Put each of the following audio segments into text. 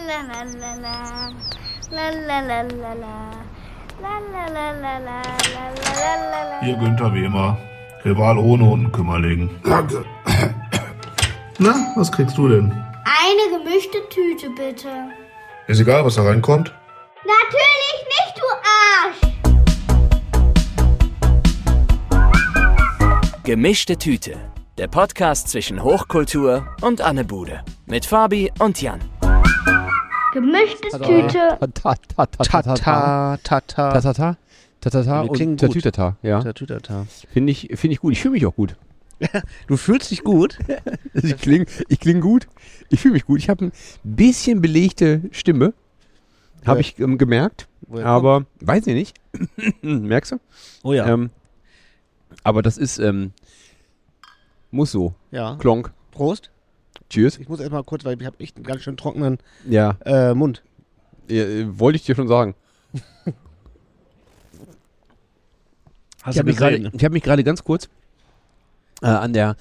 Hier Günther Wehmer, Rival ohne Unkümmerling. Danke. Na, was kriegst du denn? Eine gemischte Tüte, bitte. Ist egal, was da reinkommt? Natürlich nicht, du Arsch! Gemischte Tüte. Der Podcast zwischen Hochkultur und Anne Bude. Mit Fabi und Jan. Gemischtes Tüte. Tatata und Tatütata, ja. Tatütata. Finde ich gut. Ich fühle mich auch gut. Du fühlst dich gut? Ich kling gut. Ich fühle mich gut. Ich habe ein bisschen belegte Stimme. Habe ich gemerkt. Aber weiß ich nicht. Merkst du? Oh ja. Aber das ist, muss so. Ja. Klonk. Prost. Tschüss. Ich muss erstmal kurz, weil ich habe echt einen ganz schön trockenen Mund. Ja, wollte ich dir schon sagen. Ich habe mich gerade ganz kurz an der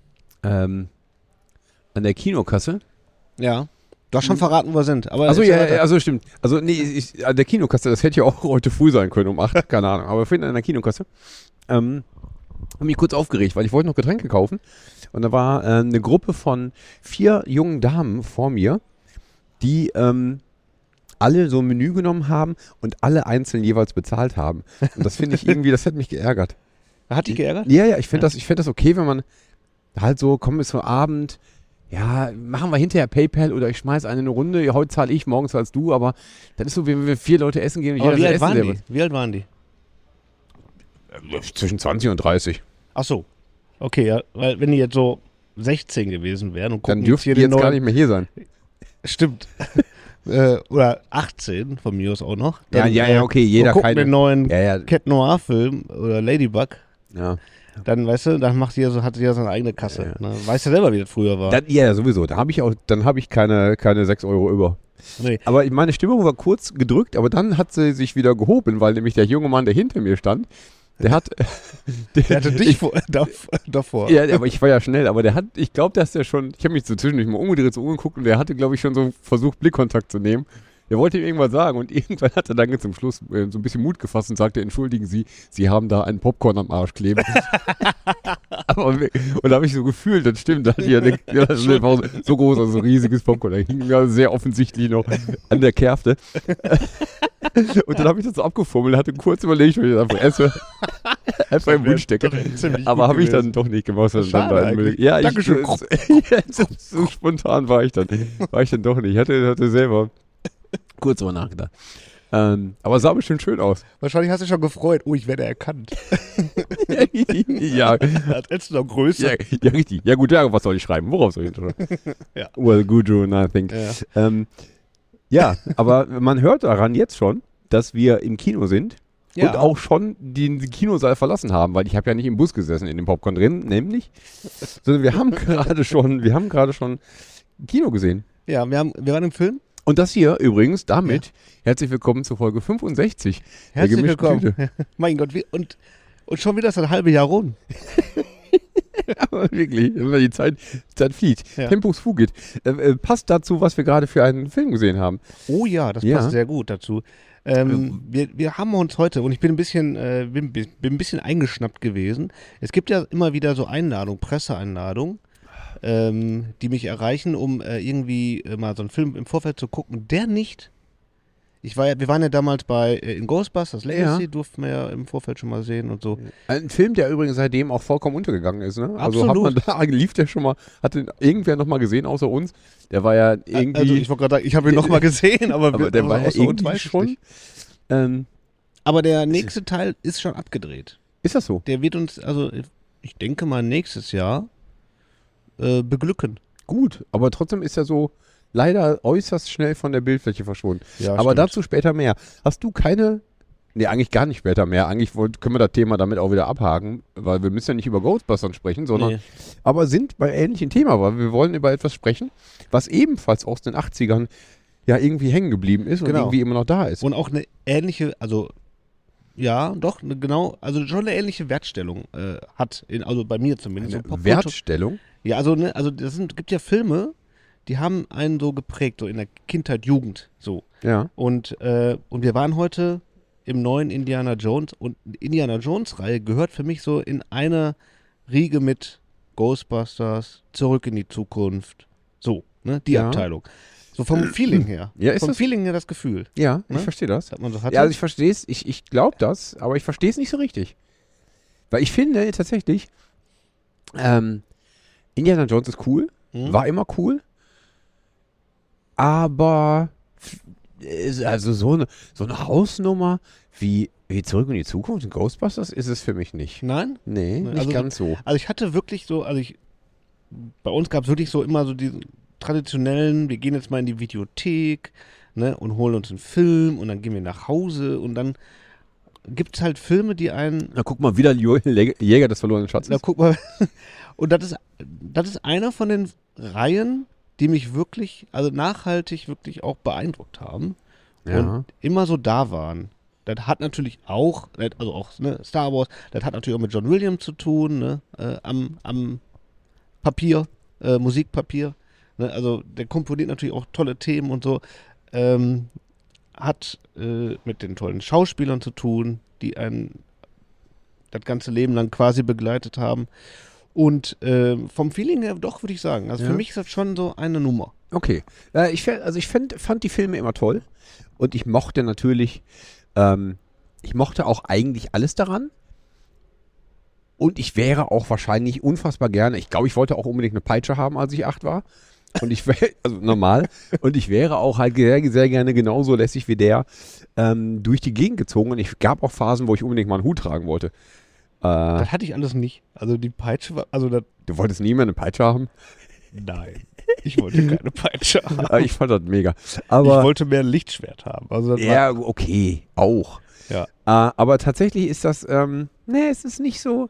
Kinokasse. Ja. Du hast schon verraten, wo wir sind. Also stimmt. Also nee, an der Kinokasse, das hätte ja auch heute früh sein können, um 8, keine Ahnung. Aber vorhin an der Kinokasse habe mich kurz aufgeregt, weil ich wollte noch Getränke kaufen. Und da war eine Gruppe von 4 jungen Damen vor mir, die alle so ein Menü genommen haben und alle einzeln jeweils bezahlt haben. Und das finde ich irgendwie, das hat mich geärgert. Hat dich geärgert? Ja, ich finde das okay, wenn man halt so, komm, ist so Abend, ja, machen wir hinterher PayPal oder ich schmeiß eine Runde, heute zahle ich, morgen zahlst du, aber dann ist so, wenn wir 4 Leute essen gehen und aber jeder wie alt waren selber. die? Wie alt waren die? Zwischen 20 und 30. Ach so. Okay, ja, weil wenn die jetzt so 16 gewesen wären und gucken Dann dürften die jetzt gar nicht mehr hier sein. Stimmt. Oder 18, von mir aus auch noch. Dann, ja, okay, jeder guckt den neuen ja. Cat Noir Film oder Ladybug. Ja. Dann, weißt du, dann hat sie ja seine eigene Kasse. Ja. Ne? Weißt du selber, wie das früher war. Ja, sowieso. Dann habe ich keine 6 Euro über. Nee. Aber meine Stimmung war kurz gedrückt, aber dann hat sie sich wieder gehoben, weil nämlich der junge Mann, der hinter mir stand, der hatte dich davor. Ja, aber ich war ja schnell, aber ich glaube, dass der schon, ich habe mich so zwischendurch mal umgedreht, so umgeguckt und der hatte, glaube ich, schon so versucht, Blickkontakt zu nehmen. Der wollte ihm irgendwas sagen und irgendwann hat er dann zum Schluss so ein bisschen Mut gefasst und sagte, entschuldigen Sie, Sie haben da einen Popcorn am Arsch kleben. Und da habe ich so gefühlt, das stimmt, da hat so groß, also so riesiges Popcorn, da hing ja sehr offensichtlich noch an der Kärfte. Und dann habe ich das so abgefummelt, hatte kurz überlegt, ob ich das einfach im Mund stecke. Aber habe ich dann doch nicht gemacht. Schade ja, Dankeschön. So spontan war ich dann doch nicht. Ich hatte selber kurz drüber nachgedacht. Aber es sah bestimmt schön aus. Wahrscheinlich hast du dich schon gefreut. Oh, ich werde erkannt. Ja. Als du noch größer. Ja, richtig. Ja gut, ja, was soll ich schreiben? Worauf soll ich schreiben? Ja. Well, good, I think. Ja. Ja, aber man hört daran jetzt schon, dass wir im Kino sind und auch schon den Kinosaal verlassen haben, weil ich habe ja nicht im Bus gesessen in dem Popcorn drin, nämlich, sondern wir haben gerade schon Kino gesehen. Ja, wir waren im Film. Und das hier übrigens, damit, herzlich willkommen zur Folge 65. Herzlich willkommen. Mein Gott, und schon wieder ist ein halbes Jahr rum. Aber wirklich, die Zeit fliegt. Ja. Tempus fugit. Passt dazu, was wir gerade für einen Film gesehen haben. Oh ja, das passt sehr gut dazu. Wir haben uns heute, und ich bin ein bisschen eingeschnappt gewesen. Es gibt ja immer wieder so Presseeinladungen, die mich erreichen, um irgendwie mal so einen Film im Vorfeld zu gucken. Der nicht. Wir waren ja damals in Ghostbusters Legacy, durften wir ja im Vorfeld schon mal sehen und so. Ein Film, der übrigens seitdem auch vollkommen untergegangen ist, ne? Also absolut. Lief der schon mal, hat den irgendwer noch mal gesehen außer uns? Der war ja irgendwie... Also ich wollte gerade sagen, ich habe ihn noch mal gesehen, aber der war ja irgendwie schon... Aber der nächste Teil ist schon abgedreht. Ist das so? Der wird uns, also ich denke mal nächstes Jahr beglücken. Gut, aber trotzdem ist er so leider äußerst schnell von der Bildfläche verschwunden. Ja, aber dazu später mehr. Hast du keine... Nee, eigentlich gar nicht später mehr. Eigentlich können wir das Thema damit auch wieder abhaken, weil wir müssen ja nicht über Ghostbusters sprechen, sondern aber sind bei ähnlichen Thema, weil wir wollen über etwas sprechen, was ebenfalls aus den 80ern ja irgendwie hängen geblieben ist und irgendwie immer noch da ist. Und auch eine ähnliche, also ja, doch, genau, also schon eine ähnliche Wertstellung hat, also bei mir zumindest. Eine Wertstellung? Ja, also gibt ja Filme, die haben einen so geprägt, so in der Kindheit, Jugend, so. Ja. Und wir waren heute im neuen Indiana Jones und die Indiana Jones-Reihe gehört für mich so in eine Riege mit Ghostbusters, Zurück in die Zukunft, so, ne, die Abteilung. So vom Feeling her. Ja, ist vom das? Feeling her das Gefühl. Ja, Ne? ich verstehe das. Das man so hatte. Ja, also ich verstehe es, ich glaube das, aber ich verstehe es nicht so richtig. Weil ich finde tatsächlich, Indiana Jones ist cool, war immer cool, aber also so eine Hausnummer wie Zurück in die Zukunft und Ghostbusters ist es für mich nicht. Nein? Nee, nicht Also ganz so. Also ich hatte wirklich so, bei uns gab es wirklich so immer so diesen traditionellen, wir gehen jetzt mal in die Videothek, ne, und holen uns einen Film und dann gehen wir nach Hause und dann gibt es halt Filme, die einen, Na guck mal, wieder Jäger des verlorenen Schatzes. na guck mal, und das ist einer von den Reihen, die mich wirklich, also nachhaltig wirklich auch beeindruckt haben und immer so da waren. Das hat natürlich auch, also auch ne, Star Wars, das hat natürlich auch mit John Williams zu tun, ne, am Papier, Musikpapier. Ne, also der komponiert natürlich auch tolle Themen und so. Hat mit den tollen Schauspielern zu tun, die einen das ganze Leben lang quasi begleitet haben. Und vom Feeling her doch, würde ich sagen. Also für mich ist das schon so eine Nummer. Okay. Ich fand die Filme immer toll. Und ich mochte natürlich, ich mochte auch eigentlich alles daran. Und ich wäre auch wahrscheinlich unfassbar gerne, ich glaube, ich wollte auch unbedingt eine Peitsche haben, als ich 8 war. Und ich wäre, also normal, und ich wäre auch halt sehr, sehr gerne genauso lässig wie der durch die Gegend gezogen. Und ich gab auch Phasen, wo ich unbedingt mal einen Hut tragen wollte. Das hatte ich alles nicht. Also die Peitsche war, also das, Du wolltest nie mehr eine Peitsche haben? nein. Ich wollte keine Peitsche haben. Aber ich fand das mega. Aber, Ich wollte mehr ein Lichtschwert haben. Also das ja, okay, auch. Ja. Aber tatsächlich ist das, es ist nicht so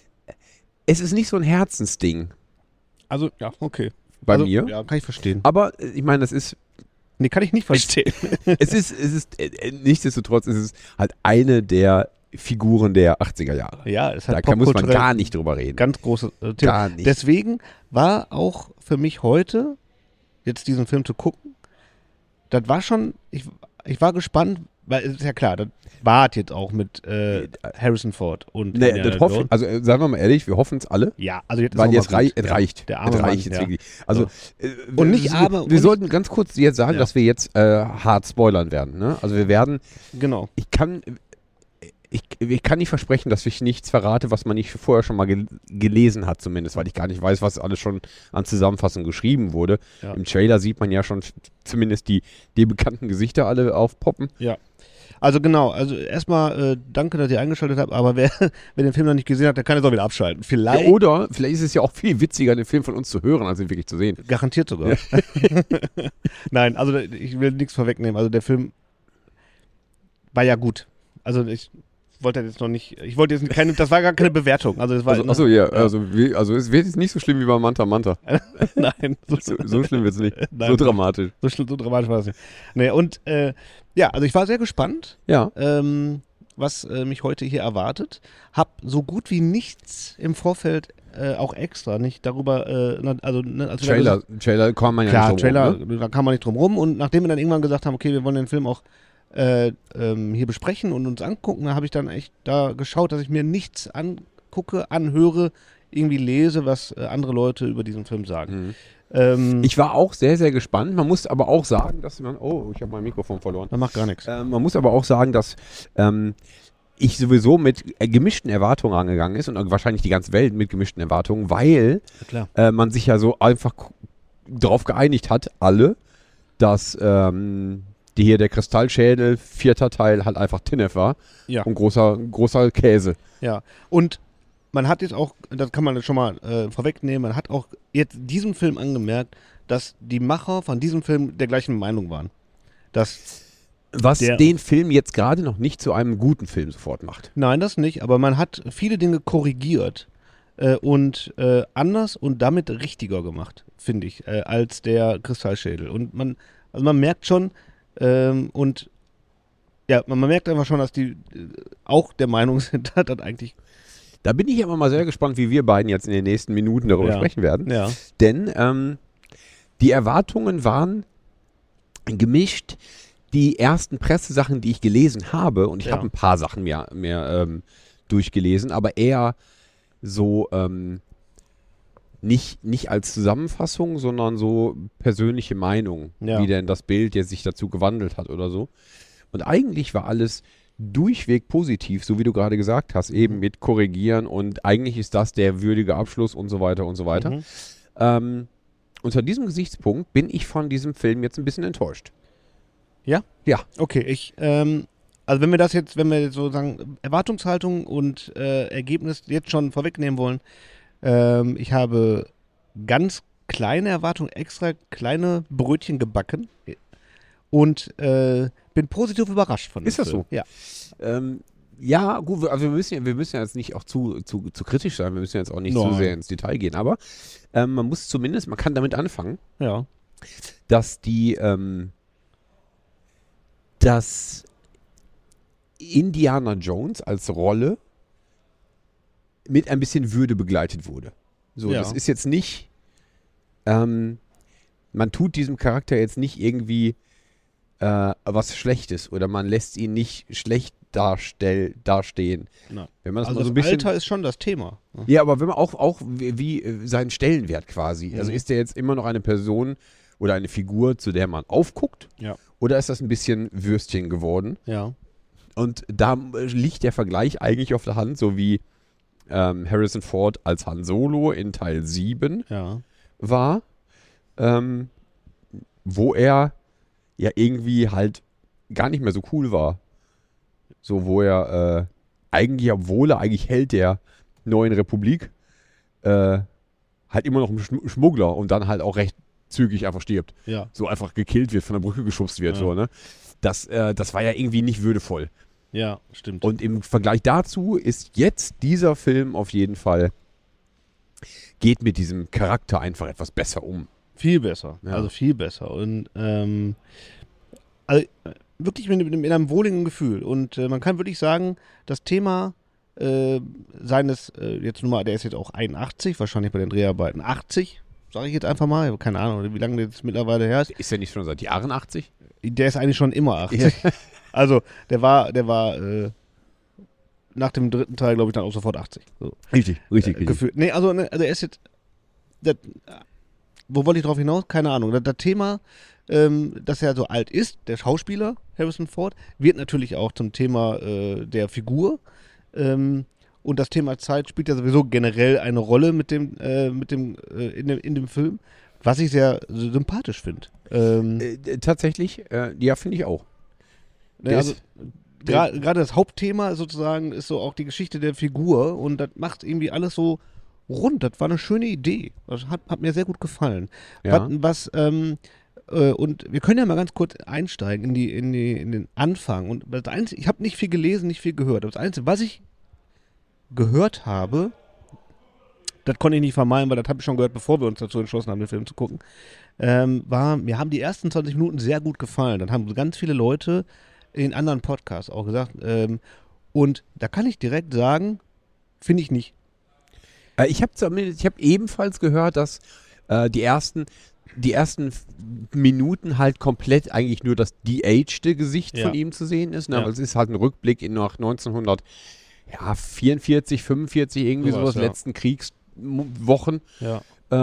ein Herzensding also, ja, okay. bei Also, mir. Ja, kann ich verstehen. Aber ich meine, das ist, Nee, kann ich nicht verstehen. es ist nichtsdestotrotz ist es halt eine der Figuren der 80er Jahre. Ja, es Da hat muss man popkulturell gar nicht drüber reden. ganz großes Thema. Gar nicht. Deswegen war auch für mich heute, jetzt diesen Film zu gucken, das war schon, ich war gespannt, weil es ist ja klar, das war jetzt auch mit Harrison Ford und Nee, Indiana das Jones. also sagen wir mal ehrlich, wir hoffen es alle. Ja, also jetzt ist Weil auch jetzt mal gut. es reicht. Der arme es reicht Mann, jetzt ja. wirklich. Also, Und nicht aber- wir und sollten ganz kurz jetzt sagen, Ja. dass wir jetzt hart spoilern werden. Ne? Also wir werden, Genau. ich kann nicht versprechen, dass ich nichts verrate, was man nicht vorher schon mal gelesen hat zumindest, weil ich gar nicht weiß, was alles schon an Zusammenfassung geschrieben wurde. Ja. Im Trailer sieht man ja schon zumindest die bekannten Gesichter alle aufpoppen. Ja. Also genau, also erstmal danke, dass ihr eingeschaltet habt, aber wer den Film noch nicht gesehen hat, der kann jetzt auch wieder abschalten. Vielleicht, Ja, oder vielleicht ist es ja auch viel witziger, den Film von uns zu hören, als ihn wirklich zu sehen. garantiert sogar. Nein, also ich will nichts vorwegnehmen. Also der Film war ja gut. Also ich wollte jetzt noch nicht, das war gar keine Bewertung. Also es war Also es wird jetzt nicht so schlimm wie bei Manta Manta. Nein, So schlimm wird es nicht. Nein. So dramatisch. so dramatisch war das nicht. Nee, und ja, also ich war sehr gespannt, Ja. was mich heute hier erwartet. Hab so gut wie nichts im Vorfeld, auch extra, nicht darüber, also als wir da Trailer kann man ja klar, nicht drum Trailer, rum, ne? da kam man nicht drum rum. Und nachdem wir dann irgendwann gesagt haben, okay, wir wollen den Film auch hier besprechen und uns angucken, da habe ich dann echt da geschaut, dass ich mir nichts angucke, anhöre, irgendwie lese, was andere Leute über diesen Film sagen. Ich war auch sehr, sehr gespannt. Man muss aber auch sagen, dass man... Oh, ich habe mein Mikrofon verloren. Das macht gar nichts. Man muss aber auch sagen, dass ich sowieso mit gemischten Erwartungen angegangen ist und wahrscheinlich die ganze Welt mit gemischten Erwartungen, weil Ja, klar. man sich ja so einfach drauf geeinigt hat, alle, dass hier der Kristallschädel, 4. Teil, halt einfach Tinnef war. Ja. Und großer Käse. Ja, und man hat jetzt auch, das kann man jetzt schon mal vorwegnehmen, man hat auch jetzt diesem Film angemerkt, dass die Macher von diesem Film der gleichen Meinung waren. Dass, Was den Film jetzt gerade noch nicht zu einem guten Film sofort macht. nein, das nicht, aber man hat viele Dinge korrigiert und anders und damit richtiger gemacht, finde ich, als der Kristallschädel. Und man merkt schon, und ja, man merkt einfach schon, dass die auch der Meinung sind, dass das eigentlich. Da bin ich aber mal sehr gespannt, wie wir beiden jetzt in den nächsten Minuten darüber Ja. sprechen werden. Ja. Denn Die Erwartungen waren gemischt. Die ersten Pressesachen, die ich gelesen habe, und ich habe ein paar Sachen mehr durchgelesen, aber eher so nicht als Zusammenfassung, sondern so persönliche Meinung, wie denn das Bild jetzt sich dazu gewandelt hat oder so. Und eigentlich war alles durchweg positiv, so wie du gerade gesagt hast, eben mit Korrigieren und eigentlich ist das der würdige Abschluss und so weiter und so weiter. Unter diesem Gesichtspunkt bin ich von diesem Film jetzt ein bisschen enttäuscht. Ja? Ja. Okay, also wenn wir sozusagen Erwartungshaltung und Ergebnis jetzt schon vorwegnehmen wollen, ich habe ganz kleine Erwartungen, extra kleine Brötchen gebacken und bin positiv überrascht von dem Ist das Film. so? Ja. Ja, gut, also wir müssen ja jetzt nicht auch zu kritisch sein, wir müssen jetzt auch nicht zu sehr ins Detail gehen, aber man kann damit anfangen, dass dass Indiana Jones als Rolle mit ein bisschen Würde begleitet wurde. So, das ist jetzt nicht, man tut diesem Charakter jetzt nicht irgendwie was Schlechtes oder man lässt ihn nicht schlecht dastehen. Wenn man das Also mal so das ein bisschen, Alter ist schon das Thema. ja, aber wenn man auch wie seinen Stellenwert quasi. Also ist der jetzt immer noch eine Person oder eine Figur, zu der man aufguckt? Ja. Oder ist das ein bisschen Würstchen geworden? Ja. Und da liegt der Vergleich eigentlich auf der Hand, so wie Harrison Ford als Han Solo in Teil 7 war, wo er ja irgendwie halt gar nicht mehr so cool war. So, wo er eigentlich, obwohl er eigentlich Held der neuen Republik, halt immer noch ein Schmuggler und dann halt auch recht zügig einfach stirbt. Ja. So einfach gekillt wird, von der Brücke geschubst wird. So, ne? Das war ja irgendwie nicht würdevoll. Ja, stimmt. Und im Vergleich dazu ist jetzt dieser Film auf jeden Fall, geht mit diesem Charakter einfach etwas besser um. Viel besser, Ja. also viel besser. Und also, wirklich mit einem wohligen Gefühl. Und man kann wirklich sagen, das Thema seines, jetzt nun mal, der ist jetzt auch 81, wahrscheinlich bei den Dreharbeiten 80, sage ich jetzt einfach mal, ich habe keine Ahnung, wie lange der jetzt mittlerweile her ist. Ist der nicht schon seit Jahren 80? Der ist eigentlich schon immer 80. Also, der war nach dem dritten Teil, glaube ich, dann auch sofort 80. So. Richtig. Gefühlt. Nee, also er ist jetzt, wo wollte ich drauf hinaus? Keine Ahnung. Das Thema, dass er so alt ist, der Schauspieler Harrison Ford, wird natürlich auch zum Thema der Figur. Und das Thema Zeit spielt ja sowieso generell eine Rolle in dem Film, was ich sehr sympathisch finde. Tatsächlich, ja, finde ich auch. Also, gerade das Hauptthema sozusagen ist so auch die Geschichte der Figur und das macht irgendwie alles so rund. Das war eine schöne Idee. Das hat mir sehr gut gefallen. Ja. Und wir können ja mal ganz kurz einsteigen in den Anfang. Und das Einzige, ich habe nicht viel gelesen, nicht viel gehört. Aber das Einzige, was ich gehört habe, das konnte ich nicht vermeiden, weil das habe ich schon gehört, bevor wir uns dazu entschlossen haben, den Film zu gucken, mir haben die ersten 20 Minuten sehr gut gefallen. Dann haben ganz viele Leute in anderen Podcasts auch gesagt. Und da kann ich direkt sagen, finde ich nicht. Ich habe ebenfalls gehört, dass die ersten Minuten halt komplett eigentlich nur das de-aged Gesicht von ihm zu sehen ist. Ne? Aber es ist halt ein Rückblick in nach 1944, 45, irgendwie sowas letzten Kriegswochen. Ja.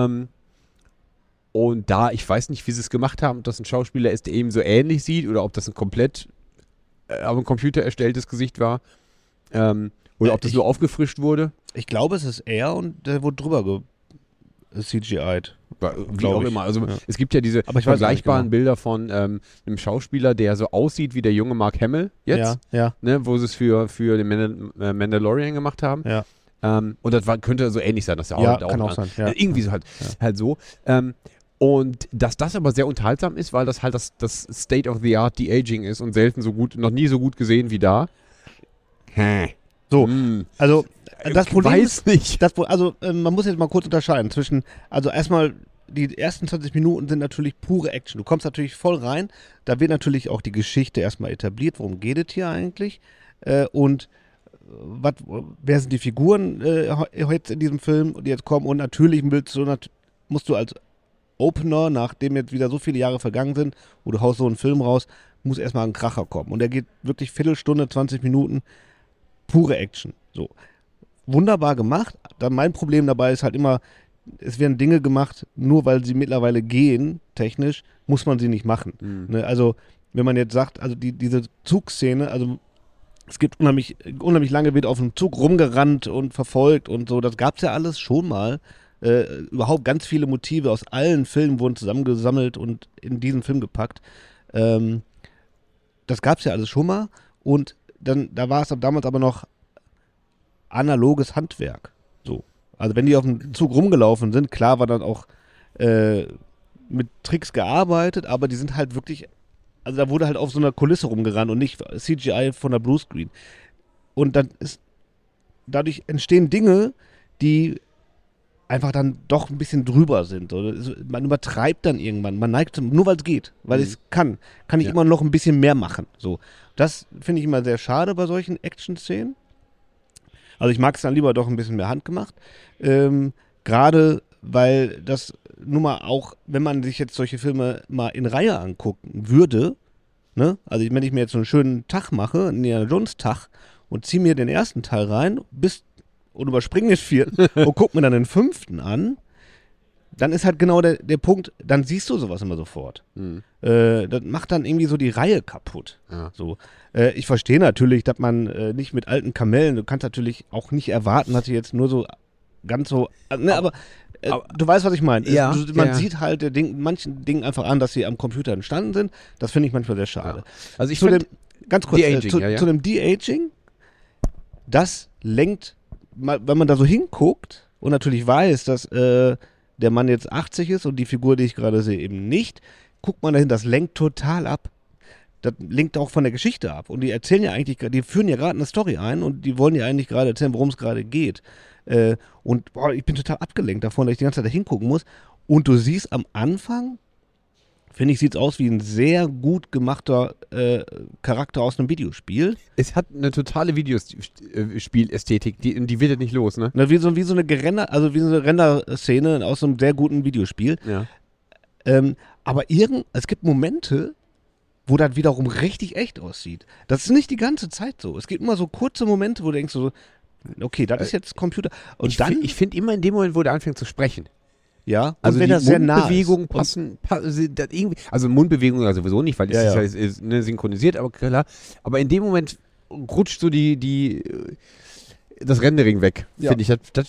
Und da, ich weiß nicht, wie sie es gemacht haben, ob das ein Schauspieler ist, der eben so ähnlich sieht oder ob das ein komplett am Computer erstelltes Gesicht war. Oder ob das nur aufgefrischt wurde. Ich glaube, es ist er und der wurde drüber CGI'd. Wie auch immer. Also es gibt ja diese vergleichbaren Bilder von einem Schauspieler, der so aussieht wie der junge Mark Hamill jetzt, ne, wo sie es für den Mandalorian gemacht haben. Ja. Und das könnte so ähnlich sein, dass der kann auch sein. Ja. Irgendwie so halt so. Und dass das aber sehr unterhaltsam ist, weil das halt das State-of-the-Art De-Aging ist und noch nie so gut gesehen wie da. So, also das Problem ist, nicht. Man muss jetzt mal kurz unterscheiden zwischen, also erstmal, die ersten 20 Minuten sind natürlich pure Action. Du kommst natürlich voll rein, da wird natürlich auch die Geschichte erstmal etabliert, worum geht es hier eigentlich und wer sind die Figuren jetzt in diesem Film, die jetzt kommen und natürlich musst du als Opener, nachdem jetzt wieder so viele Jahre vergangen sind, wo du haust so einen Film raus, muss erstmal ein Kracher kommen. Und der geht wirklich Viertelstunde, 20 Minuten, pure Action. So. Wunderbar gemacht. Dann mein Problem dabei ist halt immer, es werden Dinge gemacht, nur weil sie mittlerweile gehen, technisch, muss man sie nicht machen. Ne? Also, wenn man jetzt sagt, also diese Zugszene, also es gibt unheimlich lange wird auf dem Zug rumgerannt und verfolgt und so, das gab es ja alles schon mal. Überhaupt ganz viele Motive aus allen Filmen wurden zusammengesammelt und in diesen Film gepackt. Das gab es ja alles schon mal und dann, da war es damals aber noch analoges Handwerk. So. Also wenn die auf dem Zug rumgelaufen sind, klar war dann auch mit Tricks gearbeitet, aber die sind halt wirklich, also da wurde halt auf so einer Kulisse rumgerannt und nicht CGI von der Bluescreen. Und dann dadurch entstehen Dinge, die einfach dann doch ein bisschen drüber sind. Oder man übertreibt dann irgendwann. Man neigt nur weil es geht. Weil es kann ich immer noch ein bisschen mehr machen. So. Das finde ich immer sehr schade bei solchen Action-Szenen. Also ich mag es dann lieber doch ein bisschen mehr handgemacht. Gerade weil das nun mal auch, wenn man sich jetzt solche Filme mal in Reihe angucken würde, ne? Also wenn ich mir jetzt so einen schönen Tag mache, einen Indiana Jones Tag und ziehe mir den ersten Teil rein und überspringe den 4. und guck mir dann den 5. an, dann ist halt genau der Punkt, dann siehst du sowas immer sofort. Das macht dann irgendwie so die Reihe kaputt. Ja. So. Ich verstehe natürlich, dass man nicht mit alten Kamellen, du kannst natürlich auch nicht erwarten, dass sie jetzt nur so ganz so, ne, aber du weißt, was ich meine. Ja, man sieht halt manchen Dingen einfach an, dass sie am Computer entstanden sind. Das finde ich manchmal sehr schade. Ja. Also ich finde, ganz kurz, De-Aging, zu dem De-Aging, das lenkt, wenn man da so hinguckt und natürlich weiß, dass der Mann jetzt 80 ist und die Figur, die ich gerade sehe, eben nicht, guckt man dahin, das lenkt total ab. Das lenkt auch von der Geschichte ab. Und die erzählen ja eigentlich, die führen ja gerade eine Story ein und die wollen ja eigentlich gerade erzählen, worum es gerade geht. Und ich bin total abgelenkt davon, dass ich die ganze Zeit da hingucken muss. Und du siehst am Anfang, finde ich, sieht es aus wie ein sehr gut gemachter Charakter aus einem Videospiel. Es hat eine totale Videospielästhetik, die wird ja nicht los, ne? Wie so eine Render-Szene aus einem sehr guten Videospiel. Ja. Aber es gibt Momente, wo das wiederum richtig echt aussieht. Das ist nicht die ganze Zeit so. Es gibt immer so kurze Momente, wo du denkst so, okay, das ist jetzt Computer. Und ich finde immer in dem Moment, wo der anfängt zu sprechen. Ja, also wenn die das sehr nah Mundbewegungen passen irgendwie, also Mundbewegungen ja sowieso nicht, weil es ist synchronisiert, aber klar. Aber in dem Moment rutscht so das Rendering weg, finde ich. Das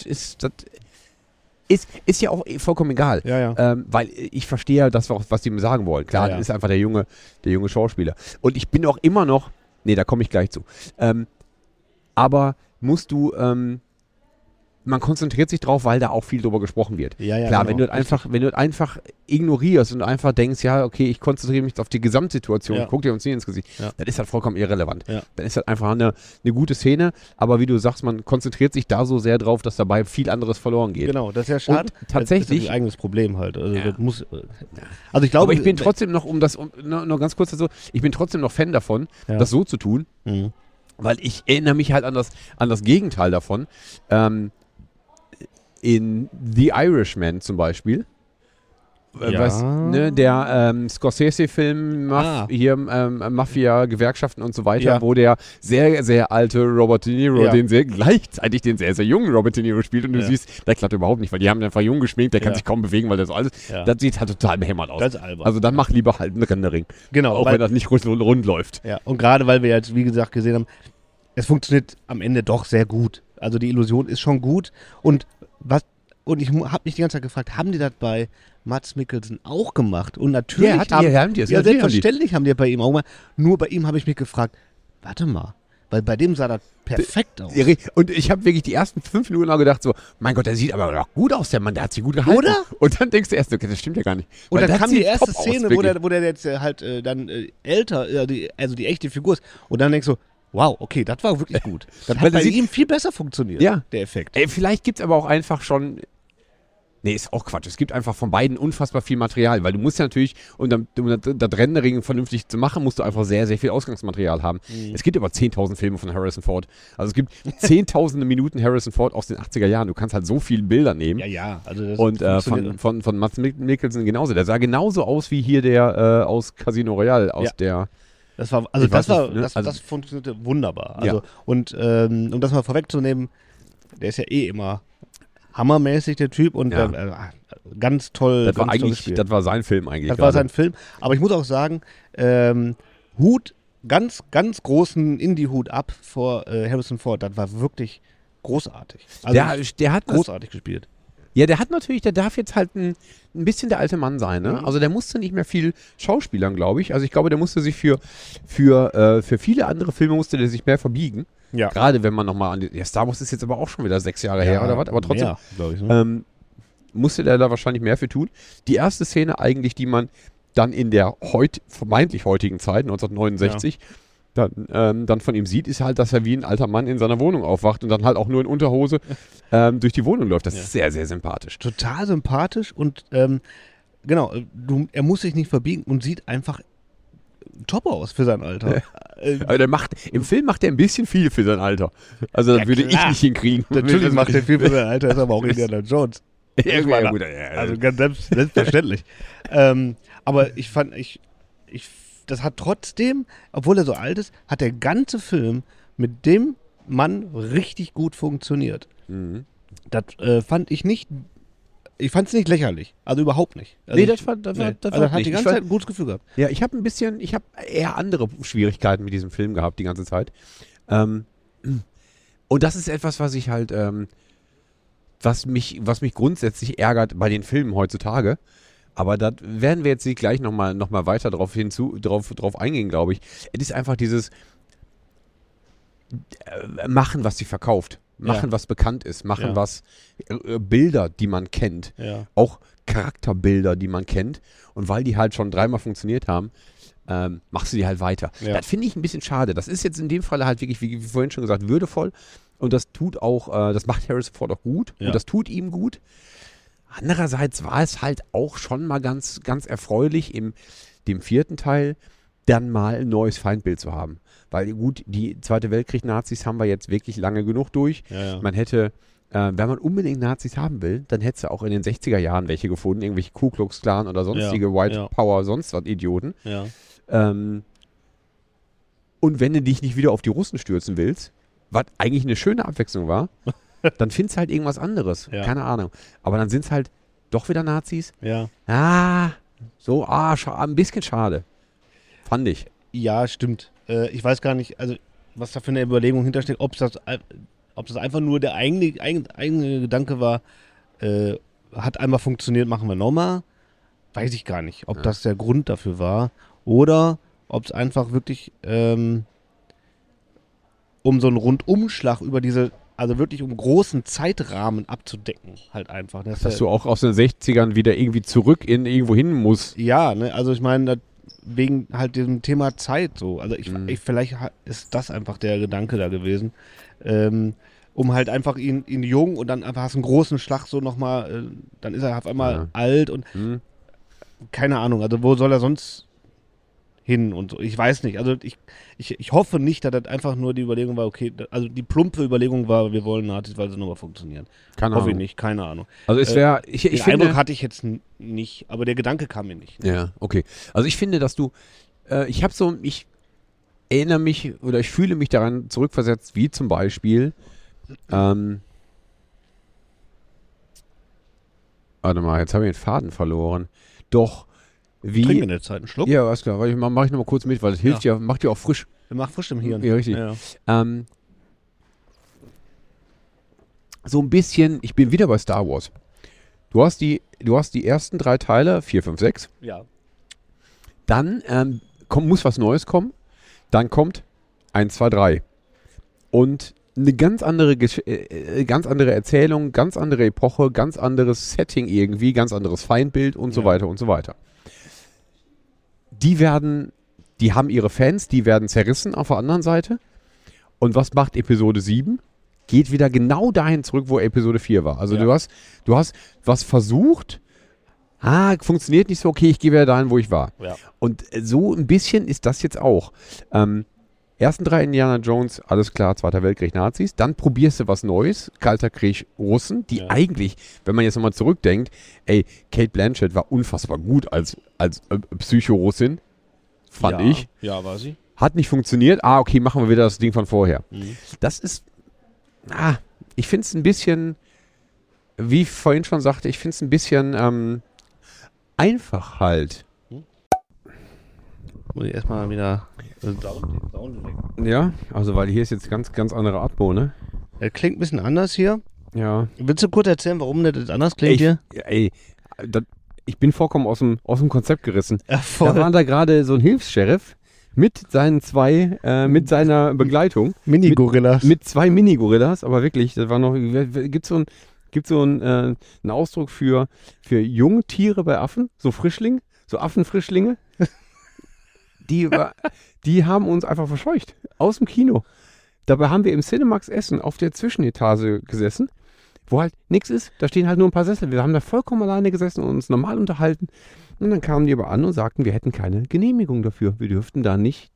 ist ja auch vollkommen egal. Weil ich verstehe ja das, was die mir sagen wollen. Klar, das ist einfach der junge Schauspieler. Und ich bin auch immer noch, da komme ich gleich zu. Aber musst du, man konzentriert sich drauf, weil da auch viel drüber gesprochen wird. Klar, genau. Wenn du einfach ignorierst und einfach denkst, ja, okay, ich konzentriere mich auf die Gesamtsituation, guck dir uns nie ins Gesicht, dann ist das vollkommen irrelevant. Dann ist das einfach eine gute Szene, aber wie du sagst, man konzentriert sich da so sehr drauf, dass dabei viel anderes verloren geht. Genau, das ist ja schade. Und tatsächlich. Das ist ein eigenes Problem halt. Also, das muss, also ich glaube, aber ich bin trotzdem noch, noch ganz kurz dazu, ich bin trotzdem noch Fan davon, das so zu tun, weil ich erinnere mich halt an das Gegenteil davon. In The Irishman zum Beispiel. Der Scorsese-Film, Mafia, Gewerkschaften und so weiter, wo der sehr, sehr alte Robert De Niro, gleichzeitig den sehr, sehr jungen Robert De Niro spielt und du siehst, der klappt überhaupt nicht, weil die haben einfach jung geschminkt, der kann sich kaum bewegen, weil der so alles, das sieht halt total behämmert aus. Das ist albern. Also dann mach lieber halt einen Rendering. Genau. Auch wenn das nicht rund läuft. Ja, und gerade weil wir jetzt, wie gesagt, gesehen haben, es funktioniert am Ende doch sehr gut. Also die Illusion ist schon gut und ich habe mich die ganze Zeit gefragt, haben die das bei Mads Mikkelsen auch gemacht? Und natürlich haben die es. Ja, selbstverständlich haben die das bei ihm auch gemacht. Nur bei ihm habe ich mich gefragt, warte mal, weil bei dem sah das perfekt aus. Und ich habe wirklich die ersten 5 Minuten auch gedacht so, mein Gott, der sieht aber doch gut aus, der Mann, der hat sich gut gehalten. Oder? Und dann denkst du erst, okay, das stimmt ja gar nicht. Und dann kam die erste Szene, wo der jetzt halt dann älter, also die echte Figur ist. Und dann denkst du, wow, okay, das war wirklich gut. Das hat bei ihm viel besser funktioniert, der Effekt. Vielleicht gibt es aber auch einfach schon, Nee, ist auch Quatsch. Es gibt einfach von beiden unfassbar viel Material, weil du musst ja natürlich, um das Rendering vernünftig zu machen, musst du einfach sehr, sehr viel Ausgangsmaterial haben. Es gibt über 10.000 Filme von Harrison Ford. Also es gibt 10.000 Minuten Harrison Ford aus den 80er Jahren. Du kannst halt so viele Bilder nehmen. Ja. Also das Und von Mads Mikkelsen genauso. Der sah genauso aus wie hier der aus Casino Royale, der... Das funktionierte wunderbar. Also, und um das mal vorwegzunehmen, der ist ja immer hammermäßig, der Typ, und ganz toll. Das war sein Film eigentlich. Das war sein Film. Aber ich muss auch sagen, Hut, ganz, ganz großen Indie-Hut ab vor Harrison Ford. Das war wirklich großartig. Also der hat großartig gespielt. Ja, der darf jetzt halt ein bisschen der alte Mann sein, ne? Also der musste nicht mehr viel schauspielern, glaube ich. Also ich glaube, der musste sich für viele andere Filme musste der sich mehr verbiegen. Ja. Gerade wenn man nochmal Star Wars ist jetzt aber auch schon wieder 6 Jahre her oder was, aber trotzdem glaube ich, ne? Musste der da wahrscheinlich mehr für tun. Die erste Szene eigentlich, die man dann in der vermeintlich heutigen Zeit, 1969, dann von ihm sieht, ist halt, dass er wie ein alter Mann in seiner Wohnung aufwacht und dann halt auch nur in Unterhose durch die Wohnung läuft. Das ist sehr, sehr sympathisch. Total sympathisch und genau, er muss sich nicht verbiegen und sieht einfach top aus für sein Alter. Aber im Film macht er ein bisschen viel für sein Alter. Also das würde ich nicht hinkriegen. Natürlich macht er viel für sein Alter, ist aber auch Indiana Jones. Also ganz selbstverständlich. Aber ich fand, das hat trotzdem, obwohl er so alt ist, hat der ganze Film mit dem Mann richtig gut funktioniert. Mhm. Das fand ich nicht, ich fand es nicht lächerlich. Also überhaupt nicht. Also das hat die ganze Zeit ein gutes Gefühl gehabt. Ja, ich habe eher andere Schwierigkeiten mit diesem Film gehabt die ganze Zeit. Und das ist etwas, was ich halt, was mich grundsätzlich ärgert bei den Filmen heutzutage. Aber da werden wir jetzt nicht gleich noch mal weiter drauf eingehen, glaube ich. Es ist einfach dieses machen, was sie verkauft. Machen, was bekannt ist. Machen, was Bilder, die man kennt. Ja. Auch Charakterbilder, die man kennt. Und weil die halt schon 3-mal funktioniert haben, machst du die halt weiter. Ja. Das finde ich ein bisschen schade. Das ist jetzt in dem Fall halt wirklich, wie vorhin schon gesagt, würdevoll. Und das tut auch, das macht Harrison Ford auch gut. Ja. Und das tut ihm gut. Andererseits war es halt auch schon mal ganz, ganz erfreulich, im dem 4. Teil dann mal ein neues Feindbild zu haben. Weil gut, die Zweite Weltkrieg-Nazis haben wir jetzt wirklich lange genug durch. Ja. Man hätte, wenn man unbedingt Nazis haben will, dann hätte es auch in den 60er Jahren welche gefunden, irgendwelche Ku Klux Klan oder sonstige White Power, sonst was Idioten. Ja. Und wenn du dich nicht wieder auf die Russen stürzen willst, was eigentlich eine schöne Abwechslung war, dann findest du halt irgendwas anderes. Ja. Keine Ahnung. Aber dann sind es halt doch wieder Nazis. Ja. Ein bisschen schade. Fand ich. Ja, stimmt. Ich weiß gar nicht, also was da für eine Überlegung hintersteckt, ob das einfach nur der eigene Gedanke war, hat einmal funktioniert, machen wir nochmal. Weiß ich gar nicht, ob das der Grund dafür war oder ob es einfach wirklich um so einen Rundumschlag über diese, also wirklich um großen Zeitrahmen abzudecken, halt einfach. Dass du auch aus den 60ern wieder irgendwie zurück irgendwo hin musst. Ja, ne, also ich meine, wegen halt diesem Thema Zeit so. Also vielleicht ist das einfach der Gedanke da gewesen. Um halt einfach ihn jung und dann einfach hast du einen großen Schlag so nochmal, dann ist er auf einmal alt und keine Ahnung, also wo soll er sonst hin und so. Ich weiß nicht. Also ich hoffe nicht, dass das einfach nur die Überlegung war, okay, also die plumpe Überlegung war, wir wollen Nazis, weil sie nochmal funktionieren. Hoffe ich nicht, keine Ahnung. Also es wäre, den Eindruck hatte ich jetzt nicht, aber der Gedanke kam mir nicht. Ja, okay. Also ich finde, dass du, ich erinnere mich oder ich fühle mich daran zurückversetzt, wie zum Beispiel, warte mal, jetzt habe ich den Faden verloren. Doch, wie... Trinken wir in der Zeit einen Schluck? Ja, alles klar. Mach ich nochmal kurz mit, weil das hilft ja, macht ja auch frisch. Macht frisch im Hirn. Ja, richtig. Ja. So ein bisschen, ich bin wieder bei Star Wars. Du hast die ersten 3 Teile, 4, 5, 6. Ja. Dann muss was Neues kommen. Dann kommt 1, 2, 3. Und eine ganz andere Erzählung, ganz andere Epoche, ganz anderes Setting irgendwie, ganz anderes Feindbild und so weiter und so weiter. Die haben ihre Fans, die werden zerrissen auf der anderen Seite. Und was macht Episode 7? geht wieder genau dahin zurück, wo Episode 4 war. Also du hast was versucht, funktioniert nicht so, okay, ich gehe wieder dahin, wo ich war. Ja. Und so ein bisschen ist das jetzt auch. Ersten 3 Indiana Jones, alles klar, Zweiter Weltkrieg, Nazis. Dann probierst du was Neues, Kalter Krieg, Russen, die eigentlich, wenn man jetzt nochmal zurückdenkt, Cate Blanchett war unfassbar gut als Psycho-Russin, fand ich. Ja, war sie. Hat nicht funktioniert. Okay, machen wir wieder das Ding von vorher. Das ist, ich finde es ein bisschen, wie ich vorhin schon sagte, ich finde es ein bisschen einfach halt. Muss ich erstmal wieder Sound weg. Ja, also weil hier ist jetzt ganz, ganz andere Atmo, ne? Das klingt ein bisschen anders hier. Ja. Willst du kurz erzählen, warum das anders klingt hier? Ich bin vollkommen aus dem Konzept gerissen. Ja, voll. Da war da gerade so ein Hilfs-Sheriff mit seinen mit seiner Begleitung. Mini-Gorillas. Mit 2 Mini-Gorillas, aber wirklich, das war noch, gibt so einen Ausdruck für Jungtiere bei Affen, so Frischling, so Affenfrischlinge. Die haben uns einfach verscheucht, aus dem Kino. Dabei haben wir im Cinemax Essen auf der Zwischenetage gesessen, wo halt nichts ist, da stehen halt nur ein paar Sessel. Wir haben da vollkommen alleine gesessen und uns normal unterhalten. Und dann kamen die aber an und sagten, wir hätten keine Genehmigung dafür. Wir dürften da nicht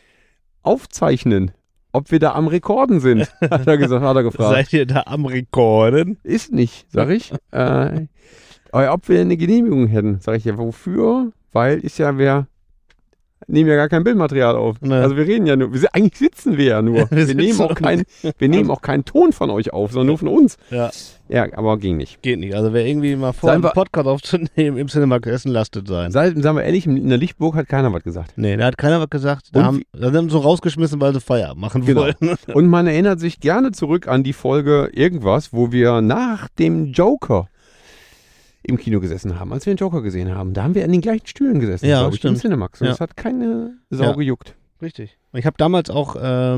aufzeichnen, ob wir da am Rekorden sind, hat er gefragt. Seid ihr da am Rekorden? Ist nicht, sag ich. Aber ob wir eine Genehmigung hätten, sag ich ja, wofür? Weil nehmen ja gar kein Bildmaterial auf. Nee. Also wir reden ja nur, eigentlich sitzen wir ja nur. Wir nehmen auch keinen Ton von euch auf, sondern nur von uns. Ja. Ja, aber ging nicht. Geht nicht. Also wer irgendwie mal vor, einen Podcast aufzunehmen im Cinemax Essen, lasst es sein. Sagen wir ehrlich, in der Lichtburg hat keiner was gesagt. Nee, da hat keiner was gesagt. Da haben sie so rausgeschmissen, weil sie Feierabend machen wollten. Und man erinnert sich gerne zurück an die Folge irgendwas, wo wir nach dem Joker im Kino gesessen haben, als wir den Joker gesehen haben. Da haben wir an den gleichen Stühlen gesessen, glaube ich, im Cinemax. Und das hat keine Sau gejuckt. Richtig. Ich habe damals auch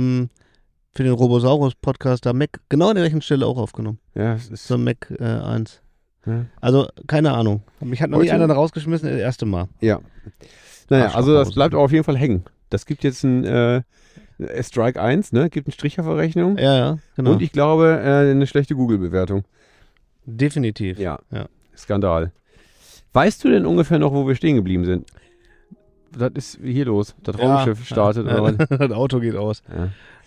für den Robosaurus-Podcast da Mac genau an der gleichen Stelle auch aufgenommen. Ja, es ist so Mac 1. Ja. Also, keine Ahnung. Mich hat noch nie einer da rausgeschmissen, das erste Mal. Ja. Naja, also das bleibt auch auf jeden Fall hängen. Das gibt jetzt ein Strike 1, ne? Gibt eine Stricherverrechnung. Ja, genau. Und ich glaube, eine schlechte Google-Bewertung. Definitiv. Ja. Skandal. Weißt du denn ungefähr noch, wo wir stehen geblieben sind? Das ist hier los. Das Raumschiff startet. Oder was? Das Auto geht aus. Ja.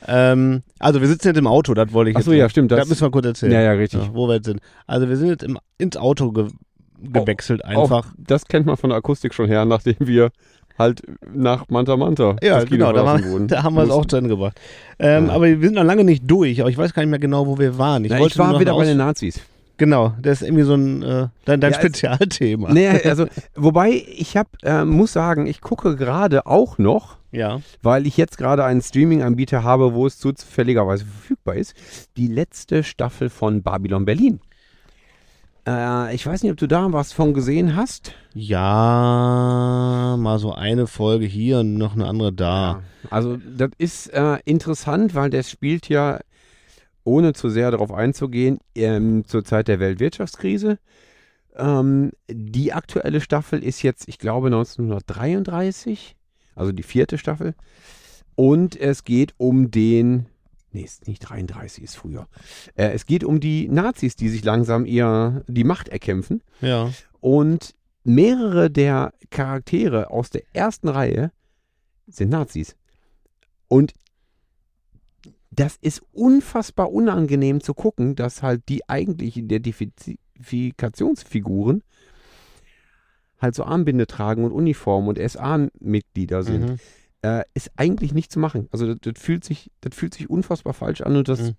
Also wir sitzen jetzt im Auto, das wollte ich jetzt. Achso, ja, stimmt. Das müssen wir kurz erzählen. Ja, richtig. Ja, wo wir jetzt sind. Also wir sind jetzt ins Auto gewechselt einfach. Das kennt man von der Akustik schon her, nachdem wir halt nach Manta Manta ja, genau, da haben wir es auch zu Ende gebracht. Aber wir sind noch lange nicht durch. Aber ich weiß gar nicht mehr genau, wo wir waren. Ich war wieder bei den Nazis. Genau, das ist irgendwie so ein dein Spezialthema. Nee, also, wobei ich muss sagen, ich gucke gerade auch noch, weil ich jetzt gerade einen Streaming-Anbieter habe, wo es zufälligerweise verfügbar ist, die letzte Staffel von Babylon Berlin. Ich weiß nicht, ob du da was von gesehen hast. Ja, mal so eine Folge hier und noch eine andere da. Ja, also das ist interessant, weil der spielt ja, ohne zu sehr darauf einzugehen, zur Zeit der Weltwirtschaftskrise. Die aktuelle Staffel ist jetzt, ich glaube, 1933, also die 4. Staffel. Und es geht um nee, ist nicht 33, ist früher. Es geht um die Nazis, die sich langsam die Macht erkämpfen. Ja. Und mehrere der Charaktere aus der ersten Reihe sind Nazis. Und das ist unfassbar unangenehm zu gucken, dass halt die eigentlichen Identifikationsfiguren halt so Armbinde tragen und Uniform und SA-Mitglieder sind. Ist eigentlich nicht zu machen. Also das fühlt sich unfassbar falsch an und also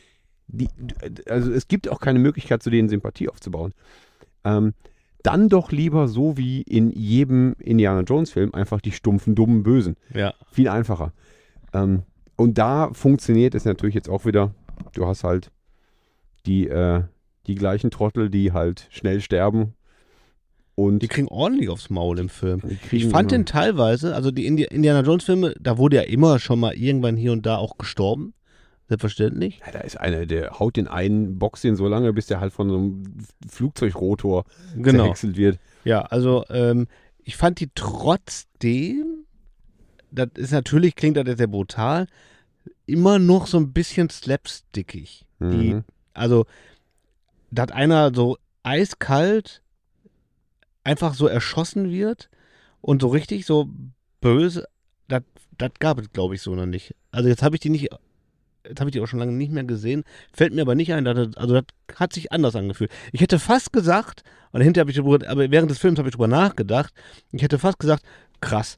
es gibt auch keine Möglichkeit, zu denen Sympathie aufzubauen. Dann doch lieber so wie in jedem Indiana Jones Film einfach die stumpfen, dummen Bösen. Ja. Viel einfacher. Und da funktioniert es natürlich jetzt auch wieder. Du hast halt die gleichen Trottel, die halt schnell sterben. Und die kriegen ordentlich aufs Maul im Film. Ich fand den teilweise, also die Indiana Jones Filme, da wurde ja immer schon mal irgendwann hier und da auch gestorben. Selbstverständlich. Ja, da ist einer, der haut den einen, boxt den so lange, bis der halt von so einem Flugzeugrotor zerhäckselt wird. Ja, also ich fand die trotzdem, das ist natürlich, klingt das sehr brutal, immer noch so ein bisschen slapstickig. Also, dass einer so eiskalt einfach so erschossen wird und so richtig so böse, das gab es, glaube ich, so noch nicht. Also jetzt habe ich die auch schon lange nicht mehr gesehen, fällt mir aber nicht ein, das hat sich anders angefühlt. Ich hätte fast gesagt, und hinterher aber während des Films habe ich drüber nachgedacht, ich hätte fast gesagt, krass,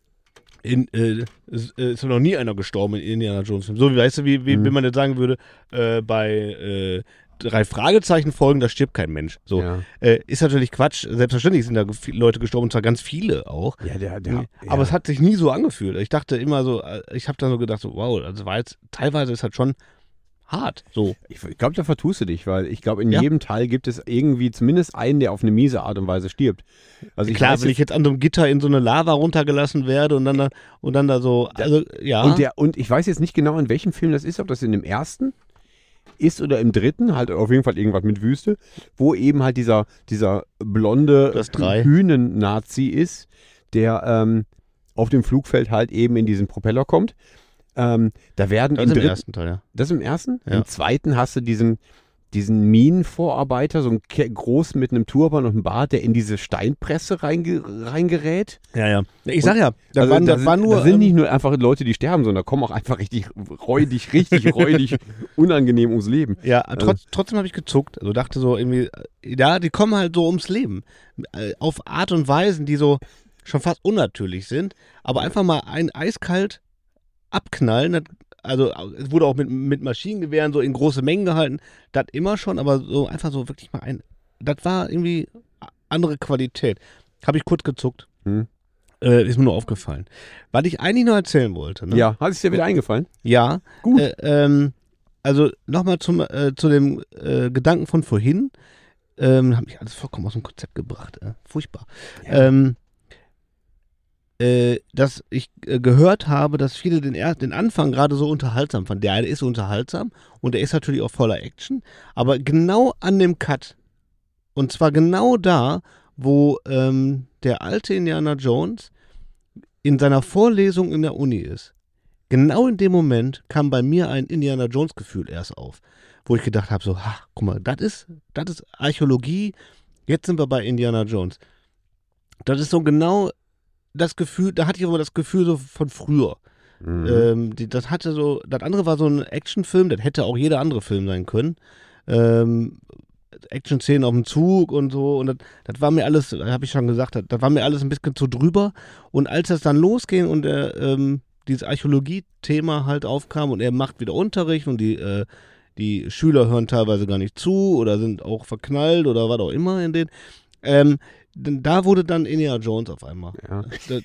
ist noch nie einer gestorben in Indiana Jones Film. So, weißt du, wie wenn man jetzt sagen würde, bei 3 Fragezeichen Folgen, da stirbt kein Mensch. So. Ja. Ist natürlich Quatsch. Selbstverständlich sind da Leute gestorben, und zwar ganz viele auch. Ja, aber es hat sich nie so angefühlt. Ich dachte immer so, ich habe dann so gedacht, so, wow, also war jetzt, teilweise ist halt schon hart. So. Ich glaube, da vertust du dich, weil ich glaube, in jedem Teil gibt es irgendwie zumindest einen, der auf eine miese Art und Weise stirbt. Also klar, wenn ich jetzt an so einem Gitter in so eine Lava runtergelassen werde und dann da so, also ja. Und ich weiß jetzt nicht genau, in welchem Film das ist, ob das in dem ersten ist oder im dritten, halt auf jeden Fall irgendwas mit Wüste, wo eben halt dieser blonde Hühnen-Nazi ist, der auf dem Flugfeld halt eben in diesen Propeller kommt. Da werden das ist im ersten Teil, ja. Das ist im ersten? Ja. Im zweiten hast du diesen Minenvorarbeiter, so ein groß mit einem Turban und einem Bart, der in diese Steinpresse reingerät. Ja. Ich sag ja, da sind nicht nur einfach Leute, die sterben, sondern da kommen auch einfach richtig räudig unangenehm ums Leben. Ja, trotzdem habe ich gezuckt. Also dachte so irgendwie, ja, die kommen halt so ums Leben. Auf Art und Weisen, die so schon fast unnatürlich sind, aber einfach mal eiskalt abknallen. Also es wurde auch mit Maschinengewehren so in große Mengen gehalten. Das immer schon, aber so einfach so wirklich mal das war irgendwie andere Qualität. Habe ich kurz gezuckt. Ist mir nur aufgefallen. Was ich eigentlich noch erzählen wollte. Ne? Ja, hat es dir wieder eingefallen? Ja. Gut. Also nochmal zu dem Gedanken von vorhin. Hat mich alles vollkommen aus dem Konzept gebracht. Furchtbar. Ja. Dass ich gehört habe, dass viele den Anfang gerade so unterhaltsam fanden. Der ist unterhaltsam und der ist natürlich auch voller Action, aber genau an dem Cut, und zwar genau da, wo der alte Indiana Jones in seiner Vorlesung in der Uni ist, genau in dem Moment kam bei mir ein Indiana Jones Gefühl erst auf, wo ich gedacht habe, so, guck mal, das ist Archäologie, jetzt sind wir bei Indiana Jones. Das ist so genau das Gefühl, da hatte ich aber das Gefühl so von früher. Das andere war so ein Actionfilm, das hätte auch jeder andere Film sein können. Action-Szenen auf dem Zug und so, und das war mir alles, habe ich schon gesagt, das war mir alles ein bisschen zu drüber, und als das dann losging und dieses Archäologie-Thema halt aufkam und er macht wieder Unterricht und die Schüler hören teilweise gar nicht zu oder sind auch verknallt oder was auch immer in den, da wurde dann Indiana Jones auf einmal. Ja.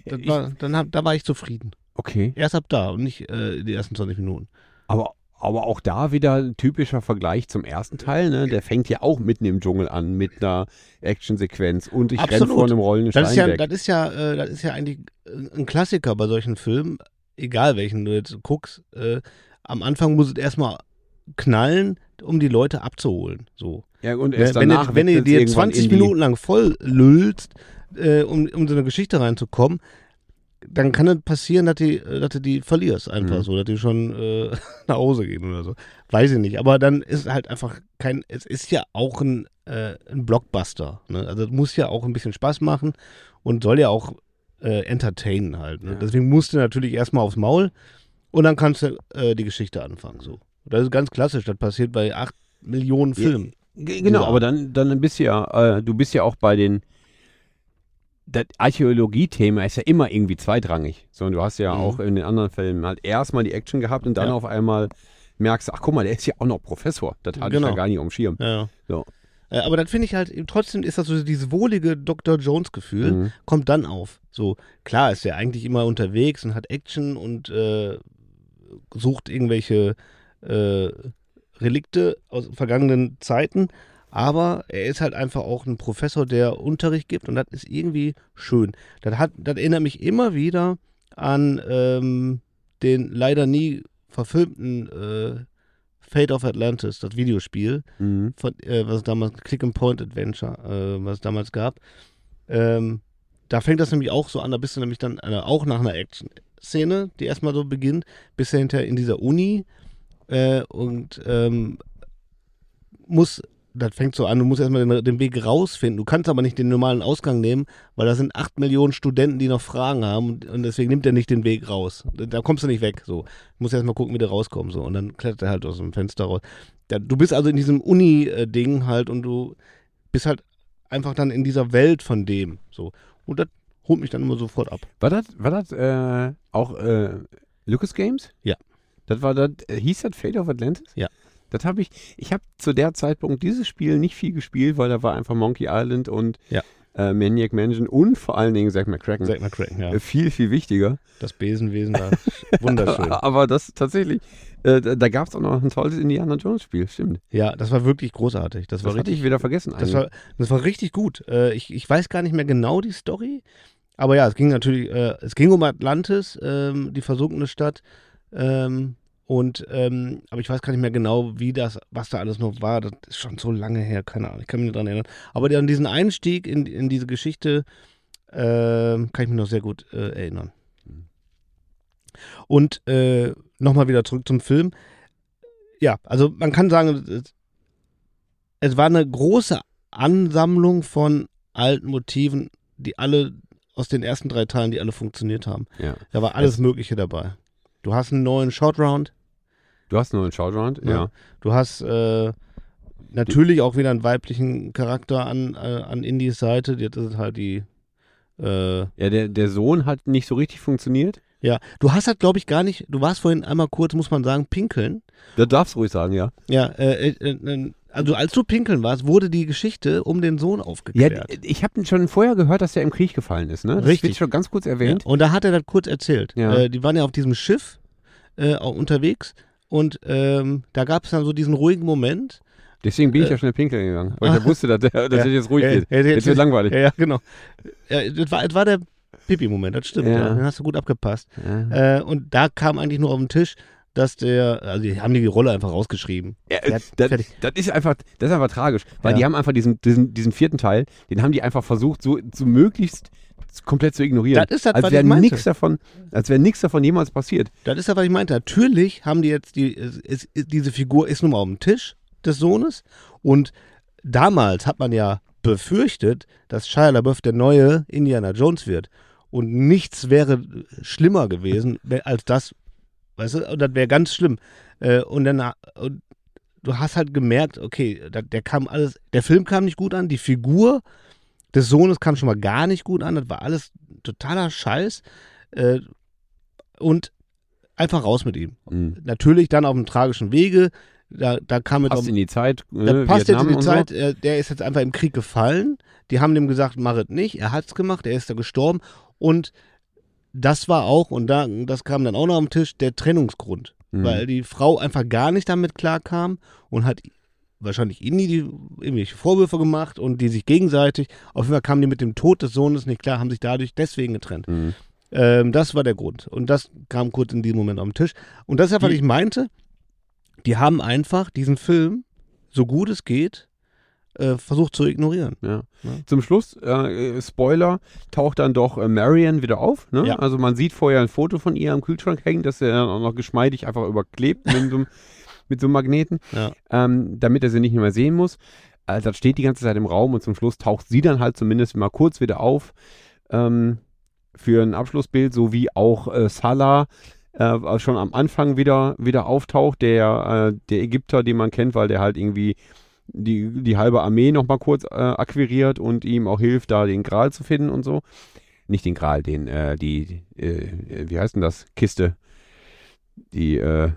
Da war ich zufrieden. Okay. Erst ab da und nicht die ersten 20 Minuten. Aber auch da wieder ein typischer Vergleich zum ersten Teil, ne? Der fängt ja auch mitten im Dschungel an mit einer Actionsequenz und ich renne vor einem rollenden Stein weg. Das ist ja eigentlich ein Klassiker bei solchen Filmen, egal welchen du jetzt guckst. Am Anfang muss es erstmal knallen, um die Leute abzuholen. So. Ja, und erst danach, wenn du dir 20 Minuten lang voll lüllst, um so eine Geschichte reinzukommen, dann kann es passieren, dass du die verlierst einfach so, dass die schon nach Hause gehen oder so. Weiß ich nicht. Aber dann ist halt einfach es ist ja auch ein Blockbuster. Ne? Also es muss ja auch ein bisschen Spaß machen und soll ja auch entertainen halt. Ne? Ja. Deswegen musst du natürlich erstmal aufs Maul und dann kannst du die Geschichte anfangen. So. Das ist ganz klassisch. Das passiert bei 8 Millionen Filmen. Genau, aber dann bist du ja auch bei das Archäologie-Thema ist ja immer irgendwie zweitrangig. So, und du hast ja auch in den anderen Filmen halt erstmal die Action gehabt und dann auf einmal merkst du, ach guck mal, der ist ja auch noch Professor. Das hatte ich ja gar nicht auf dem Schirm. Ja. So. Aber dann finde ich halt, trotzdem ist das so dieses wohlige Dr. Jones-Gefühl, kommt dann auf. So, klar ist er eigentlich immer unterwegs und hat Action und sucht irgendwelche Relikte aus vergangenen Zeiten, aber er ist halt einfach auch ein Professor, der Unterricht gibt, und das ist irgendwie schön. Das erinnert mich immer wieder an den leider nie verfilmten Fate of Atlantis, das Videospiel, was es damals, Click-and-Point-Adventure, was es damals gab. Da fängt das nämlich auch so an, da bist du nämlich dann auch nach einer Action-Szene, die erstmal so beginnt, bist du hinterher in dieser Uni und das fängt so an, du musst erstmal den Weg rausfinden. Du kannst aber nicht den normalen Ausgang nehmen, weil da sind 8 Millionen Studenten, die noch Fragen haben und deswegen nimmt er nicht den Weg raus. Da kommst du nicht weg. So. Du musst erstmal gucken, wie du rauskommst. So. Und dann klettert er halt aus dem Fenster raus. Du bist also in diesem Uni-Ding halt und du bist halt einfach dann in dieser Welt von dem. So. Und das holt mich dann immer sofort ab. War das auch Lucas Games? Ja. Hieß das Fate of Atlantis? Ja. Das habe ich habe zu der Zeitpunkt dieses Spiel nicht viel gespielt, weil da war einfach Monkey Island und Maniac Mansion und vor allen Dingen Zack McCracken. Ja. Viel, viel wichtiger. Das Besenwesen war wunderschön. Aber das tatsächlich, da gab es auch noch ein tolles Indiana Jones Spiel, stimmt. Ja, das war wirklich großartig. Das hatte ich wieder vergessen eigentlich. Das war richtig gut. Ich weiß gar nicht mehr genau die Story, aber ja, es ging natürlich, es ging um Atlantis, die versunkene Stadt, aber ich weiß gar nicht mehr genau, was da alles noch war. Das ist schon so lange her, keine Ahnung, ich kann mich nicht dran erinnern. Aber an diesen Einstieg in diese Geschichte kann ich mich noch sehr gut erinnern. Und nochmal wieder zurück zum Film. Ja, also man kann sagen, es war eine große Ansammlung von alten Motiven, die alle aus den ersten 3 Teilen, die alle funktioniert haben. Ja. Da war alles Mögliche dabei. Du hast einen neuen Short-Round. Ja. Du hast natürlich auch wieder einen weiblichen Charakter an Indies Seite. Das ist halt die... der Sohn hat nicht so richtig funktioniert. Ja, du hast halt, glaube ich, gar nicht... Du warst vorhin einmal kurz, muss man sagen, pinkeln. Das darfst du ruhig sagen, ja. Ja, also als du pinkeln warst, wurde die Geschichte um den Sohn aufgeklärt. Ja, ich habe schon vorher gehört, dass der im Krieg gefallen ist, ne? Das Richtig. wird schon ganz kurz erwähnt. Ja, und da hat er das kurz erzählt. Ja. Die waren ja auf diesem Schiff auch unterwegs und da gab es dann so diesen ruhigen Moment. Deswegen bin ich ja schnell pinkeln gegangen, weil ich ja wusste, dass es jetzt ruhig wird. Jetzt wird langweilig. Ja, genau. Das war der Pipi-Moment, das stimmt. Ja. Den hast du gut abgepasst. Ja. Und da kam eigentlich nur auf den Tisch, dass die haben die Rolle einfach rausgeschrieben. Ja, das ist einfach tragisch, weil die haben einfach diesen 4. Teil, den haben die einfach versucht, so möglichst komplett zu ignorieren. Das ist das, als wäre nichts davon jemals passiert. Das ist das, was ich meinte. Natürlich haben die jetzt diese Figur ist nun mal auf dem Tisch des Sohnes und damals hat man ja befürchtet, dass Shia LaBeouf der neue Indiana Jones wird und nichts wäre schlimmer gewesen als das. Weißt du, und das wäre ganz schlimm. Und du hast halt gemerkt, okay, der Film kam nicht gut an, die Figur des Sohnes kam schon mal gar nicht gut an, das war alles totaler Scheiß. Und einfach raus mit ihm. Mhm. Natürlich dann auf einem tragischen Wege. Da kam passt in die Zeit. Passt jetzt in die Zeit. So. Der ist jetzt einfach im Krieg gefallen. Die haben dem gesagt, mach es nicht. Er hat es gemacht, er ist da gestorben. Und das war auch, das kam dann auch noch am Tisch, der Trennungsgrund. Mhm. Weil die Frau einfach gar nicht damit klarkam und hat wahrscheinlich irgendwelche Vorwürfe gemacht und die sich gegenseitig, auf jeden Fall kamen die mit dem Tod des Sohnes nicht klar, haben sich dadurch deswegen getrennt. Mhm. Das war der Grund. Und das kam kurz in diesem Moment am Tisch. Und das ist ja, was ich meinte, die haben einfach diesen Film, so gut es geht, versucht zu ignorieren. Ja. Zum Schluss, Spoiler, taucht dann doch Marion wieder auf. Ne? Ja. Also man sieht vorher ein Foto von ihr am Kühlschrank hängen, das er dann auch noch geschmeidig einfach überklebt mit so einem Magneten, damit er sie nicht mehr sehen muss. Das steht die ganze Zeit im Raum und zum Schluss taucht sie dann halt zumindest mal kurz wieder auf für ein Abschlussbild, so wie auch Salah schon am Anfang wieder auftaucht, der Ägypter, den man kennt, weil der halt irgendwie die halbe Armee noch mal kurz akquiriert und ihm auch hilft, da den Gral zu finden und so. Nicht den Gral, wie heißt denn das? Kiste. Du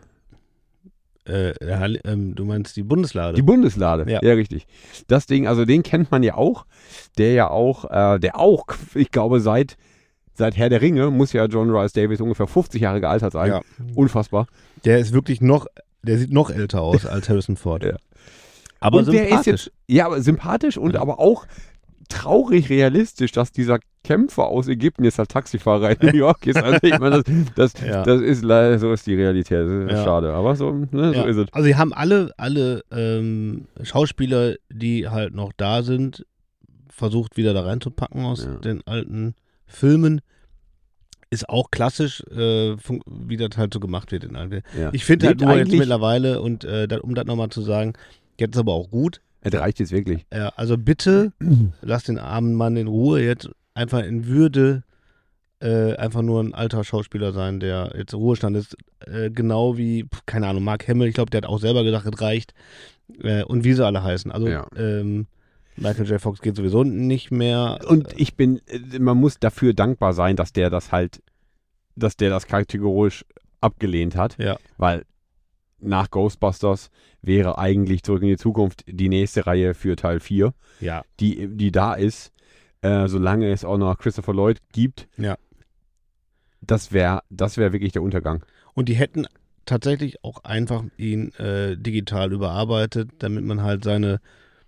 meinst die Bundeslade? Die Bundeslade, ja, richtig. Das Ding, also den kennt man ja auch, der auch, ich glaube, seit Herr der Ringe muss ja John Rhys Davies ungefähr 50 Jahre gealtert sein. Ja. Unfassbar. Der ist wirklich der sieht noch älter aus als Harrison Ford. Ja. Aber und sympathisch. Der ist jetzt, aber sympathisch und aber auch traurig realistisch, dass dieser Kämpfer aus Ägypten jetzt halt Taxifahrer in New York ist. Also ich meine, das ist leider, so ist die Realität. Das ist schade, aber so ist es. Also sie haben alle Schauspieler, die halt noch da sind, versucht wieder da reinzupacken aus den alten Filmen. Ist auch klassisch, wie das halt so gemacht wird in allen. Ich finde halt nur jetzt mittlerweile, und um das nochmal zu sagen, Jetzt aber auch gut. Es reicht jetzt wirklich. Ja, also bitte lass den armen Mann in Ruhe, jetzt einfach in Würde einfach nur ein alter Schauspieler sein, der jetzt im Ruhestand ist. Genau wie, keine Ahnung, Mark Hamill, ich glaube, der hat auch selber gesagt, es reicht. Und wie sie alle heißen. Also Michael J. Fox geht sowieso nicht mehr. Und man muss dafür dankbar sein, dass der das kategorisch abgelehnt hat. Ja. Weil nach Ghostbusters wäre eigentlich Zurück in die Zukunft die nächste Reihe für Teil 4, Ja. die da ist, solange es auch noch Christopher Lloyd gibt. Ja. Das wäre wirklich der Untergang. Und die hätten tatsächlich auch einfach ihn digital überarbeitet, damit man halt seine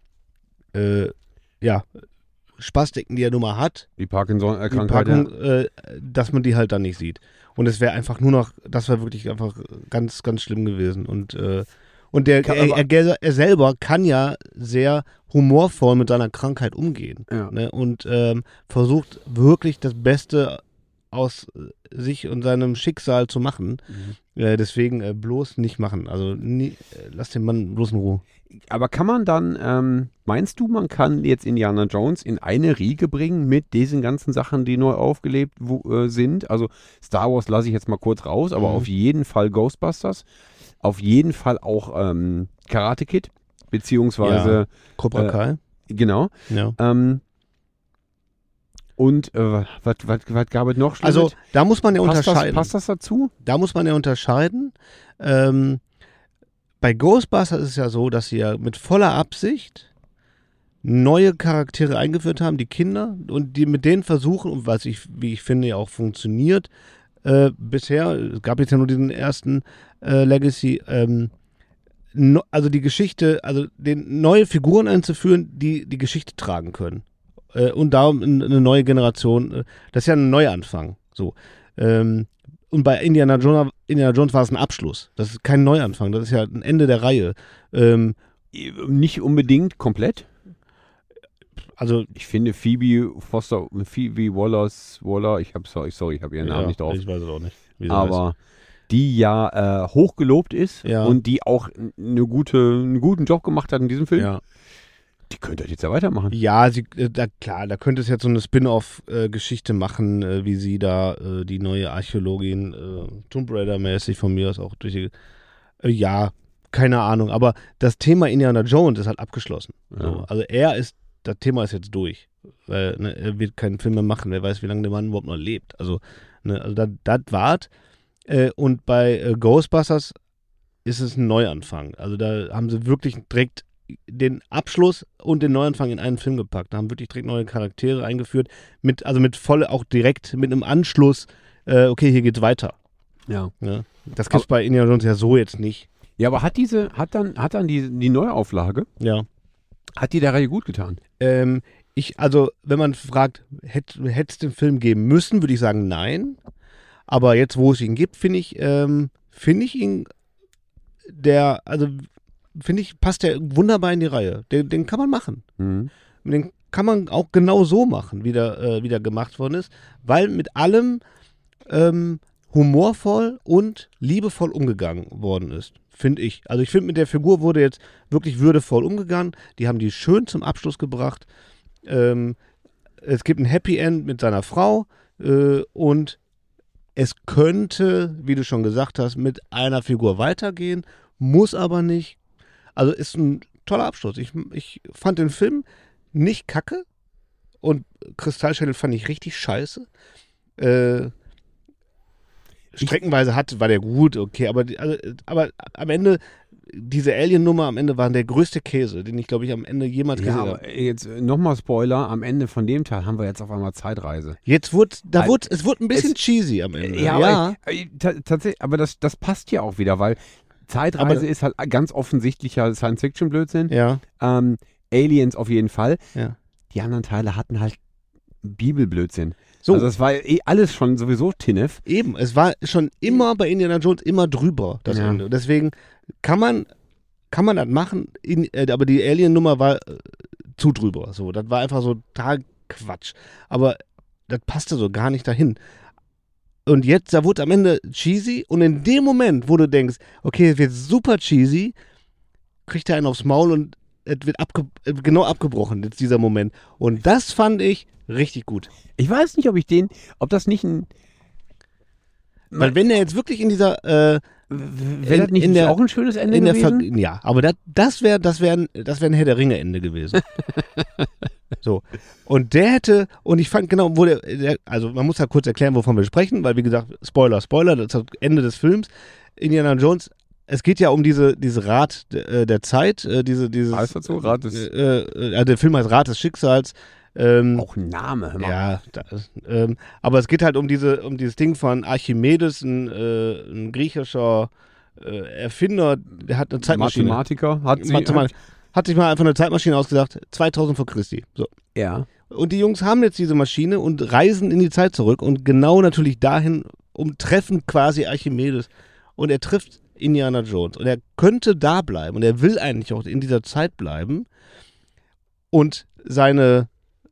Spastiken, die er nun mal hat, Die Parkinson-Krankheit. dass man die halt dann nicht sieht. Und es wäre einfach nur noch, das wäre wirklich einfach ganz, ganz schlimm gewesen. Und er selber kann ja sehr humorvoll mit seiner Krankheit umgehen. Ja. Ne? Und versucht wirklich das Beste aus sich und seinem Schicksal zu machen. Deswegen bloß nicht machen. Also lass den Mann bloß in Ruhe. Aber kann man dann, meinst du, man kann jetzt Indiana Jones in eine Riege bringen mit diesen ganzen Sachen, die neu aufgelebt sind? Also Star Wars lasse ich jetzt mal kurz raus, aber auf jeden Fall Ghostbusters, auf jeden Fall auch Karate Kid, beziehungsweise Cobra Kai. Genau. Ja. Und was gab es noch Schlimmes? Also da muss man ja unterscheiden. Passt das dazu? Da muss man ja unterscheiden. Bei Ghostbusters ist es ja so, dass sie ja mit voller Absicht neue Charaktere eingeführt haben, die Kinder, und die mit denen versuchen, und wie ich finde, ja auch funktioniert, bisher, es gab jetzt ja nur diesen ersten Legacy, also die Geschichte, also neue Figuren einzuführen, die die Geschichte tragen können. Und darum eine neue Generation, das ist ja ein Neuanfang. So. Und bei Indiana Jones war es ein Abschluss. Das ist kein Neuanfang, das ist ja ein Ende der Reihe. Nicht unbedingt komplett. Also ich finde Phoebe Waller, ich habe ihren Namen nicht drauf. Ich weiß es auch nicht. Aber die ja hochgelobt ist und die auch einen guten Job gemacht hat in diesem Film. Ja. Die könnte jetzt ja weitermachen. Ja, da könnte es jetzt so eine Spin-off-Geschichte machen, wie sie da die neue Archäologin Tomb Raider-mäßig von mir aus auch durch die, keine Ahnung, aber das Thema Indiana Jones ist halt abgeschlossen. Ja. So. Also das Thema ist jetzt durch. Weil, er wird keinen Film mehr machen, wer weiß, wie lange der Mann überhaupt noch lebt. Also das wart. Und bei Ghostbusters ist es ein Neuanfang. Also da haben sie wirklich direkt den Abschluss und den Neuanfang in einen Film gepackt. Da haben wirklich direkt neue Charaktere eingeführt, auch direkt mit einem Anschluss, okay, hier geht's weiter. Ja. Das gibt's bei Indiana Jones ja so jetzt nicht. Ja, aber hat dann die Neuauflage, hat die der Reihe gut getan? Wenn man fragt, hätte es den Film geben müssen, würde ich sagen, nein. Aber jetzt, wo es ihn gibt, finde ich ihn, passt der wunderbar in die Reihe. Den kann man machen. Mhm. Den kann man auch genau so machen, wie der gemacht worden ist, weil mit allem humorvoll und liebevoll umgegangen worden ist, finde ich. Also ich finde, mit der Figur wurde jetzt wirklich würdevoll umgegangen. Die haben die schön zum Abschluss gebracht. Es gibt ein Happy End mit seiner Frau und es könnte, wie du schon gesagt hast, mit einer Figur weitergehen, muss aber nicht. Also ist ein toller Abschluss. Ich fand den Film nicht kacke und Kristallschädel fand ich richtig scheiße. Streckenweise war der gut, okay, aber am Ende, diese Alien-Nummer am Ende war der größte Käse, den ich, glaube ich, am Ende jemals gesehen habe. Aber jetzt nochmal Spoiler, am Ende von dem Teil haben wir jetzt auf einmal Zeitreise. Es wurde ein bisschen cheesy am Ende. Ja. Tatsächlich, aber das passt ja auch wieder, weil Zeitreise ist halt ganz offensichtlicher Science-Fiction-Blödsinn. Ja. Aliens auf jeden Fall. Ja. Die anderen Teile hatten halt Bibelblödsinn. So. Also das war alles schon sowieso Tinnef. Eben, es war schon immer bei Indiana Jones immer drüber, das Ende. Deswegen kann man das machen, aber die Alien-Nummer war zu drüber. So, das war einfach so total Quatsch. Aber das passte so gar nicht dahin. Und jetzt, da wurde am Ende cheesy und in dem Moment, wo du denkst, okay, es wird super cheesy, kriegt er einen aufs Maul und es wird genau abgebrochen, jetzt dieser Moment. Und das fand ich richtig gut. Ich weiß nicht, ob das nicht ein... Weil wenn er jetzt wirklich in dieser... Wäre das nicht auch ein schönes Ende gewesen? Ja, aber das wär ein Herr der Ringe-Ende gewesen. So. Und der hätte, und ich fand genau, also man muss ja kurz erklären, wovon wir sprechen, weil wie gesagt, Spoiler, das ist das Ende des Films. Indiana Jones, es geht ja um dieses Rad der Zeit, dieses... Heißt das so? Rad des... der Film heißt Rad des Schicksals. Auch ein Name, hör mal. Ja, aber es geht halt um dieses Ding von Archimedes, ein griechischer Erfinder, der hat eine Zeitmaschine. Mathematiker hat sich mal einfach eine Zeitmaschine ausgesagt, 2000 vor Christi. So. Ja. Und die Jungs haben jetzt diese Maschine und reisen in die Zeit zurück und genau natürlich dahin, treffen quasi Archimedes. Und er trifft Indiana Jones. Und er könnte da bleiben und er will eigentlich auch in dieser Zeit bleiben. Und seine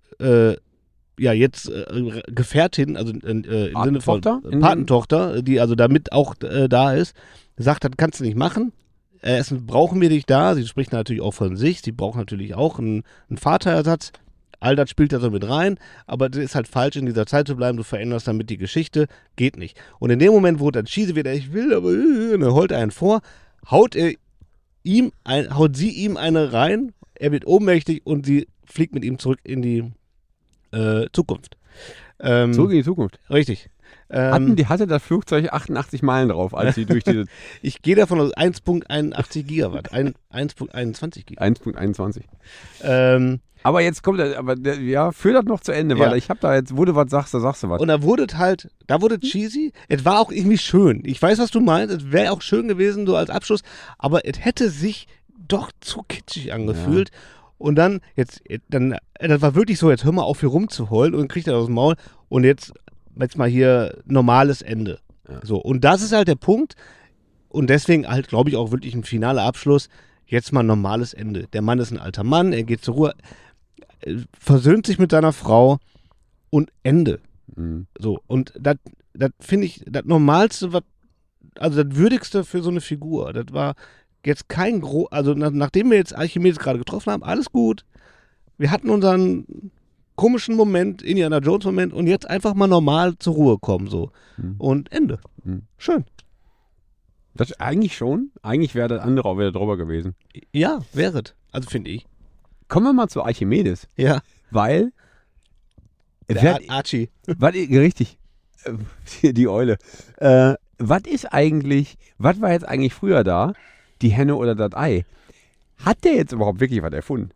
Gefährtin, also im Sinne von Patentochter, die also damit auch da ist, sagt, das kannst du nicht machen. Erstens brauchen wir dich da. Sie spricht natürlich auch von sich. Sie braucht natürlich auch einen Vaterersatz. All das spielt da so mit rein. Aber das ist halt falsch, in dieser Zeit zu bleiben. Du veränderst damit die Geschichte. Geht nicht. Und in dem Moment, wo dann Cheesy wieder, ich will, aber dann holt er einen vor, haut sie ihm eine rein. Er wird ohnmächtig und sie fliegt mit ihm zurück in die Zukunft. Zurück in die Zukunft? Richtig. Hatte das Flugzeug 88 Meilen drauf, als sie durch diese... Ich gehe davon aus 1.81 Gigawatt, 1.21 Gigawatt. 1.21. Aber jetzt kommt führ das noch zu Ende, weil ich habe da jetzt, wo du was sagst, da sagst du was. Und da wurde cheesy, es war auch irgendwie schön. Ich weiß, was du meinst, es wäre auch schön gewesen, so als Abschluss, aber es hätte sich doch zu kitschig angefühlt. Ja. Und dann, das war wirklich so, jetzt hör mal auf, hier rumzuheulen und kriegt er aus dem Maul und jetzt mal hier normales Ende. Ja. So, und das ist halt der Punkt und deswegen halt, glaube ich, auch wirklich ein finaler Abschluss, jetzt mal ein normales Ende. Der Mann ist ein alter Mann, er geht zur Ruhe, versöhnt sich mit seiner Frau und Ende. Mhm. So, und das finde ich das Normalste, also das Würdigste für so eine Figur. Das war jetzt kein also nachdem wir jetzt Archimedes gerade getroffen haben, alles gut. Wir hatten unseren komischen Moment, Indiana Jones Moment und jetzt einfach mal normal zur Ruhe kommen so. Und Ende. Schön. Das eigentlich schon. Eigentlich wäre das andere auch wieder drüber gewesen. Ja, wäre es. Also finde ich. Kommen wir mal zu Archimedes. Ja. Weil Archie. Richtig. Die Eule. Was war jetzt eigentlich früher da? Die Henne oder das Ei. Hat der jetzt überhaupt wirklich was erfunden?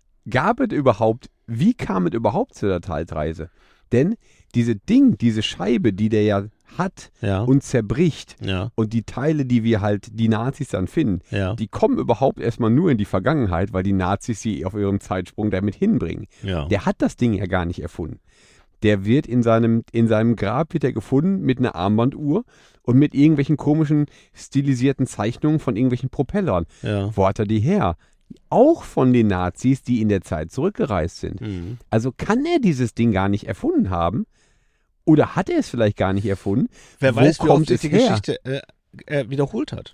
Wie kam es überhaupt zu der Zeitreise? Denn diese Scheibe, die der ja hat und zerbricht und die Teile, die die Nazis dann finden, die kommen überhaupt erstmal nur in die Vergangenheit, weil die Nazis sie auf ihrem Zeitsprung damit hinbringen. Ja. Der hat das Ding ja gar nicht erfunden. Der wird in seinem Grab wird er gefunden mit einer Armbanduhr und mit irgendwelchen komischen stilisierten Zeichnungen von irgendwelchen Propellern. Ja. Wo hat er die her? Auch von den Nazis, die in der Zeit zurückgereist sind. Mhm. Also kann er dieses Ding gar nicht erfunden haben? Oder hat er es vielleicht gar nicht erfunden? Wer weiß, wie oft die Geschichte wiederholt hat.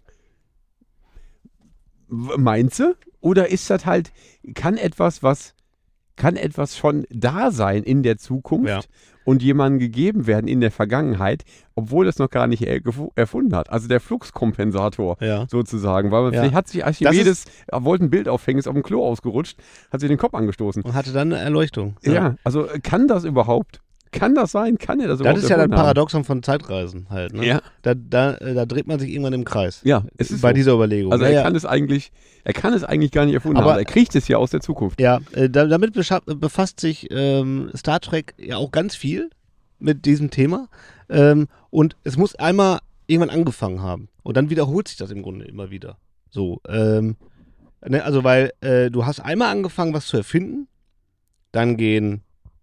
Meinst du? Oder ist das halt, kann etwas schon da sein in der Zukunft und jemandem gegeben werden in der Vergangenheit, obwohl es noch gar nicht erfunden hat. Also der Fluxkompensator sozusagen. Weil vielleicht hat sich Archimedes, wollte ein Bild aufhängen, ist auf dem Klo ausgerutscht, hat sich den Kopf angestoßen. Und hatte dann eine Erleuchtung. Ja, also kann das überhaupt? Kann das sein? Kann er das überhaupt? Das ist ja das Paradoxon von Zeitreisen halt. Ne? Ja. Da dreht man sich irgendwann im Kreis. Ja, es ist bei dieser Überlegung. Also er kann es eigentlich gar nicht erfunden haben. Er kriegt es ja aus der Zukunft. Ja, damit befasst sich Star Trek ja auch ganz viel mit diesem Thema. Und es muss einmal irgendwann angefangen haben. Und dann wiederholt sich das im Grunde immer wieder. So, also weil du hast einmal angefangen, was zu erfinden. Dann gehen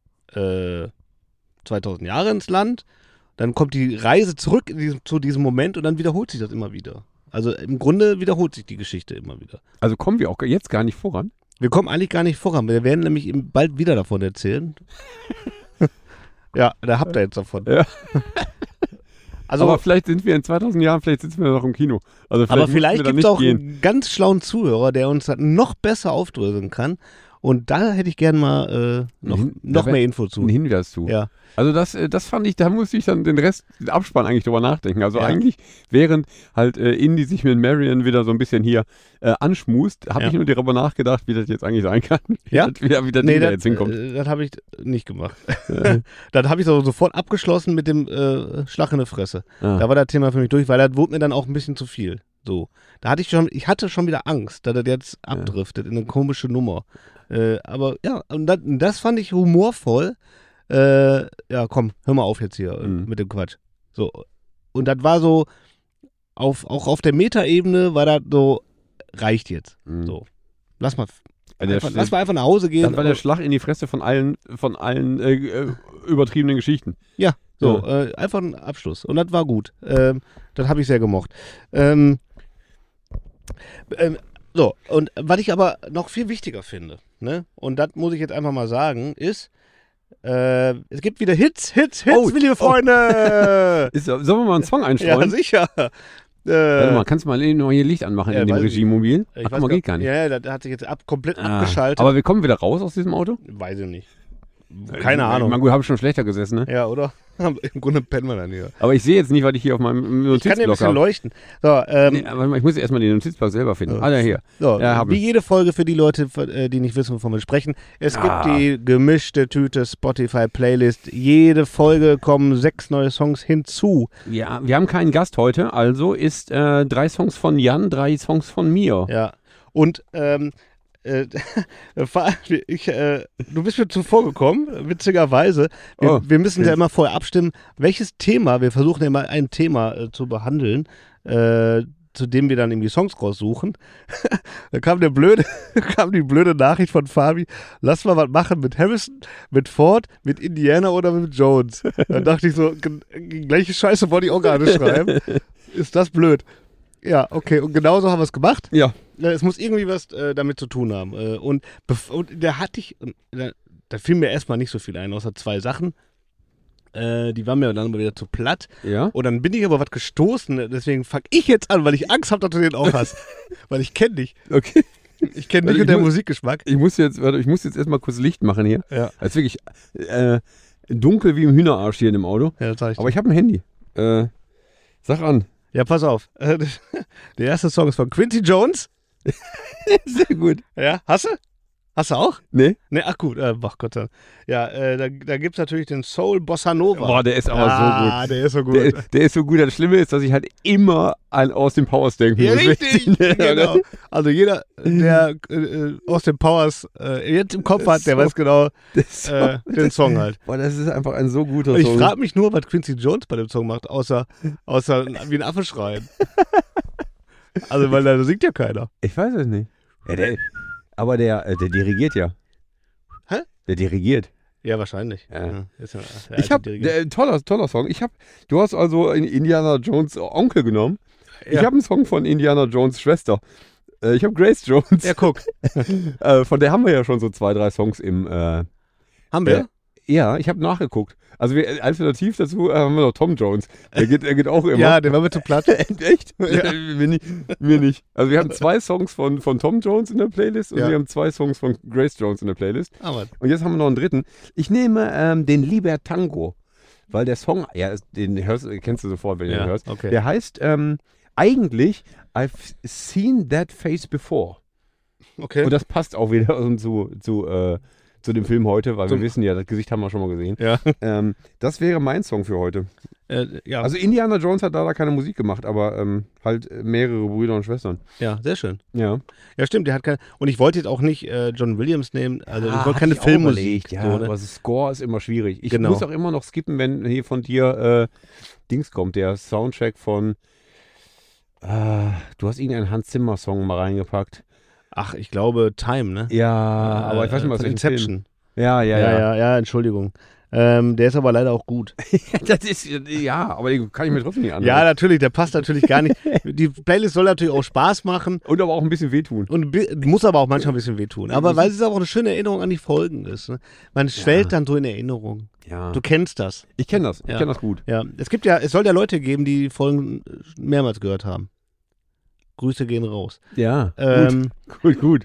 2000 Jahre ins Land, dann kommt die Reise zurück zu diesem Moment und dann wiederholt sich das immer wieder. Also im Grunde wiederholt sich die Geschichte immer wieder. Also kommen wir auch jetzt gar nicht voran? Wir kommen eigentlich gar nicht voran. Wir werden nämlich bald wieder davon erzählen. Ja, da habt ihr jetzt davon. Ja. Also, aber vielleicht sind wir in 2000 Jahren, vielleicht sitzen wir noch im Kino. Also aber vielleicht gibt es auch gehen. einen ganz schlauen Zuhörer, der uns das noch besser aufdröseln kann. Und da hätte ich gern mal noch mehr Info zu. Ein Hinweis zu. Ja. Also das fand ich, da musste ich dann den Abspann eigentlich drüber nachdenken. Also Ja. eigentlich, während halt Indy sich mit Marion wieder so ein bisschen hier anschmust, habe ich nur darüber nachgedacht, wie das jetzt eigentlich sein kann. Ja? Wie das Ding da jetzt hinkommt. Das habe ich nicht gemacht. Das habe ich so sofort abgeschlossen mit dem Schlag in die Fresse. Ah. Da war das Thema für mich durch, weil das wurde mir dann auch ein bisschen zu viel. So. Ich hatte schon wieder Angst, dass das jetzt abdriftet in eine komische Nummer. Aber ja, und das fand ich humorvoll. Ja, komm, hör mal auf jetzt hier mit dem Quatsch. So. Und das war so, auch auf der Metaebene war das so, reicht jetzt. So. Lass mal einfach nach Hause gehen. Das war der Schlag in die Fresse von allen übertriebenen Geschichten. Ja, so, einfach ein Abschluss. Und das war gut. Das habe ich sehr gemocht. So, und was ich aber noch viel wichtiger finde, ne? Und das muss ich jetzt einfach mal sagen, ist, es gibt wieder Hits, liebe Freunde! Sollen wir mal einen Song einstreuen? Ja, sicher. Warte mal, kannst du mal hier Licht anmachen in dem weiß Regiemobil? Ich Ach, weiß guck mal, geht gar nicht. Ja, das hat sich jetzt komplett abgeschaltet. Aber wir kommen wieder raus aus diesem Auto? Weiß ich nicht. Keine Ahnung. Na gut, habe ich schon schlechter gesessen, ne? Ja, oder? Im Grunde pennen wir dann hier. Aber ich sehe jetzt nicht, was ich hier auf meinem Ich kann dir ein Notizblock bisschen habe. leuchten. So, Nee, aber ich muss erstmal den Notizblock selber finden. Ja. Ah, ja, hier. So, Ja, hab wie ich. jede Folge für die Leute, die nicht wissen, wovon wir sprechen. Es gibt die gemischte Tüte Spotify-Playlist. Jede Folge kommen 6 neue Songs hinzu. Ja, wir haben keinen Gast heute, also ist 3 Songs von Jan, 3 Songs von mir. Ja. Und du bist mir zuvor gekommen, witzigerweise. Wir müssen ja immer vorher abstimmen, welches Thema, wir versuchen ja immer ein Thema zu behandeln, zu dem wir dann eben die Songs raussuchen. Da kam die blöde Nachricht von Fabi, lass mal was machen mit Harrison, mit Ford, mit Indiana oder mit Jones. Dann dachte ich so, gleiche Scheiße wollte ich auch gerade schreiben. Ist das blöd? Ja, okay, und genauso haben wir es gemacht. Ja. Es muss irgendwie was damit zu tun haben. Und da hatte ich, da fiel mir erstmal nicht so viel ein, außer 2 Sachen. Die waren mir dann mal wieder zu platt. Ja. Und dann bin ich aber was gestoßen, deswegen fange ich jetzt an, weil ich Angst habe, dass du den auch hast. Weil ich kenne dich. Okay. Ich kenne dich und der Musikgeschmack. Ich muss jetzt erstmal kurz Licht machen hier. Ja. Es ist wirklich dunkel wie im Hühnerarsch hier in dem Auto. Ja, das sag ich Aber ich habe ein Handy. Sag an. Ja, pass auf. Der erste Song ist von Quincy Jones. Sehr gut. Ja, hast du? Hast du auch? Nee? Ne, ach gut, ach Gott sei Dank. Ja, da gibt es natürlich den Soul Bossa Nova. Boah, der ist aber so gut. Der ist so gut. Der ist so gut. Das Schlimme ist, dass ich halt immer an Austin Powers denken Ja, muss. richtig, genau. Also jeder, der Austin Powers jetzt im Kopf hat, der weiß genau den Song halt. Boah, das ist einfach ein so guter Ich Song. frage mich nur, was Quincy Jones bei dem Song macht, außer wie ein Affe schreien. Also, weil da singt ja keiner. Ich weiß es nicht. Ja, aber der dirigiert ja. Hä? Der dirigiert. Ja, wahrscheinlich. Ja. Ist ja der Ich alte habe Dirigent. toller Song. Du hast also Indiana Jones Onkel genommen. Ja. Ich habe einen Song von Indiana Jones Schwester. Ich habe Grace Jones. Ja, guck. Von der haben wir ja schon so 2, 3 Songs im. Haben wir? Ja, ich habe nachgeguckt. Also alternativ dazu haben wir noch Tom Jones. Der geht auch immer. Ja, der war mir zu platt. Echt? Ja. Mir nicht. Also wir haben 2 Songs von Tom Jones in der Playlist und wir haben 2 Songs von Grace Jones in der Playlist. Ah, und jetzt haben wir noch einen dritten. Ich nehme den Libertango, weil der Song, ja, den kennst du sofort, wenn du den hörst. Okay. Der heißt eigentlich I've seen that face before. Okay. Und das passt auch wieder zu dem Film heute, weil wir wissen ja, das Gesicht haben wir schon mal gesehen. Ja. Das wäre mein Song für heute. Ja. Also Indiana Jones hat da keine Musik gemacht, aber halt mehrere Brüder und Schwestern. Ja, sehr schön. Ja. Ja, stimmt, der hat keine. Und ich wollte jetzt auch nicht John Williams nehmen, also ich wollte keine Filmmusik. Ja, so, ne? aber das Score ist immer schwierig. Ich Genau. muss auch immer noch skippen, wenn hier von dir Dings kommt, der Soundtrack von du hast irgendeinen Hans Zimmer Song mal reingepackt. Ach, ich glaube Time, ne? Ja, aber ich weiß nicht, was von welchen Inception. Film. Ja. Ja, Entschuldigung. Der ist aber leider auch gut. Das ist, ja, aber den kann ich mir trotzdem nicht anhören. Ja, natürlich, der passt natürlich gar nicht. Die Playlist soll natürlich auch Spaß machen. Und aber auch ein bisschen wehtun. Und muss aber auch manchmal ein bisschen wehtun. Aber weil es auch eine schöne Erinnerung an die Folgen ist. Ne? Man schwelgt dann so in Erinnerung. Ja. Du kennst das. Ich kenne das. Ich Ja. kenne das gut. Ja, es soll ja Leute geben, die Folgen mehrmals gehört haben. Grüße gehen raus. Ja. Machen Gut.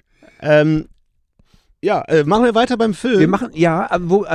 wir weiter beim Film. Wir machen, ja,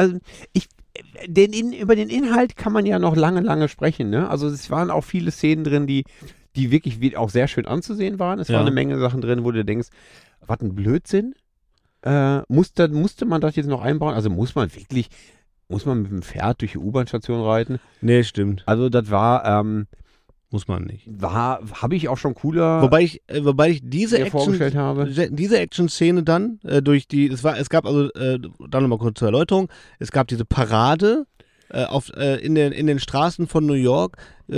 über den Inhalt kann man ja noch lange sprechen, ne? Also es waren auch viele Szenen drin, die wirklich auch sehr schön anzusehen waren. Es Ja. waren eine Menge Sachen drin, wo du denkst, was ein Blödsinn. Musste man das jetzt noch einbauen? Also muss man mit dem Pferd durch die U-Bahn-Station reiten? Nee, stimmt. Also das war, Muss man nicht. habe ich auch schon cooler Wobei ich diese mir vorgestellt habe. diese Action-Szene dann es gab also dann nochmal kurz zur Erläuterung, es gab diese Parade in den Straßen von New York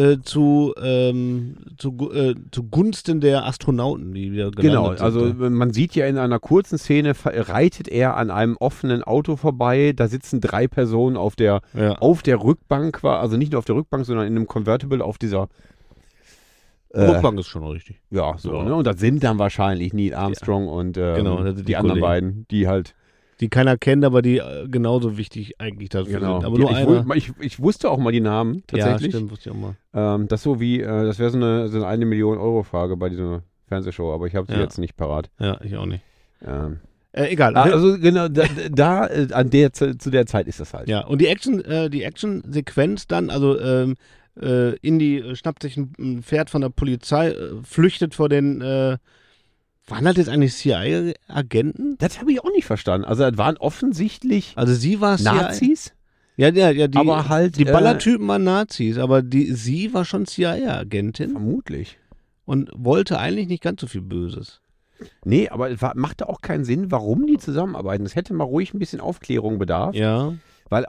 zugunsten der Astronauten, die wieder gelandet Genau, sind. also man sieht ja in einer kurzen Szene, reitet er an einem offenen Auto vorbei, da sitzen 3 Personen auf der Rückbank, also nicht nur auf der Rückbank, sondern in einem Convertible auf dieser Rückbank ist schon richtig. ja, so, Ja. ne? Und das sind dann wahrscheinlich Neil Armstrong und Genau, das sind die die anderen Kollegen. beiden, die halt, Die keiner kennt, aber die genauso wichtig eigentlich dafür genau. sind. Aber nur einer. Ich wusste auch mal die Namen, tatsächlich. Ja, stimmt, wusste ich auch mal. Das wäre so eine 1 Million Euro Frage bei dieser Fernsehshow, aber ich habe sie jetzt nicht parat. Ja, ich auch nicht. Ähm, Egal. Also genau, zu der Zeit ist das halt. Ja, und die Action-Sequenz dann, also Indy schnappt sich ein Pferd von der Polizei, flüchtet vor den, waren das jetzt eigentlich CIA-Agenten? Das habe ich auch nicht verstanden. Also das waren offensichtlich Also sie war Nazis, Ja, aber halt die Ballertypen waren Nazis, aber sie war schon CIA-Agentin vermutlich. und wollte eigentlich nicht ganz so viel Böses. Nee, aber es machte auch keinen Sinn, warum die zusammenarbeiten. Es hätte mal ruhig ein bisschen Aufklärung bedarf. Ja. Weil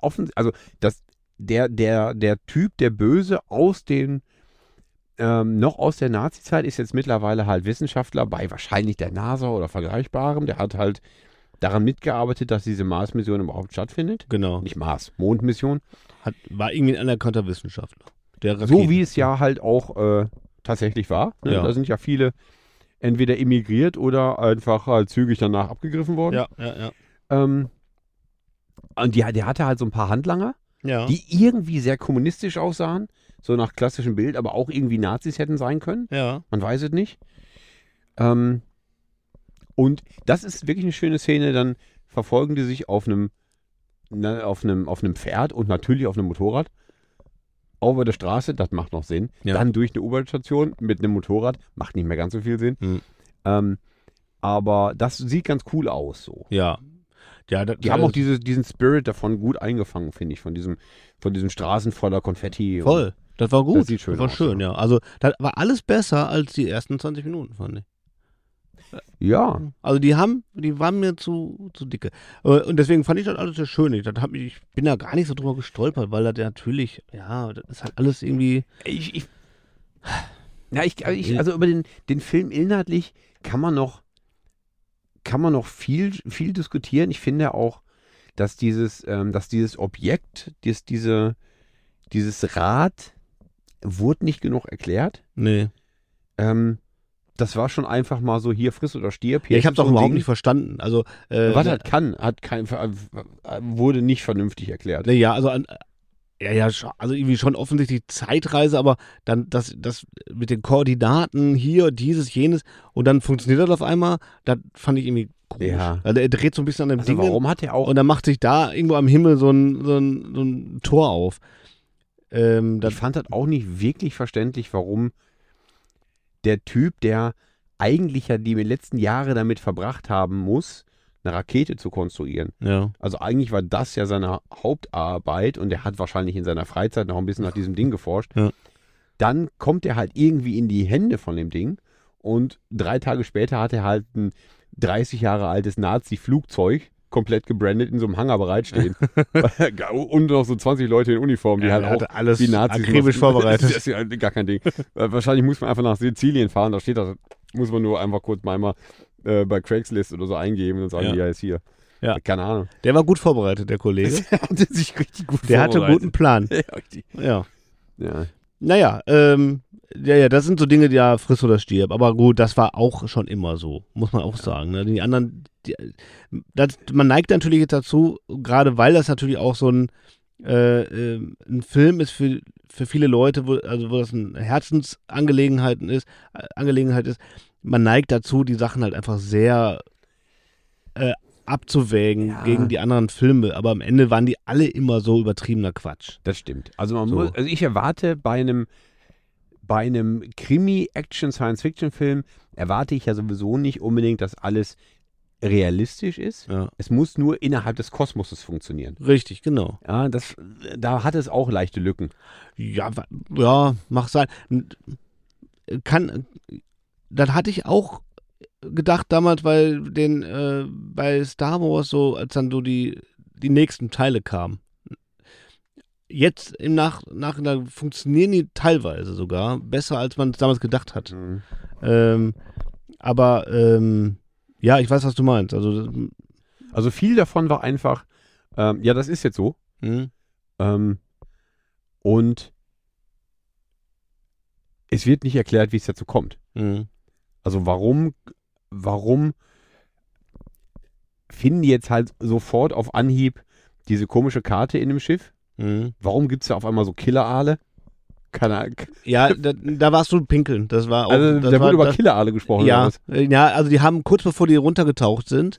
der Typ, der Böse noch aus der Nazi-Zeit ist jetzt mittlerweile halt Wissenschaftler bei wahrscheinlich der NASA oder Vergleichbarem. Der hat halt daran mitgearbeitet, dass diese Mars-Mission überhaupt stattfindet. Genau. Nicht Mars, Mondmission. War irgendwie ein anerkannter Wissenschaftler. So wie es ja halt auch tatsächlich war. Ne? Ja. Da sind ja viele entweder emigriert oder einfach halt zügig danach abgegriffen worden. Ja. Und der hatte halt so ein paar Handlanger, Ja. die irgendwie sehr kommunistisch aussahen, so nach klassischem Bild, aber auch irgendwie Nazis hätten sein können. Ja. Man weiß es nicht. Und das ist wirklich eine schöne Szene. Dann verfolgen die sich auf einem Pferd und natürlich auf einem Motorrad. Auch über der Straße, das macht noch Sinn. Ja. Dann durch eine U-Bahn-Station mit einem Motorrad, macht nicht mehr ganz so viel Sinn. Aber das sieht ganz cool aus so. Ja. Ja, Die haben auch diesen Spirit davon gut eingefangen, finde ich, von diesen Straßen voller Konfetti. voll. Das war gut. Das sieht schön das war aus, schön, ja. Also, das war alles besser als die ersten 20 Minuten, fand ich. Ja, Also, die waren mir zu dicke. Und deswegen fand ich das alles sehr schön. Ich bin da gar nicht so drüber gestolpert, weil das ja natürlich, ja, das ist halt alles irgendwie. also über den Film inhaltlich kann man noch viel diskutieren. Ich finde auch, dass dieses Objekt, dieses Rad, wurde nicht genug erklärt. Nee. Das war schon einfach mal so, hier friss oder stirb. Ja, ich habe es so auch ein überhaupt Ding. nicht verstanden. Also, Was wurde nicht vernünftig erklärt. Ja, also also irgendwie schon offensichtlich Zeitreise, aber dann das mit den Koordinaten hier, dieses, jenes und dann funktioniert das auf einmal, das fand ich irgendwie komisch. Ja. Also er dreht so ein bisschen an dem Also Ding warum hat er auch und dann macht sich da irgendwo am Himmel so ein Tor auf. Ich fand das auch nicht wirklich verständlich, warum der Typ, der eigentlich ja die letzten Jahre damit verbracht haben muss, eine Rakete zu konstruieren. Ja. Also eigentlich war das ja seine Hauptarbeit und er hat wahrscheinlich in seiner Freizeit noch ein bisschen nach diesem Ding geforscht. Ja. Dann kommt er halt irgendwie in die Hände von dem Ding und 3 Tage später hat er halt ein 30 Jahre altes Nazi-Flugzeug komplett gebrandet in so einem Hangar bereitstehen. Und noch so 20 Leute in Uniform, die Ja, halt der auch hatte alles wie Nazis akribisch machen. vorbereitet. Das ist ja gar kein Ding. Wahrscheinlich muss man einfach nach Sizilien fahren, muss man nur einfach kurz mal bei Craigslist oder so eingeben und sagen, Ja. ja, ist hier. Ja. Keine Ahnung. Der war gut vorbereitet, der Kollege. Der hatte sich richtig gut Der hatte einen guten Plan. Ja, richtig. Ja. Ja. Naja, das sind so Dinge, die ja friss oder stirb. Aber gut, das war auch schon immer so, muss man auch sagen. Ne? Die anderen, man neigt natürlich jetzt dazu, gerade weil das natürlich auch so ein Film ist für viele Leute, wo das eine Herzensangelegenheit ist, man neigt dazu, die Sachen halt einfach sehr abzuwägen gegen die anderen Filme, aber am Ende waren die alle immer so übertriebener Quatsch. Das stimmt. Also ich erwarte bei einem Krimi-Action-Science-Fiction-Film erwarte ich ja sowieso nicht unbedingt, dass alles realistisch ist. Ja. Es muss nur innerhalb des Kosmoses funktionieren. Richtig, genau. Ja, da hat es auch leichte Lücken. Ja, mag sein. Das hatte ich auch gedacht damals bei Star Wars so, als dann so die nächsten Teile kamen. Jetzt im Nachhinein funktionieren die teilweise sogar besser, als man es damals gedacht hat. Mhm. Ja, ich weiß, was du meinst. Also viel davon war einfach, das ist jetzt so. Und es wird nicht erklärt, wie es dazu kommt. Also warum finden die jetzt halt sofort auf Anhieb diese komische Karte in dem Schiff? Warum gibt es da auf einmal so Killeraale? Keine Ahnung. Ja, da warst du pinkeln. Das war auch, also da wurde über Killeraale gesprochen. Ja, also die haben kurz bevor die runtergetaucht sind,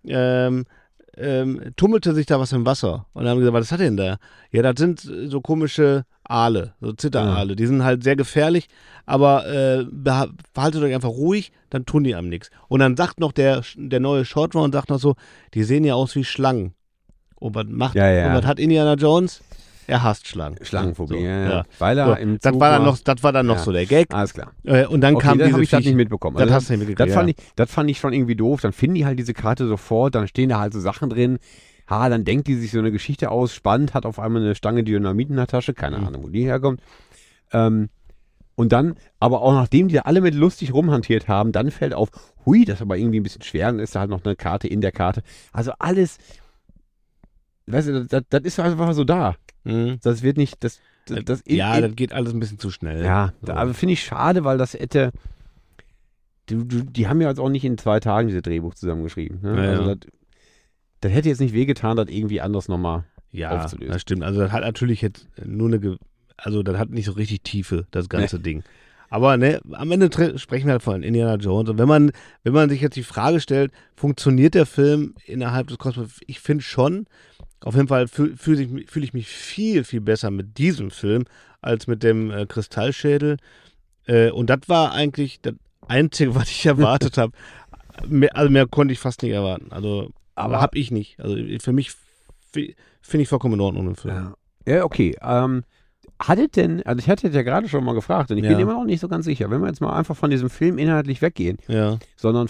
tummelte sich da was im Wasser. Und dann haben gesagt, was hat denn da? Ja, das sind so komische Aale, so Zitteraale. Ja. Die sind halt sehr gefährlich, aber verhaltet euch einfach ruhig, dann tun die einem nichts. Und dann sagt noch der neue Short Round, sagt noch so, die sehen ja aus wie Schlangen. Und was macht, und was hat Indiana Jones? Er hasst Schlangen. Schlangenphobie, so, ja. Weil er im das Zug war dann noch so der Gag. Alles klar. Und dann kam diese habe ich das nicht mitbekommen. Das hast du nicht mitgekriegt. Das fand ich schon irgendwie doof. Dann finden die halt diese Karte sofort, dann stehen da halt so Sachen drin. Dann denkt die sich so eine Geschichte aus, spannend, hat auf einmal eine Stange Dynamit in der Tasche, keine Ahnung, wo die herkommt. Und dann, aber auch nachdem die da alle mit lustig rumhantiert haben, dann fällt auf, hui, das ist aber irgendwie ein bisschen schwer, dann ist da halt noch eine Karte in der Karte. Also alles, weißt du, das ist einfach so da. Das wird nicht, das geht alles ein bisschen zu schnell. Ja, so. Aber finde ich schade, weil das hätte, die haben ja jetzt auch nicht in 2 Tagen dieses Drehbuch zusammengeschrieben. Ne? Ja, also das hätte jetzt nicht wehgetan, das irgendwie anders nochmal aufzulösen. Ja, das stimmt. Also das hat natürlich jetzt nur das hat nicht so richtig Tiefe, das ganze Ding. Aber ne, am Ende sprechen wir halt von Indiana Jones. Und wenn man sich jetzt die Frage stellt, funktioniert der Film innerhalb des Kosmos? Ich finde schon. Auf jeden Fall fühle ich mich viel, viel besser mit diesem Film als mit dem Kristallschädel. Und das war eigentlich das Einzige, was ich erwartet habe. Mehr konnte ich fast nicht erwarten. Aber habe ich nicht. Also für mich finde ich vollkommen in Ordnung den Film. Ja, okay. Hattet denn, also ich hatte ja gerade schon mal gefragt und ich bin immer noch nicht so ganz sicher, wenn wir jetzt mal einfach von diesem Film inhaltlich weggehen, sondern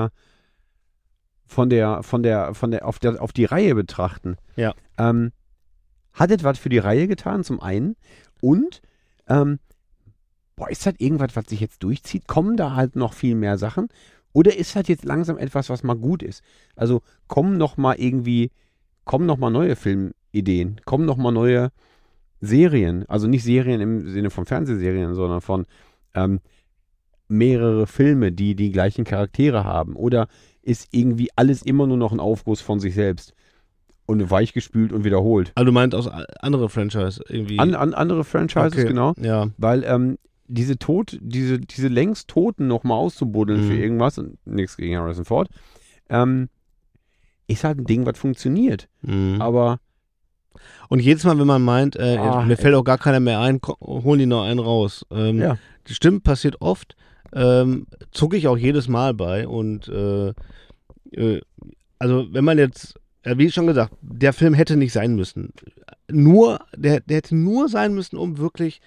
auf die Reihe betrachten. Ja. Hattet was für die Reihe getan, zum einen. Und, ist das irgendwas, was sich jetzt durchzieht? Kommen da halt noch viel mehr Sachen? Oder ist das jetzt langsam etwas, was mal gut ist? Also kommen noch mal neue Filmideen, kommen noch mal neue Serien. Also nicht Serien im Sinne von Fernsehserien, sondern von mehrere Filme, die die gleichen Charaktere haben. Oder ist irgendwie alles immer nur noch ein Aufguss von sich selbst und weichgespült und wiederholt. Also du meinst aus andere Franchise irgendwie? Andere Franchises, okay. Genau. Ja. Weil diese längst Toten nochmal auszubuddeln für irgendwas, und nichts gegen Harrison Ford, ist halt ein Ding, was funktioniert. Aber und jedes Mal, wenn man meint, mir fällt auch gar keiner mehr ein, holen die noch einen raus. Das stimmt, passiert oft. Zucke ich auch jedes Mal bei und also wenn man jetzt, wie schon gesagt, der Film hätte nicht sein müssen. Der hätte nur sein müssen, um wirklich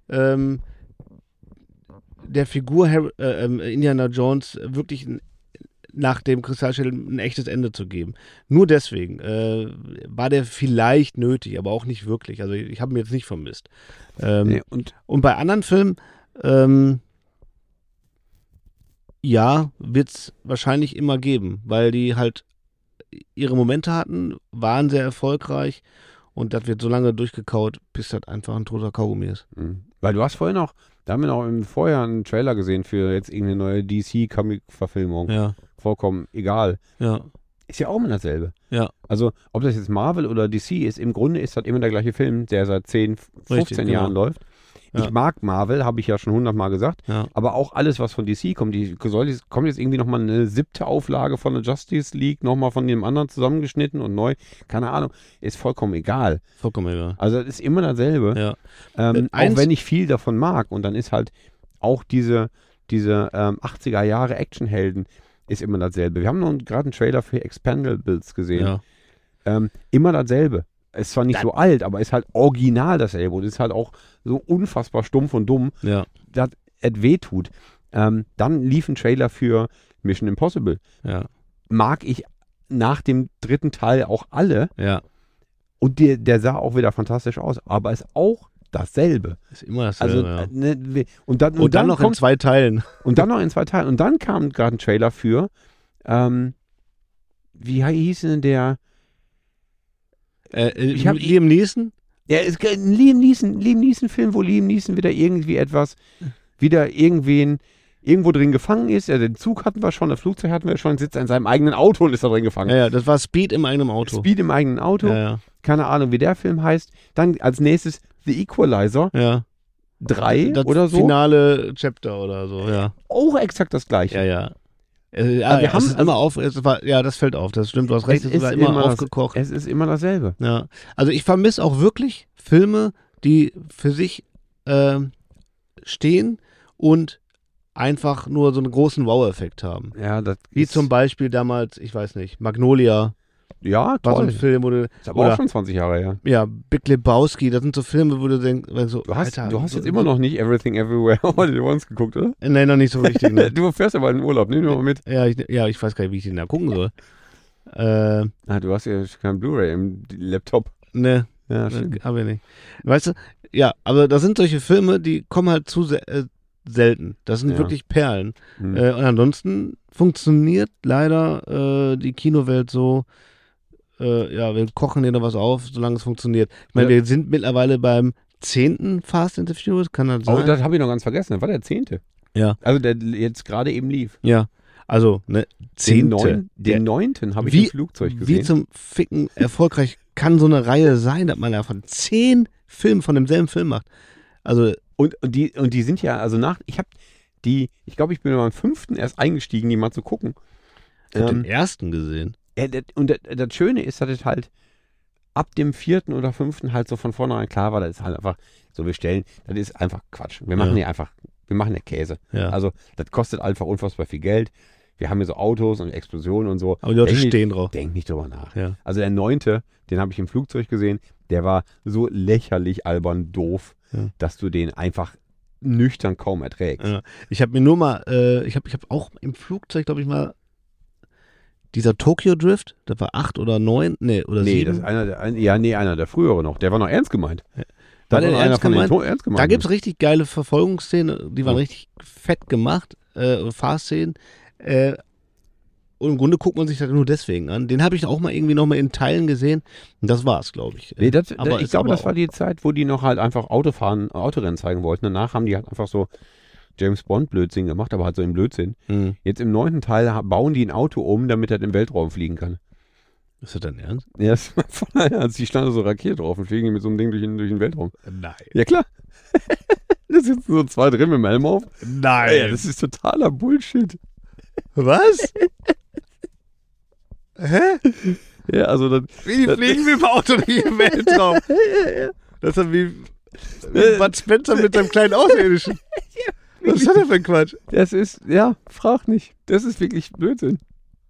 der Figur Indiana Jones wirklich nach dem Kristallschädel ein echtes Ende zu geben. Nur deswegen war der vielleicht nötig, aber auch nicht wirklich. Also ich habe ihn jetzt nicht vermisst. Und bei anderen Filmen wird es wahrscheinlich immer geben, weil die halt ihre Momente hatten, waren sehr erfolgreich und das wird so lange durchgekaut, bis das einfach ein toter Kaugummi ist. Weil du hast vorher noch, da haben wir noch vorher einen Trailer gesehen für jetzt irgendeine neue DC-Comic-Verfilmung. Ja. Vollkommen egal. Ja. Ist ja auch immer dasselbe. Ja. Also, ob das jetzt Marvel oder DC ist, im Grunde ist das immer der gleiche Film, der seit 10, 15 Richtig, Jahren genau. läuft. Ja. Ich mag Marvel, habe ich ja schon 100-mal gesagt. Ja. Aber auch alles, was von DC kommt, kommt jetzt irgendwie nochmal eine 7. Auflage von der Justice League, nochmal von dem anderen zusammengeschnitten und neu. Keine Ahnung. Ist vollkommen egal. Vollkommen egal. Also, das ist immer dasselbe. Ja. Auch wenn ich viel davon mag. Und dann ist halt auch diese 80er Jahre Actionhelden ist immer dasselbe. Wir haben noch gerade einen Trailer für Expendables gesehen. Ja. Immer dasselbe. Ist zwar nicht so alt, aber ist halt original dasselbe. Und ist halt auch so unfassbar stumpf und dumm, Ja. dass es wehtut. Dann lief ein Trailer für Mission Impossible. Ja. Mag ich nach dem 3. Teil auch alle. Ja. Und der sah auch wieder fantastisch aus. Aber ist auch dasselbe. Ist immer Also, dasselbe, und dann noch in 2 Teilen. Und dann noch in 2 Teilen. Und dann kam gerade ein Trailer für, wie hieß denn der? Liam Neeson? Ja, es ist ein Liam Neeson-Film, wo Liam Neeson wieder irgendwen irgendwo drin gefangen ist. Ja, den Zug hatten wir schon, das Flugzeug hatten wir schon, sitzt in seinem eigenen Auto und ist da drin gefangen. Ja, das war Speed im eigenen Auto. Speed im eigenen Auto. Ja. Keine Ahnung, wie der Film heißt. Dann als nächstes The Equalizer Ja. 3 Das oder so. Finale Chapter oder so, ja. Auch exakt das Gleiche. Ja. wir haben das fällt auf, das stimmt, du hast recht, es war immer aufgekocht. Es ist immer dasselbe. Ja. Also ich vermisse auch wirklich Filme, die für sich stehen und einfach nur so einen großen Wow-Effekt haben. Ja, das Wie ist, zum Beispiel damals, ich weiß nicht, Magnolia ja, war so toll. ein Film, Ist aber auch schon 20 Jahre her. ja, Big Lebowski, das sind so Filme, wo du denkst, so, Du hast Alter, jetzt immer noch nicht Everything Everywhere All at Once geguckt, oder? Nein, noch nicht so richtig. Ne? Du fährst ja bald in den Urlaub, nimm den mal mit. Ja, ich weiß gar nicht, wie ich den da gucken soll. Du hast ja kein Blu-ray im Laptop. Ne, Ja, stimmt. hab ich nicht. Weißt du, ja, aber das sind solche Filme, die kommen halt zu selten. Das sind Ja. wirklich Perlen. Hm. Und ansonsten funktioniert leider die Kinowelt so, wir kochen dir noch was auf, solange es funktioniert. Ich meine, Ja. wir sind mittlerweile beim 10. Fast and the Furious, kann das sein? Oh, das habe ich noch ganz vergessen. Das war der 10. Ja. Also der jetzt gerade eben lief. Ja, also, ne, 10. Den 9. habe ich Wie- im Flugzeug Wie gesehen. zum Ficken erfolgreich kann so eine Reihe sein, dass man ja von 10 Filmen von demselben Film macht. Also, Und die sind ja, also ich glaube, ich bin beim 5. erst eingestiegen, die mal zu gucken. ich habe den ersten gesehen. Ja, das Schöne ist, dass es halt ab dem 4. oder 5. halt so von vornherein klar war, das ist halt einfach so, das ist einfach Quatsch. Wir machen ja Käse. Ja. Also, das kostet einfach unfassbar viel Geld. Wir haben hier so Autos und Explosionen und so. Aber die Leute Denk stehen drauf. Denk nicht drüber nach. Ja. Also der 9., den habe ich im Flugzeug gesehen, der war so lächerlich albern doof, Ja. dass du den einfach nüchtern kaum erträgst. Ja. Ich habe mir nur mal, ich habe auch im Flugzeug, glaube ich mal, dieser Tokyo Drift, das war 8 oder 9, oder 7. Das ist einer der frühere noch. Der war noch ernst gemeint. War der einer ernst von den gemeint? ernst gemeint. Da gibt es richtig geile Verfolgungsszenen, die waren Ja. richtig fett gemacht, Fahrszenen. Und im Grunde guckt man sich das nur deswegen an. Den habe ich auch mal irgendwie noch mal in Teilen gesehen. Und das war's, glaube ich. Nee, Aber ich ist glaube, aber das war die Zeit, wo die noch halt einfach Autorennen zeigen wollten. Danach haben die halt einfach so James Bond Blödsinn gemacht, aber halt so im Blödsinn. Hm. Jetzt im 9. Teil bauen die ein Auto um, damit er im Weltraum fliegen kann. Ist das dein Ernst? Ja, das war also die stand so Rakete drauf und fliegen die mit so einem Ding durch den Weltraum. Nein. Ja, klar. Da sitzen so 2 drin mit dem Helm auf. Nein. Ja, das ist totaler Bullshit. Was? Hä? Ja, also dann. Wie fliegen wir im Auto durch den Weltraum? Das ist wie Bud Spencer mit seinem kleinen Außerirdischen. Was ist das denn für ein Quatsch? Das ist, ja, frag nicht. Das ist wirklich Blödsinn.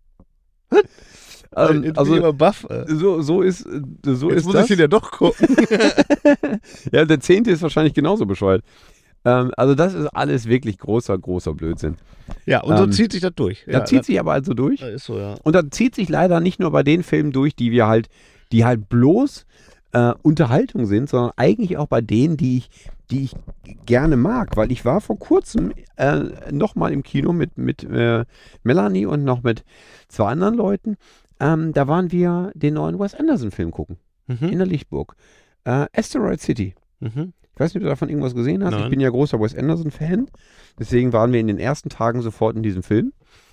Also immer Buff. So ist Jetzt muss das. ich ihn ja doch gucken. Ja, der 10. ist wahrscheinlich genauso bescheuert. Also das ist alles wirklich großer Blödsinn. Ja, und so zieht sich das durch. Da zieht sich aber also durch. Ist so, ja. Und da zieht sich leider nicht nur bei den Filmen durch, die halt bloß Unterhaltung sind, sondern eigentlich auch bei denen, die ich gerne mag. Weil ich war vor kurzem nochmal im Kino mit Melanie und noch mit 2 anderen Leuten. Da waren wir den neuen Wes Anderson-Film gucken. In der Lichtburg. Asteroid City. Ich weiß nicht, ob du davon irgendwas gesehen hast. Nein. Ich bin ja großer Wes Anderson-Fan. Deswegen waren wir in den ersten Tagen sofort in diesem Film.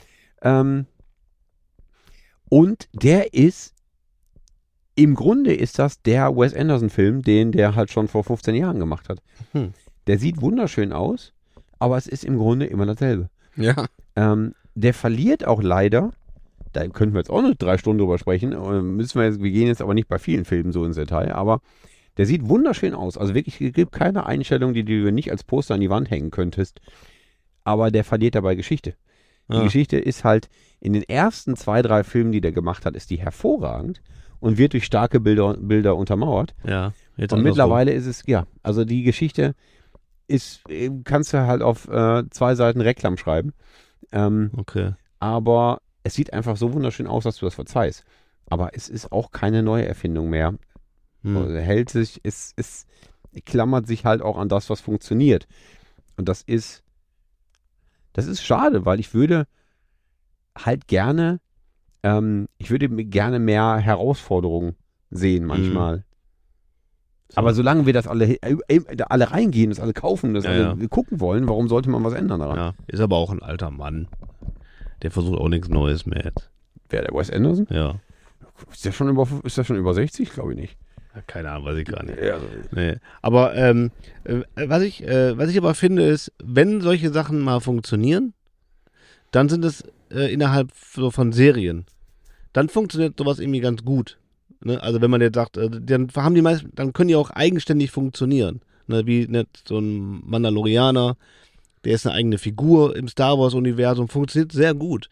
Und der ist, im Grunde ist das der Wes Anderson-Film, den der halt schon vor 15 Jahren gemacht hat. Der sieht wunderschön aus, aber es ist im Grunde immer dasselbe. Ja. Der verliert auch leider, da könnten wir jetzt auch noch 3 Stunden drüber sprechen, wir gehen jetzt aber nicht bei vielen Filmen so ins Detail, aber der sieht wunderschön aus. Also wirklich, es gibt keine Einstellung, die du nicht als Poster an die Wand hängen könntest. Aber der verliert dabei Geschichte. Die Geschichte ist halt, in den ersten 2, 3 Filmen, die der gemacht hat, ist die hervorragend und wird durch starke Bilder untermauert. Ja. Jetzt Und mittlerweile ist es, also die Geschichte ist, kannst du halt auf 2 Seiten Reklam schreiben. Okay. Aber es sieht einfach so wunderschön aus, dass du das verzeihst. Aber es ist auch keine neue Erfindung mehr. Hält sich, es klammert sich halt auch an das, was funktioniert. Und das ist schade, weil ich würde halt gerne, mehr Herausforderungen sehen manchmal. So. Aber solange wir das alle reingehen, das alle kaufen, das alle gucken wollen, warum sollte man was ändern daran? Ja, ist aber auch ein alter Mann. Der versucht auch nichts Neues mehr jetzt. Wer, der Wes Anderson? Ja. Ist der schon über 60? Glaube ich nicht. Keine Ahnung, weiß ich gar nicht. Ja, Nee. Aber was ich aber finde ist, wenn solche Sachen mal funktionieren, dann sind es innerhalb so von Serien. Dann funktioniert sowas irgendwie ganz gut. Ne? Also wenn man jetzt sagt, dann können die auch eigenständig funktionieren. Ne? Wie so ein Mandalorianer, der ist eine eigene Figur im Star Wars Universum, funktioniert sehr gut.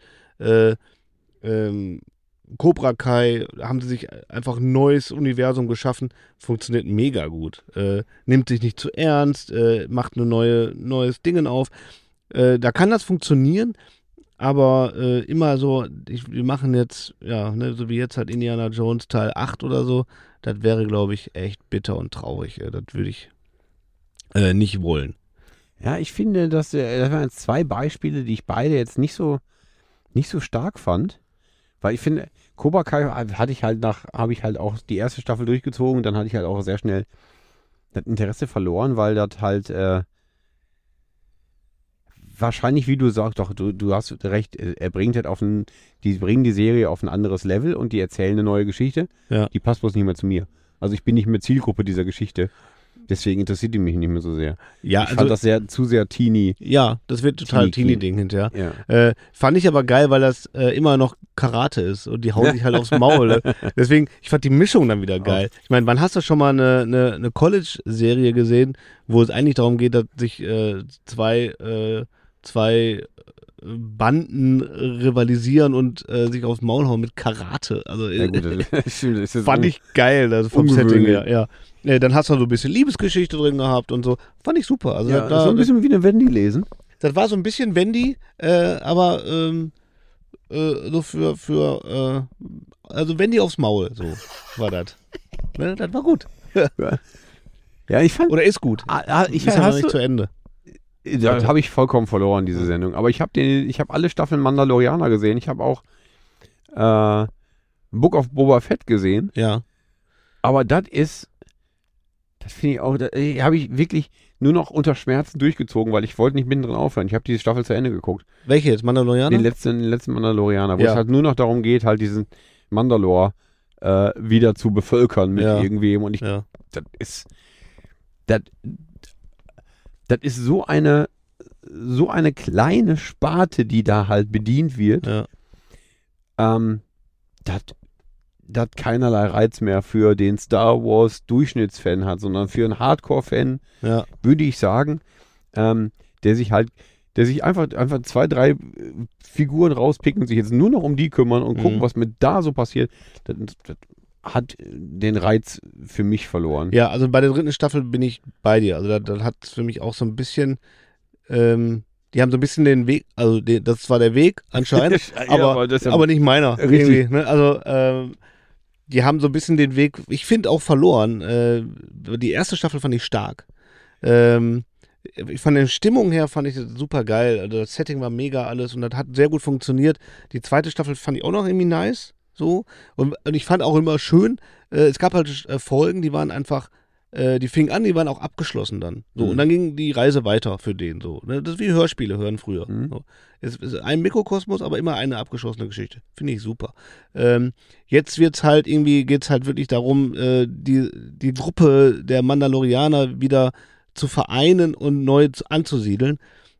Cobra Kai, haben sie sich einfach ein neues Universum geschaffen, funktioniert mega gut. Nimmt sich nicht zu ernst, macht neues Dingen auf. Da kann das funktionieren, aber immer so, wir machen jetzt, so wie jetzt halt Indiana Jones Teil 8 oder so, das wäre, glaube ich, echt bitter und traurig. Das würde ich nicht wollen. Ja, ich finde, das waren jetzt 2 Beispiele, die ich beide jetzt nicht so stark fand. Weil ich finde, Cobra Kai habe ich halt auch die erste Staffel durchgezogen, dann hatte ich halt auch sehr schnell das Interesse verloren, weil das halt wahrscheinlich, wie du sagst, doch, du hast recht, die bringen die Serie auf ein anderes Level und die erzählen eine neue Geschichte. Ja. Die passt bloß nicht mehr zu mir. Also ich bin nicht mehr Zielgruppe dieser Geschichte. Deswegen interessiert die mich nicht mehr so sehr. Ja, ich fand das zu sehr teeny. Ja, das wird total Teenie-Ding hinterher. Ja. Fand ich aber geil, weil das immer noch Karate ist und die hauen sich halt aufs Maul. Deswegen, ich fand die Mischung dann wieder geil. Ich meine, wann hast du schon mal eine College-Serie gesehen, wo es eigentlich darum geht, dass sich zwei Banden rivalisieren und sich aufs Maul hauen mit Karate. Also das fand ich geil, also vom Setting her. Ja. Dann hast du so ein bisschen Liebesgeschichte drin gehabt und so. Fand ich super. Also das so ein bisschen wie eine Wendy lesen. Das war so ein bisschen Wendy, aber so also Wendy aufs Maul, so war das. Ne, das war gut. Ja, ich fand. Oder ist gut. Ich ist aber nicht zu Ende. Da habe ich vollkommen verloren, diese Sendung. Aber ich habe alle Staffeln Mandalorianer gesehen. Ich habe auch Book of Boba Fett gesehen. Ja. Aber das finde ich auch, habe ich wirklich nur noch unter Schmerzen durchgezogen, weil ich wollte nicht mittendrin aufhören. Ich habe diese Staffel zu Ende geguckt. Welche jetzt? Mandalorianer? Den letzten Mandalorianer, wo es halt nur noch darum geht, halt diesen Mandalore wieder zu bevölkern mit irgendwem. Und das ist so eine kleine Sparte, die da halt bedient wird, das keinerlei Reiz mehr für den Star Wars Durchschnittsfan hat, sondern für einen Hardcore-Fan, würde ich sagen, der sich einfach 2, 3 Figuren rauspicken und sich jetzt nur noch um die kümmern und gucken, was mit da so passiert. Das hat den Reiz für mich verloren. Ja, also bei der 3. Staffel bin ich bei dir. Also das hat für mich auch so ein bisschen, die haben so ein bisschen den Weg, also das war der Weg anscheinend, aber nicht meiner. Richtig. Ne? Also die haben so ein bisschen den Weg, ich finde, auch verloren. Die erste Staffel fand ich stark. Von der Stimmung her fand ich das super geil. Also das Setting war mega alles und das hat sehr gut funktioniert. Die 2. Staffel fand ich auch noch irgendwie nice. so. Und ich fand auch immer schön, es gab halt Folgen, die waren einfach, die fingen an, die waren auch abgeschlossen dann. So, und dann ging die Reise weiter für den so. Ne? Das ist wie Hörspiele hören früher. So. Es ist ein Mikrokosmos, aber immer eine abgeschlossene Geschichte. Finde ich super. Jetzt geht's halt wirklich darum, die Gruppe der Mandalorianer wieder zu vereinen und neu anzusiedeln.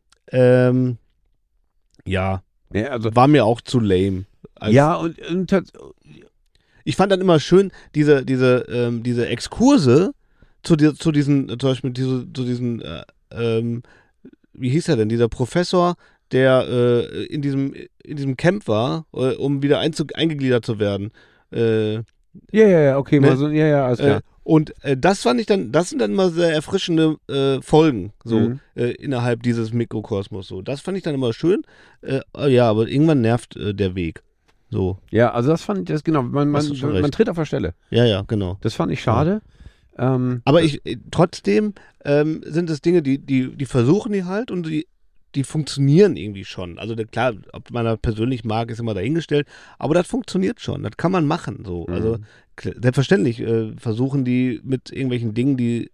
Ja, also war mir auch zu lame. und Ich fand dann immer schön, diese Exkurse zu diesen, zum Beispiel zu diesen, wie hieß er denn, dieser Professor, der in diesem Camp war, um wieder eingegliedert zu werden. okay, Ne? mal so, alles klar. Und das sind dann immer sehr erfrischende Folgen, so innerhalb dieses Mikrokosmos. So. Das fand ich dann immer schön. Aber irgendwann nervt der Weg. So. Ja, also das fand ich, genau, man tritt auf der Stelle. Ja, genau. Das fand ich schade. Aber trotzdem sind es Dinge, die versuchen die halt und die funktionieren irgendwie schon. Also klar, ob man das persönlich mag, ist immer dahingestellt, aber das funktioniert schon. Das kann man machen. So. Also selbstverständlich versuchen die mit irgendwelchen Dingen, die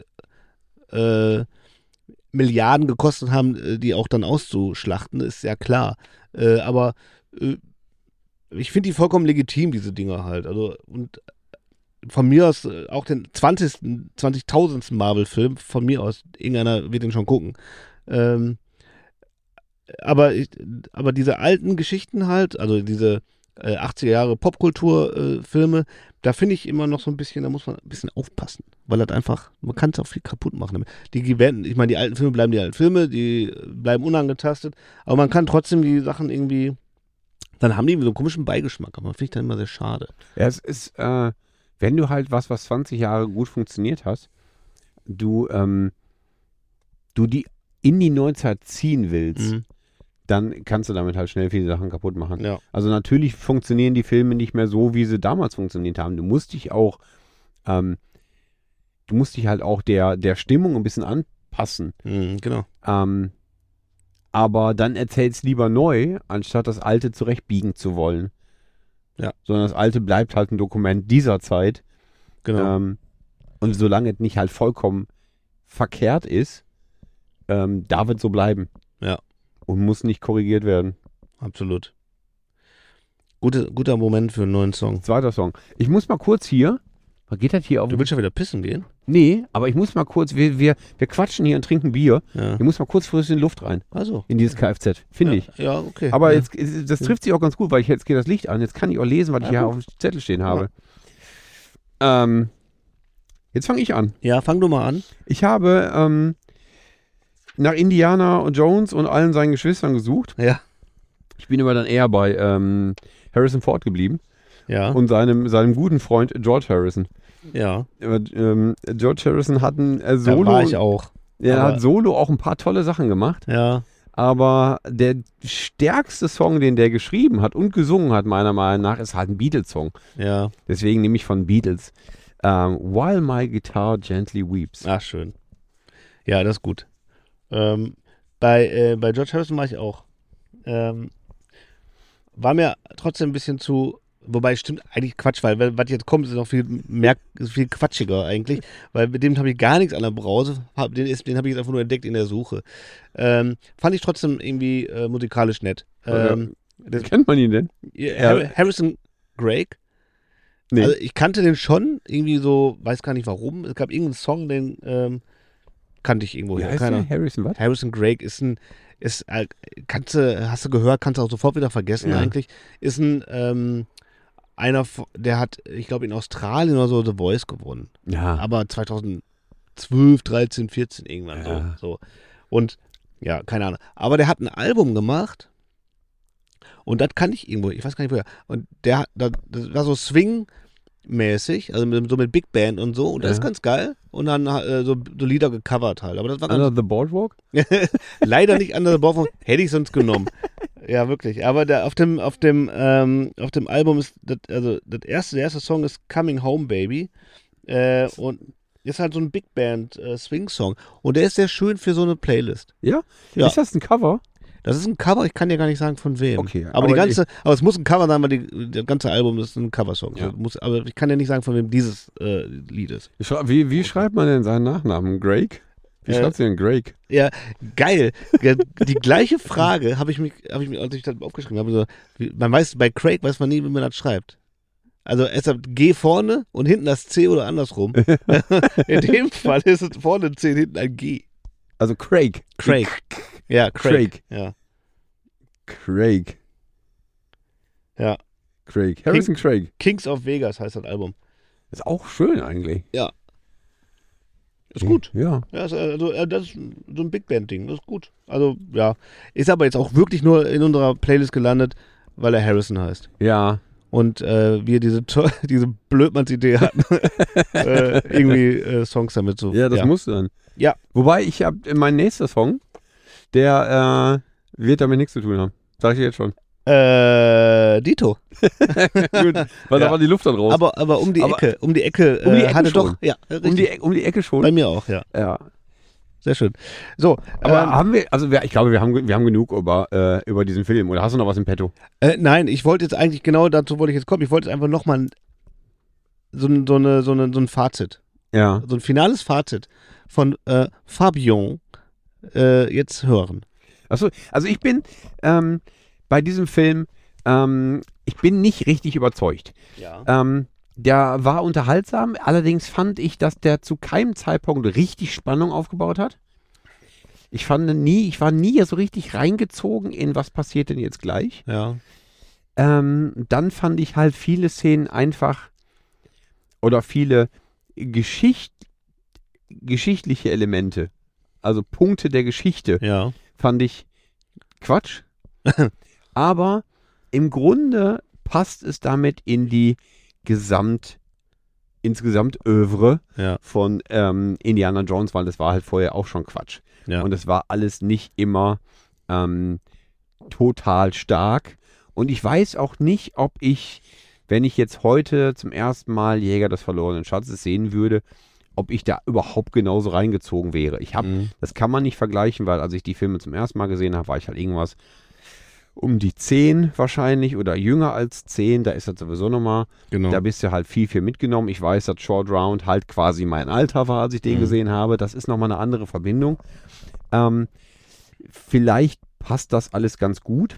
Milliarden gekostet haben, die auch dann auszuschlachten, ist ja klar. Aber ich finde die vollkommen legitim, diese Dinge halt. Also und von mir aus auch den 20.000. Marvel-Film, von mir aus, irgendeiner wird den schon gucken. Aber diese alten Geschichten halt, also diese 80er Jahre Popkultur-Filme, da finde ich immer noch so ein bisschen, da muss man ein bisschen aufpassen, weil das einfach, man kann es auch viel kaputt machen. Ich meine, die alten Filme bleiben die alten Filme, die bleiben unangetastet, aber man kann trotzdem die Sachen irgendwie, dann haben die so einen komischen Beigeschmack, aber finde ich dann immer sehr schade. Ja, es ist, wenn du halt was 20 Jahre gut funktioniert hast, du die in die Neuzeit ziehen willst, dann kannst du damit halt schnell viele Sachen kaputt machen. Ja. Also natürlich funktionieren die Filme nicht mehr so, wie sie damals funktioniert haben. Du musst dich halt auch der Stimmung ein bisschen anpassen. Genau. Aber dann erzähl's lieber neu, anstatt das Alte zurechtbiegen zu wollen. Ja. Sondern das Alte bleibt halt ein Dokument dieser Zeit. Genau. Und solange es nicht halt vollkommen verkehrt ist, darf es so bleiben. Ja. Und muss nicht korrigiert werden. Absolut. Guter Moment für einen neuen Song. Zweiter Song. Ich muss mal kurz hier. Geht das hier auf? Du willst schon wieder pissen gehen? Nee, aber ich muss mal kurz. Wir quatschen hier und trinken Bier. Ja. Ich muss mal kurz frisch in die Luft rein. Also. In dieses Kfz. Finde ich. Ja, okay. Aber ja. das trifft sich auch ganz gut, weil jetzt geht das Licht an. Jetzt kann ich auch lesen, was ich hier auf dem Zettel stehen habe. Jetzt fange ich an. Ja, fang du mal an. Ich habe nach Indiana Jones und allen seinen Geschwistern gesucht. Ja. Ich bin aber dann eher bei Harrison Ford geblieben. Ja. Und seinem guten Freund George Harrison. Ja. George Harrison hat ein Solo. Da war ich auch. Er hat Solo auch ein paar tolle Sachen gemacht. Ja. Aber der stärkste Song, den der geschrieben hat und gesungen hat, meiner Meinung nach, ist halt ein Beatles-Song. Ja. Deswegen nehme ich von Beatles While My Guitar Gently Weeps. Ach, schön. Ja, das ist gut. Bei George Harrison war ich auch. War mir trotzdem ein bisschen zu, wobei stimmt eigentlich Quatsch, weil was jetzt kommt, ist noch viel quatschiger eigentlich, weil mit dem habe ich gar nichts an der Brause, den habe ich jetzt einfach nur entdeckt in der Suche. Fand ich trotzdem irgendwie musikalisch nett. Kennt man ihn denn? Harrison Gregg? Nee. Also ich kannte den schon, irgendwie so, weiß gar nicht warum. Es gab irgendeinen Song, den kannte ich irgendwo her. Harrison was? Harrison Gregg hast du gehört, kannst du auch sofort wieder vergessen eigentlich. Ist einer, der hat, ich glaube in Australien oder so The Voice gewonnen. Ja. Aber 2012, 13, 14 irgendwann so. Und ja, keine Ahnung. Aber der hat ein Album gemacht und das kann ich irgendwo, ich weiß gar nicht woher. Und das war so Swing-mäßig, also so mit Big Band und so. Und das ist ganz geil. Und dann so Lieder gecovert halt. Aber das war ganz Under the Boardwalk? Leider nicht Under the Boardwalk, hätte ich sonst genommen. Ja, wirklich. Aber auf dem Album ist, der erste Song ist Coming Home Baby. Und ist halt so ein Big Band Swing-Song. Und der ist sehr schön für so eine Playlist. Ja? Ja. Ist das ein Cover? Das ist ein Cover, ich kann dir gar nicht sagen von wem. Okay, aber es muss ein Cover sein, weil das ganze Album ist ein Coversong. Ja. Aber ich kann dir nicht sagen, von wem dieses Lied ist. Wie schreibt man denn seinen Nachnamen? Greg? Wie schreibt sie denn Greg? Ja, geil. Die gleiche Frage habe ich mich, als ich das aufgeschrieben habe, so, man weiß, bei Craig weiß man nie, wie man das schreibt. Also es hat G vorne und hinten das C oder andersrum. In dem Fall ist es vorne ein C und hinten ein G. Also Craig. Ja, Craig. Ja. Craig. Ja. Craig. Harrison Craig. Kings of Vegas heißt das Album. Ist auch schön eigentlich. Ja. Ist gut. Ja. Das ist so ein Big Band-Ding. Das ist gut. Also, ja. Ist aber jetzt auch wirklich nur in unserer Playlist gelandet, weil er Harrison heißt. Ja. Und wir diese Blödmanns-Idee hatten, irgendwie Songs damit so. Ja, das muss dann. Ja. Wobei, mein nächster Song, der wird damit nichts zu tun haben. Sag ich jetzt schon. Dito. Gut, weil da war die Luft dann raus. Aber um die Ecke hatte schon. Doch, ja, um die Ecke schon. Bei mir auch, ja. Ja. Sehr schön. So, aber ich glaube, wir haben genug über diesen Film. Oder hast du noch was im Petto? Nein, ich wollte jetzt eigentlich, genau dazu wollte ich jetzt kommen. Ich wollte jetzt einfach nochmal so ein Fazit. Ja. So ein finales Fazit von Fabian jetzt hören. Achso, also ich bin bei diesem Film, ich bin nicht richtig überzeugt. Ja. Der war unterhaltsam, allerdings fand ich, dass der zu keinem Zeitpunkt richtig Spannung aufgebaut hat. Ich war nie so richtig reingezogen in was passiert denn jetzt gleich. Ja. Dann fand ich halt viele Szenen einfach oder viele geschichtliche Elemente, also Punkte der Geschichte, fand ich Quatsch. Aber im Grunde passt es damit in die ins Gesamtövre von Indiana Jones, weil das war halt vorher auch schon Quatsch. Ja. Und es war alles nicht immer total stark. Und ich weiß auch nicht, ob ich, wenn ich jetzt heute zum ersten Mal Jäger des verlorenen Schatzes sehen würde, ob ich da überhaupt genauso reingezogen wäre. Das kann man nicht vergleichen, weil als ich die Filme zum ersten Mal gesehen habe, war ich halt irgendwas um die 10 wahrscheinlich oder jünger als 10, da ist das sowieso nochmal, da bist du halt viel mitgenommen. Ich weiß, dass Short Round halt quasi mein Alter war, als ich den gesehen habe. Das ist nochmal eine andere Verbindung. Vielleicht passt das alles ganz gut.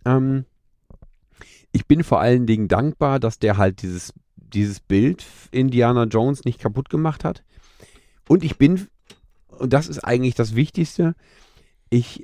Ich bin vor allen Dingen dankbar, dass der halt dieses Bild Indiana Jones nicht kaputt gemacht hat. Und und das ist eigentlich das Wichtigste, ich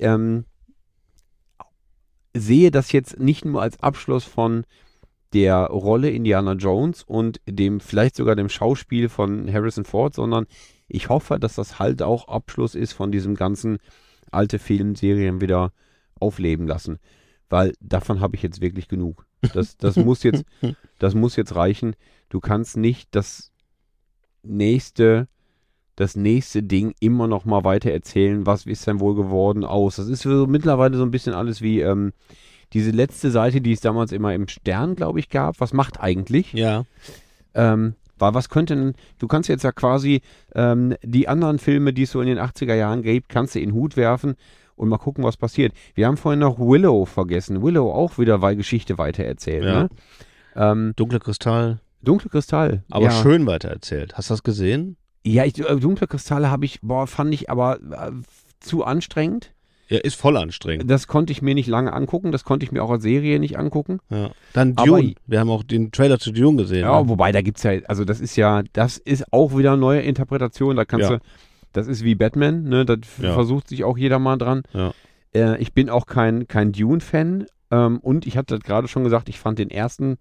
sehe das jetzt nicht nur als Abschluss von der Rolle Indiana Jones und vielleicht sogar dem Schauspiel von Harrison Ford, sondern ich hoffe, dass das halt auch Abschluss ist von diesem ganzen alte Filmserien wieder aufleben lassen. Weil davon habe ich jetzt wirklich genug. Das muss jetzt reichen. Du kannst nicht das nächste Ding immer noch mal weiter erzählen, was ist denn wohl geworden aus. Das ist so mittlerweile so ein bisschen alles wie diese letzte Seite, die es damals immer im Stern, glaube ich, gab. Was macht eigentlich? Ja. Weil was könnte du kannst jetzt ja quasi die anderen Filme, die es so in den 80er Jahren gibt, kannst du in den Hut werfen und mal gucken, was passiert. Wir haben vorhin noch Willow vergessen. Willow auch wieder, weil Geschichte weitererzählt. Ja. Ne? Dunkle Kristall. Aber schön weitererzählt. Hast du das gesehen? Ja, Dunkle Kristalle fand ich aber zu anstrengend. Ja, ist voll anstrengend. Das konnte ich mir nicht lange angucken, das konnte ich mir auch als Serie nicht angucken. Ja. Dann Dune, wir haben auch den Trailer zu Dune gesehen. Ja, ne? Wobei, da gibt's das ist auch wieder eine neue Interpretation, da kannst du, das ist wie Batman, ne, da versucht sich auch jeder mal dran. Ja. Ich bin auch kein Dune-Fan und ich hatte das gerade schon gesagt, ich fand den ersten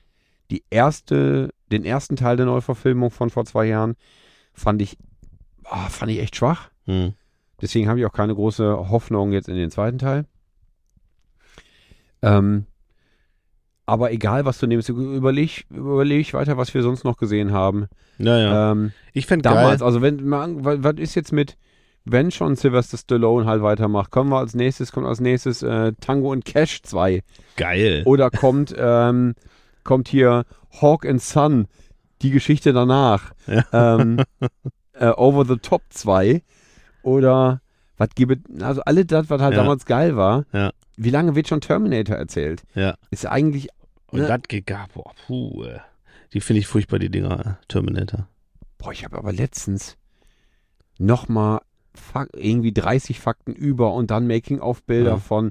Teil der Neuverfilmung von vor 2 Jahren fand ich echt schwach. Deswegen habe ich auch keine große Hoffnung jetzt in den zweiten Teil. Aber egal, was du nimmst, überleg weiter, was wir sonst noch gesehen haben. Naja. Ich fände damals, geil. also was ist jetzt wenn schon Sylvester Stallone halt weitermacht, kommt als nächstes Tango und Cash 2. Geil. Oder kommt hier Hawk and Son, die Geschichte danach. Ja. Over the Top 2. Oder also alle das, was halt damals geil war, Ja. wie lange wird schon Terminator erzählt? Ja. Ist eigentlich, Und das geht gar, die finde ich furchtbar, die Dinger, Terminator. ich habe aber letztens nochmal irgendwie 30 Fakten über und dann Making-of-Bilder von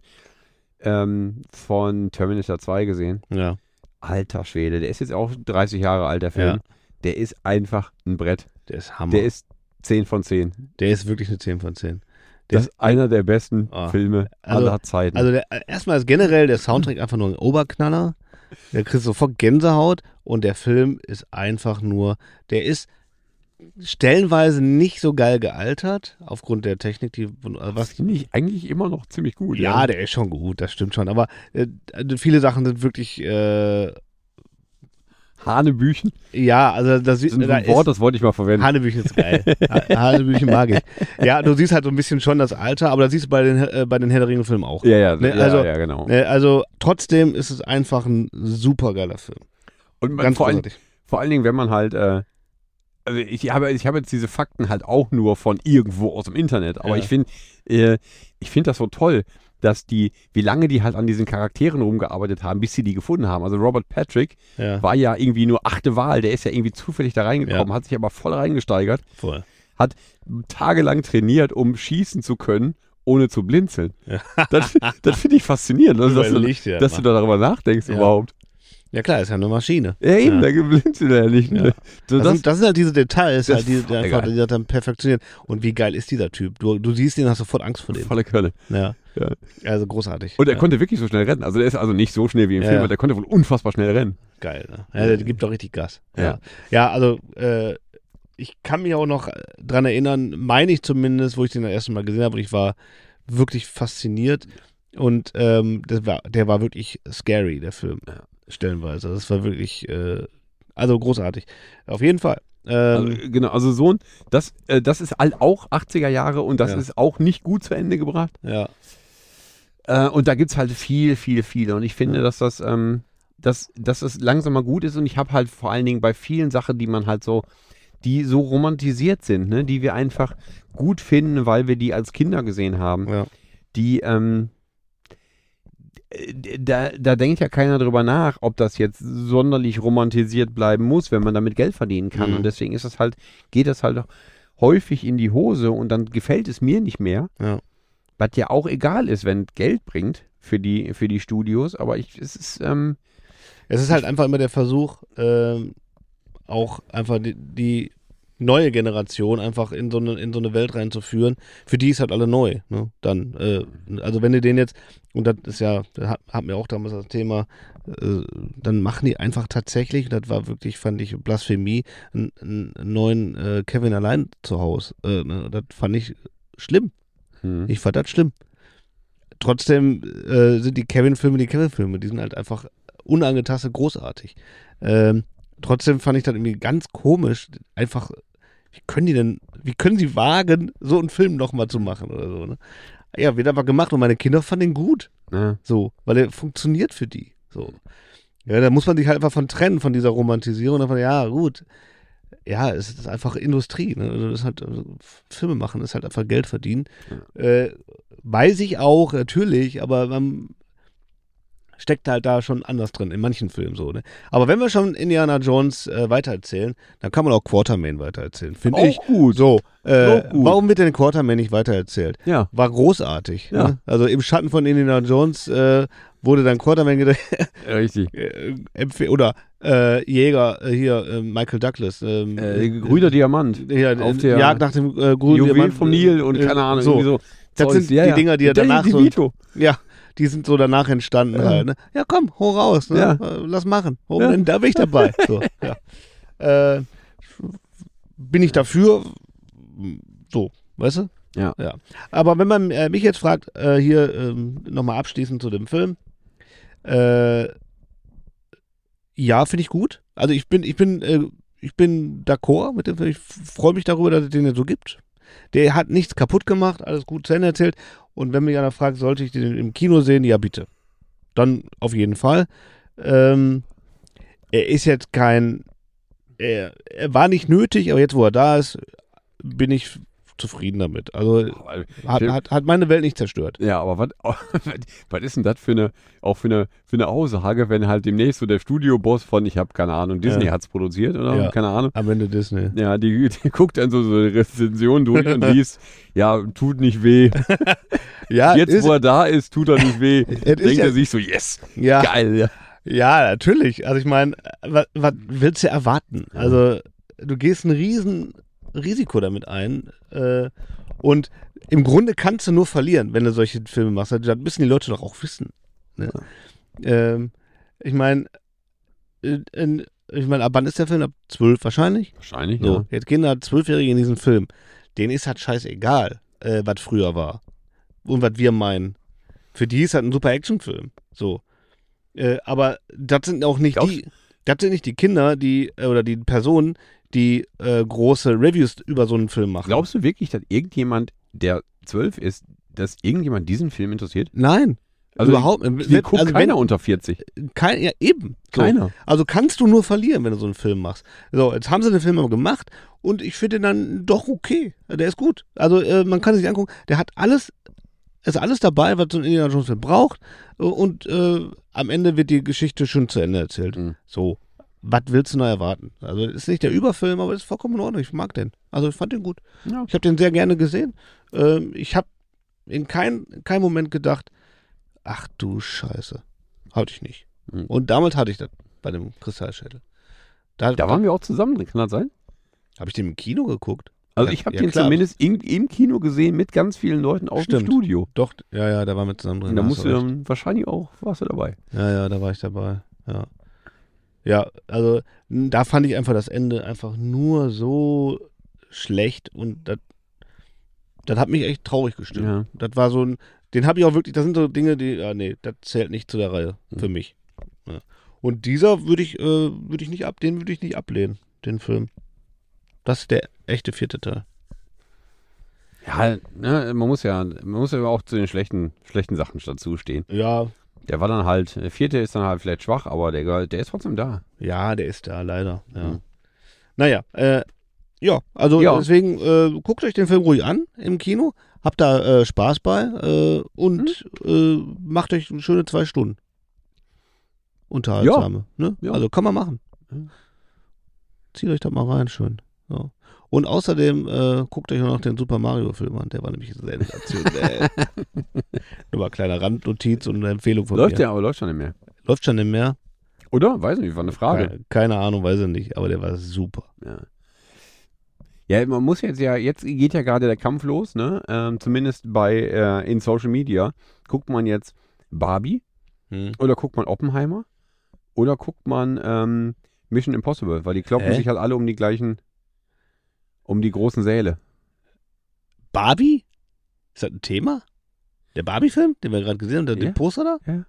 Terminator 2 gesehen. Ja. Alter Schwede, der ist jetzt auch 30 Jahre alt, der Film. Ja. Der ist einfach ein Brett. Der ist Hammer. Der ist 10 von 10. Der ist wirklich eine 10 von 10. Das ist einer der besten Filme aller Zeiten. Also erstmal ist generell der Soundtrack einfach nur ein Oberknaller. Der kriegt sofort Gänsehaut und der Film ist einfach nur, der ist stellenweise nicht so geil gealtert, aufgrund der Technik, was finde ich eigentlich immer noch ziemlich gut. Ja, der ist schon gut, das stimmt schon, aber viele Sachen sind wirklich Hanebüchen. Ja, also das ist ein Wort, das wollte ich mal verwenden. Hanebüchen ist geil. Hanebüchen mag ich. Ja, du siehst halt so ein bisschen schon das Alter, aber das siehst du bei den Herr der Ringe-Filmen auch. Ja, ne? ja, genau. Also trotzdem ist es einfach ein super geiler Film. Und vor allen Dingen, wenn man halt also ich habe jetzt diese Fakten halt auch nur von irgendwo aus dem Internet, aber ich finde das so toll, dass wie lange die halt an diesen Charakteren rumgearbeitet haben, bis sie die gefunden haben. Also Robert Patrick war ja irgendwie nur 8. Wahl, der ist ja irgendwie zufällig da reingekommen, hat sich aber voll reingesteigert, hat tagelang trainiert, um schießen zu können, ohne zu blinzeln. Ja. Das finde ich faszinierend, also, dass du da darüber nachdenkst überhaupt. Ja klar, ist ja eine Maschine. Ja eben, da blinzelt er ja nicht. Ne? Ja. So, das sind halt diese Details, die dann perfektionieren. Und wie geil ist dieser Typ? Du siehst ihn, hast sofort Angst vor dem. Volle Kölle. Ja. Also großartig. Und er konnte wirklich so schnell rennen. Also der ist also nicht so schnell wie im Film, aber der konnte wohl unfassbar schnell rennen. Geil, ne? Ja, der gibt doch richtig Gas. Ja, also ich kann mich auch noch dran erinnern, meine ich zumindest, wo ich den das erste Mal gesehen habe, und ich war wirklich fasziniert. Und der war wirklich scary, der Film. Ja. Stellenweise. Das war wirklich, also großartig. Auf jeden Fall. Genau, also das ist auch 80er Jahre und das ist auch nicht gut zu Ende gebracht. Ja. Und da gibt es halt viel. Und ich finde, dass das langsam mal gut ist und ich habe halt vor allen Dingen bei vielen Sachen, die man halt die so romantisiert sind, ne, die wir einfach gut finden, weil wir die als Kinder gesehen haben. Ja. Die, da denkt ja keiner drüber nach, ob das jetzt sonderlich romantisiert bleiben muss, wenn man damit Geld verdienen kann. Und deswegen geht das halt häufig in die Hose und dann gefällt es mir nicht mehr. Ja. Was ja auch egal ist, wenn Geld bringt für die Studios, aber es ist halt einfach immer der Versuch, auch einfach die neue Generation einfach in so eine Welt reinzuführen, für die ist halt alle neu, ne? Dann, also wenn du den jetzt, und das ist ja, da hatten wir auch damals das Thema, dann machen die einfach tatsächlich, das war wirklich, fand ich, Blasphemie, einen neuen Kevin allein zu Hause. Ne? Das fand ich schlimm. Ich fand das schlimm. Trotzdem sind die Kevin-Filme, die sind halt einfach unangetastet großartig. Trotzdem fand ich das irgendwie ganz komisch, einfach, wie können sie wagen, so einen Film nochmal zu machen oder so, ne? Ja, wird aber gemacht und meine Kinder fanden ihn gut. Ja. So, weil er funktioniert für die. So. Ja, da muss man sich halt einfach von trennen, von dieser Romantisierung. Davon, ja, gut. Ja, es ist einfach Industrie. Ne? Das ist halt, Filme machen ist halt einfach Geld verdienen. Ja. Weiß ich auch, natürlich, aber man steckt halt da schon anders drin, in manchen Filmen so. Ne? Aber wenn wir schon Indiana Jones weitererzählen, dann kann man auch Quartermain weitererzählen. Finde ich. Gut. So, warum wird denn Quartermain nicht weitererzählt? Ja. War großartig. Ja. Ne? Also im Schatten von Indiana Jones wurde dann Quartermain gedreht. Richtig. Oder Jäger, hier, Michael Douglas. Grüner Diamant. Auf der Jagd nach dem grünen Juwel Diamant. vom Nil und keine Ahnung. So. Irgendwie so. Das sind die Dinger, die er danach so... Ja. Die sind so danach entstanden halt, ne? Ja, komm, hau raus, ne? Ja. Lass machen. Da bin ich dabei. So, ja. Bin ich dafür? So, weißt du? Ja. Aber wenn man mich jetzt fragt, hier nochmal abschließend zu dem Film, ja, finde ich gut. Also ich bin d'accord mit dem Film. Ich freue mich darüber, dass es den jetzt so gibt. Der hat nichts kaputt gemacht, alles gut zu Ende erzählt. Und wenn mich einer fragt, sollte ich den im Kino sehen? Ja, bitte. Dann auf jeden Fall. Er ist jetzt er war nicht nötig, aber jetzt, wo er da ist, bin ich zufrieden damit. Also Weil- hat meine Welt nicht zerstört. Ja, aber was ist denn das für eine Aussage, wenn halt demnächst so der Studioboss von, ich habe keine Ahnung, Disney hat's produziert oder Ja. keine Ahnung. Am Ende Disney. Ja, die guckt dann so eine Rezension durch und liest, ja, tut nicht weh. Ja, Jetzt, wo er da ist, tut er nicht weh. ist Denkt ja- er sich so, yes, ja, geil. Ja. ja, natürlich. Also ich meine, was willst du erwarten? Also du gehst ein Risiko damit ein und im Grunde kannst du nur verlieren, wenn du solche Filme machst. Das müssen die Leute doch auch wissen. Ne? Ich meine, ab wann ist der Film? Ab 12 wahrscheinlich? Wahrscheinlich, So, ja. jetzt gehen da 12-Jährige in diesen Film. Denen ist halt scheißegal, was früher war. Und was wir meinen. Für die ist halt ein super Actionfilm. So. Aber das sind auch nicht das sind nicht die Kinder, oder die Personen, die große Reviews über so einen Film machen. Glaubst du wirklich, dass irgendjemand, der 12 ist, dass irgendjemand diesen Film interessiert? Nein. Also überhaupt Hier guckt also keiner unter 40. Ja, eben. So. Keiner. Also kannst du nur verlieren, wenn du so einen Film machst. So, jetzt haben sie den Film aber gemacht und ich finde den dann doch okay. Der ist gut. Also man kann sich angucken, der hat ist alles dabei, was so ein Indiana Jones Film braucht und am Ende wird die Geschichte schon zu Ende erzählt. Mhm. So, was willst du noch erwarten? Also ist nicht der Überfilm, aber ist vollkommen in Ordnung. Ich mag den. Also ich fand den gut. Ja. Ich habe den sehr gerne gesehen. Ich habe in keinem Moment gedacht, ach du Scheiße. Hatte ich nicht. Mhm. Und damals hatte ich das bei dem Kristallschädel. Da waren wir auch zusammen drin, kann das sein? Habe ich den im Kino geguckt? Also Ja, ich habe ja, den klar. zumindest im Kino gesehen mit ganz vielen Leuten aus dem Stimmt. Studio. Doch, ja, da waren wir zusammen drin. Und da hast musst du du recht. dann wahrscheinlich auch, warst du dabei. Ja, da war ich dabei. Ja. Ja, also da fand ich einfach das Ende einfach nur so schlecht und das hat mich echt traurig gestimmt. Ja. Das war so den habe ich auch wirklich, das sind so Dinge, nee, das zählt nicht zu der Reihe für mich. Ja. Und dieser würde ich nicht ablehnen, den Film. Das ist der echte 4. Teil. Ja, ne, man muss ja auch zu den schlechten Sachen dazu stehen. Ja, Der war dann halt, der 4. ist dann halt vielleicht schwach, aber der ist trotzdem da. ja, der ist da, leider. Ja. Mhm. Naja, also Ja. deswegen guckt euch den Film ruhig an im Kino, habt da Spaß bei und macht euch eine schöne 2 Stunden. Unterhaltsame. Ne? Ja. Also kann man machen. Ja. Zieht euch da mal rein, schön. Ja. Und außerdem guckt euch auch noch den Super Mario Film an, der war nämlich sensationell. Nur mal kleiner Randnotiz und eine Empfehlung von Läuft mir. der, aber läuft schon nicht mehr. Läuft schon im Meer? Oder? Weiß nicht, war eine Frage. Keine Ahnung, weiß ich nicht, aber der war super. Ja, man muss jetzt geht ja gerade der Kampf los, ne? Zumindest in Social Media. Guckt man jetzt Barbie oder guckt man Oppenheimer oder guckt man Mission Impossible, weil die kloppen sich halt alle um die großen Säle. Barbie? Ist das ein Thema? Der Barbie-Film, den wir gerade gesehen haben, Ja. den Poster da? Ja.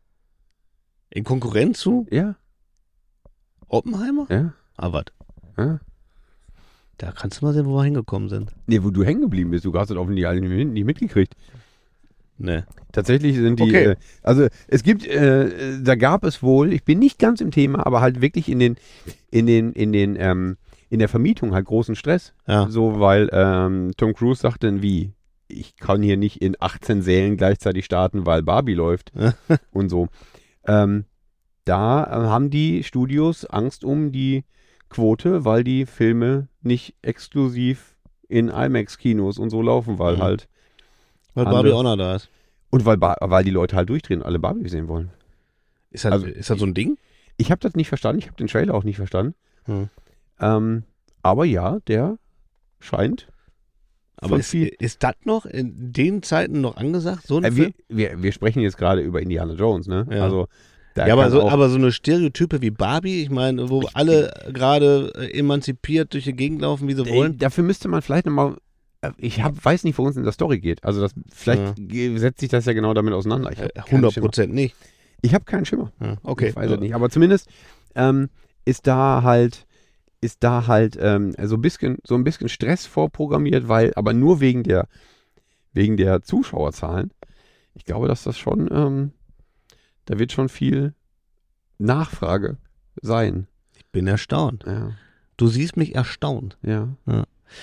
In Konkurrenz zu Ja, Oppenheimer? ja, Ah, was? ja. Da kannst du mal sehen, wo wir hingekommen sind. Nee, wo du hängen geblieben bist, du hast das offensichtlich alle nicht mitgekriegt. Ne. Tatsächlich sind die, Okay. also es gibt, da gab es wohl, ich bin nicht ganz im Thema, aber halt wirklich in der Vermietung halt großen Stress. Ja. So, weil Tom Cruise sagte, wie, ich kann hier nicht in 18 Sälen gleichzeitig starten, weil Barbie läuft und so. Da haben die Studios Angst um die Quote, weil die Filme nicht exklusiv in IMAX-Kinos und so laufen, weil Mhm. halt Weil Andere- Barbie auch noch da ist. und weil die Leute halt durchdrehen und alle Barbie sehen wollen. Ist das, Also, ist das so ein Ding? Ich habe das nicht verstanden, ich habe den Trailer auch nicht verstanden. Hm. Aber ja, der scheint. Aber von ist, viel- ist das noch in den Zeiten noch angesagt? So ein Film? wir sprechen jetzt gerade über Indiana Jones, ne? Ja. Also, da Ja, kann auch, aber so eine Stereotype wie Barbie, ich meine, wo alle gerade emanzipiert durch die Gegend laufen, wie sie wollen. dafür müsste man vielleicht nochmal. Weiß nicht, worum es in der Story geht. Also, vielleicht setzt sich das ja genau damit auseinander. Ich hab keinen Schimmer. 100% nicht. Ich habe keinen Schimmer. Ja, okay. Ich weiß es nicht. Aber zumindest ist da halt so ein bisschen Stress vorprogrammiert, aber nur wegen der Zuschauerzahlen. Ich glaube, dass das schon, da wird schon viel Nachfrage sein. Ich bin erstaunt. Ja. Du siehst mich erstaunt. Ja. Ja.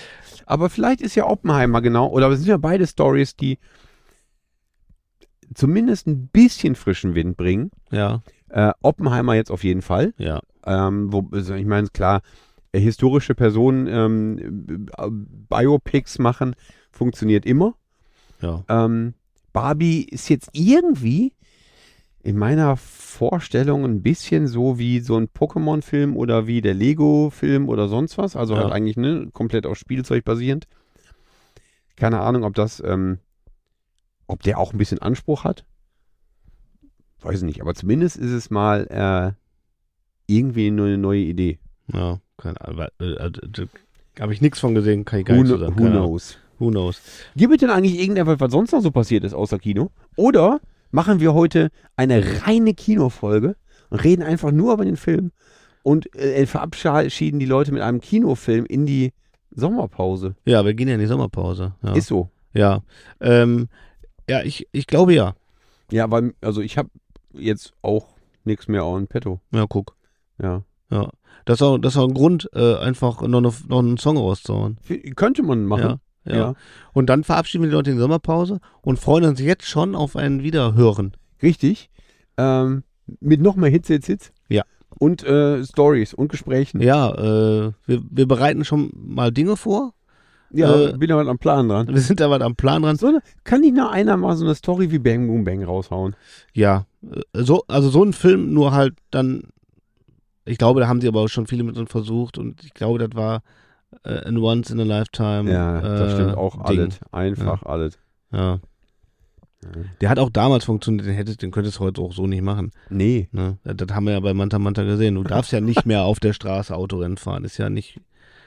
aber vielleicht ist ja Oppenheimer genau, oder es sind ja beide Stories, die zumindest ein bisschen frischen Wind bringen. Ja. Oppenheimer jetzt auf jeden Fall. Ja. Ich meine, klar, historische Personen Biopics machen, funktioniert immer. Ja. Barbie ist jetzt irgendwie in meiner Vorstellung ein bisschen so wie so ein Pokémon-Film oder wie der Lego-Film oder sonst was. Also halt eigentlich komplett auf Spielzeug basierend. Keine Ahnung, ob der auch ein bisschen Anspruch hat. Weiß ich nicht, aber zumindest ist es mal irgendwie nur eine neue Idee. Ja, keine Ahnung. Habe ich nichts von gesehen, kann ich gar nicht so sagen. Who knows? Gibt es denn eigentlich irgendetwas, was sonst noch so passiert ist außer Kino? Oder machen wir heute eine reine Kinofolge und reden einfach nur über den Film und verabschieden die Leute mit einem Kinofilm in die Sommerpause? Ja, wir gehen ja in die Sommerpause. Ja. Ist so. Ja. Ja, ich glaube ja. Ja, weil, also ich habe jetzt auch nichts mehr on petto. Ja, guck. Ja. Ja. Das ist auch ein Grund, einfach noch einen Song rauszuhauen. Könnte man machen. Ja. Und dann verabschieden wir die Leute in die Sommerpause und freuen uns jetzt schon auf ein Wiederhören. Richtig. Mit noch mehr Hits. Ja. Und Stories und Gesprächen. Ja, wir bereiten schon mal Dinge vor. Ja, bin da was am Plan dran. Wir sind da was am Plan dran. Kann nicht noch einer mal so eine Story wie Bang Boom Bang raushauen? Ja, so ein Film, nur halt dann, ich glaube, da haben sie aber auch schon viele mit uns versucht und ich glaube, das war ein Once in a Lifetime. Ja, das stimmt auch alles. Einfach alles. Ja. Der hat auch damals funktioniert, den könntest du heute auch so nicht machen. Nee. Ne? Das haben wir ja bei Manta Manta gesehen. Du darfst ja nicht mehr auf der Straße Autorennen fahren. Ist ja nicht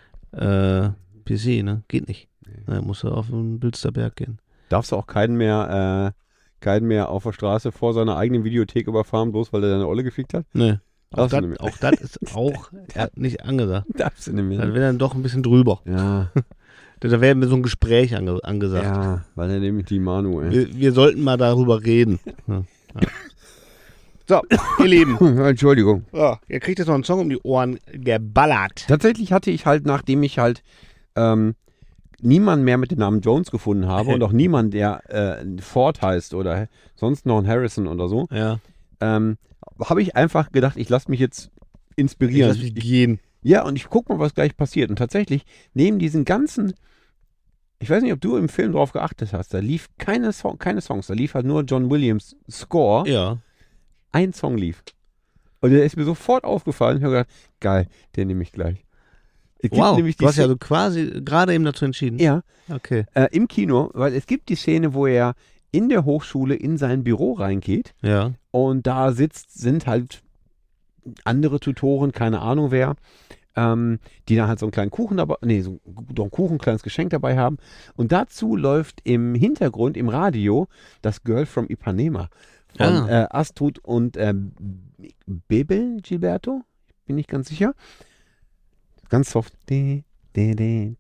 PC, ne? Geht nicht. Nee. Da musst du auf den Bilsterberg gehen. Darfst du auch keinen mehr auf der Straße vor seiner eigenen Videothek überfahren, bloß weil er deine Olle gefickt hat? Nee. Auch das ist auch nicht angesagt. Darfst du nicht mehr. Dann wäre dann doch ein bisschen drüber. Ja. Da wäre mir so ein Gespräch angesagt. Ja, weil er nämlich die Manu, ey. Wir sollten mal darüber reden. Ja. So, ihr Lieben. Entschuldigung. Ja, ihr kriegt jetzt noch einen Song um die Ohren geballert. Tatsächlich hatte ich halt, nachdem ich halt niemanden mehr mit dem Namen Jones gefunden habe und auch niemanden, der Ford heißt oder sonst noch ein Harrison oder so, ja. Habe ich einfach gedacht, ich lasse mich jetzt inspirieren. Ich lasse mich gehen. Ja, und ich guck mal, was gleich passiert. Und tatsächlich, neben diesen ganzen, ich weiß nicht, ob du im Film drauf geachtet hast, da lief keine Songs, da lief halt nur John Williams Score. Ja. Ein Song lief. Und der ist mir sofort aufgefallen. Ich habe gedacht, geil, den nehme ich gleich. Wow, du hast ja so quasi gerade eben dazu entschieden. Ja. Okay. Im Kino, weil es gibt die Szene, wo er in der Hochschule in sein Büro reingeht. Ja. Und da sind halt andere Tutoren, keine Ahnung wer, die dann halt so einen kleinen Kuchen dabei, so einen Kuchen, ein kleines Geschenk dabei haben. Und dazu läuft im Hintergrund, im Radio, das Girl from Ipanema von Astrud und Bebel Gilberto, bin ich ganz sicher. Ganz soft. Den nehme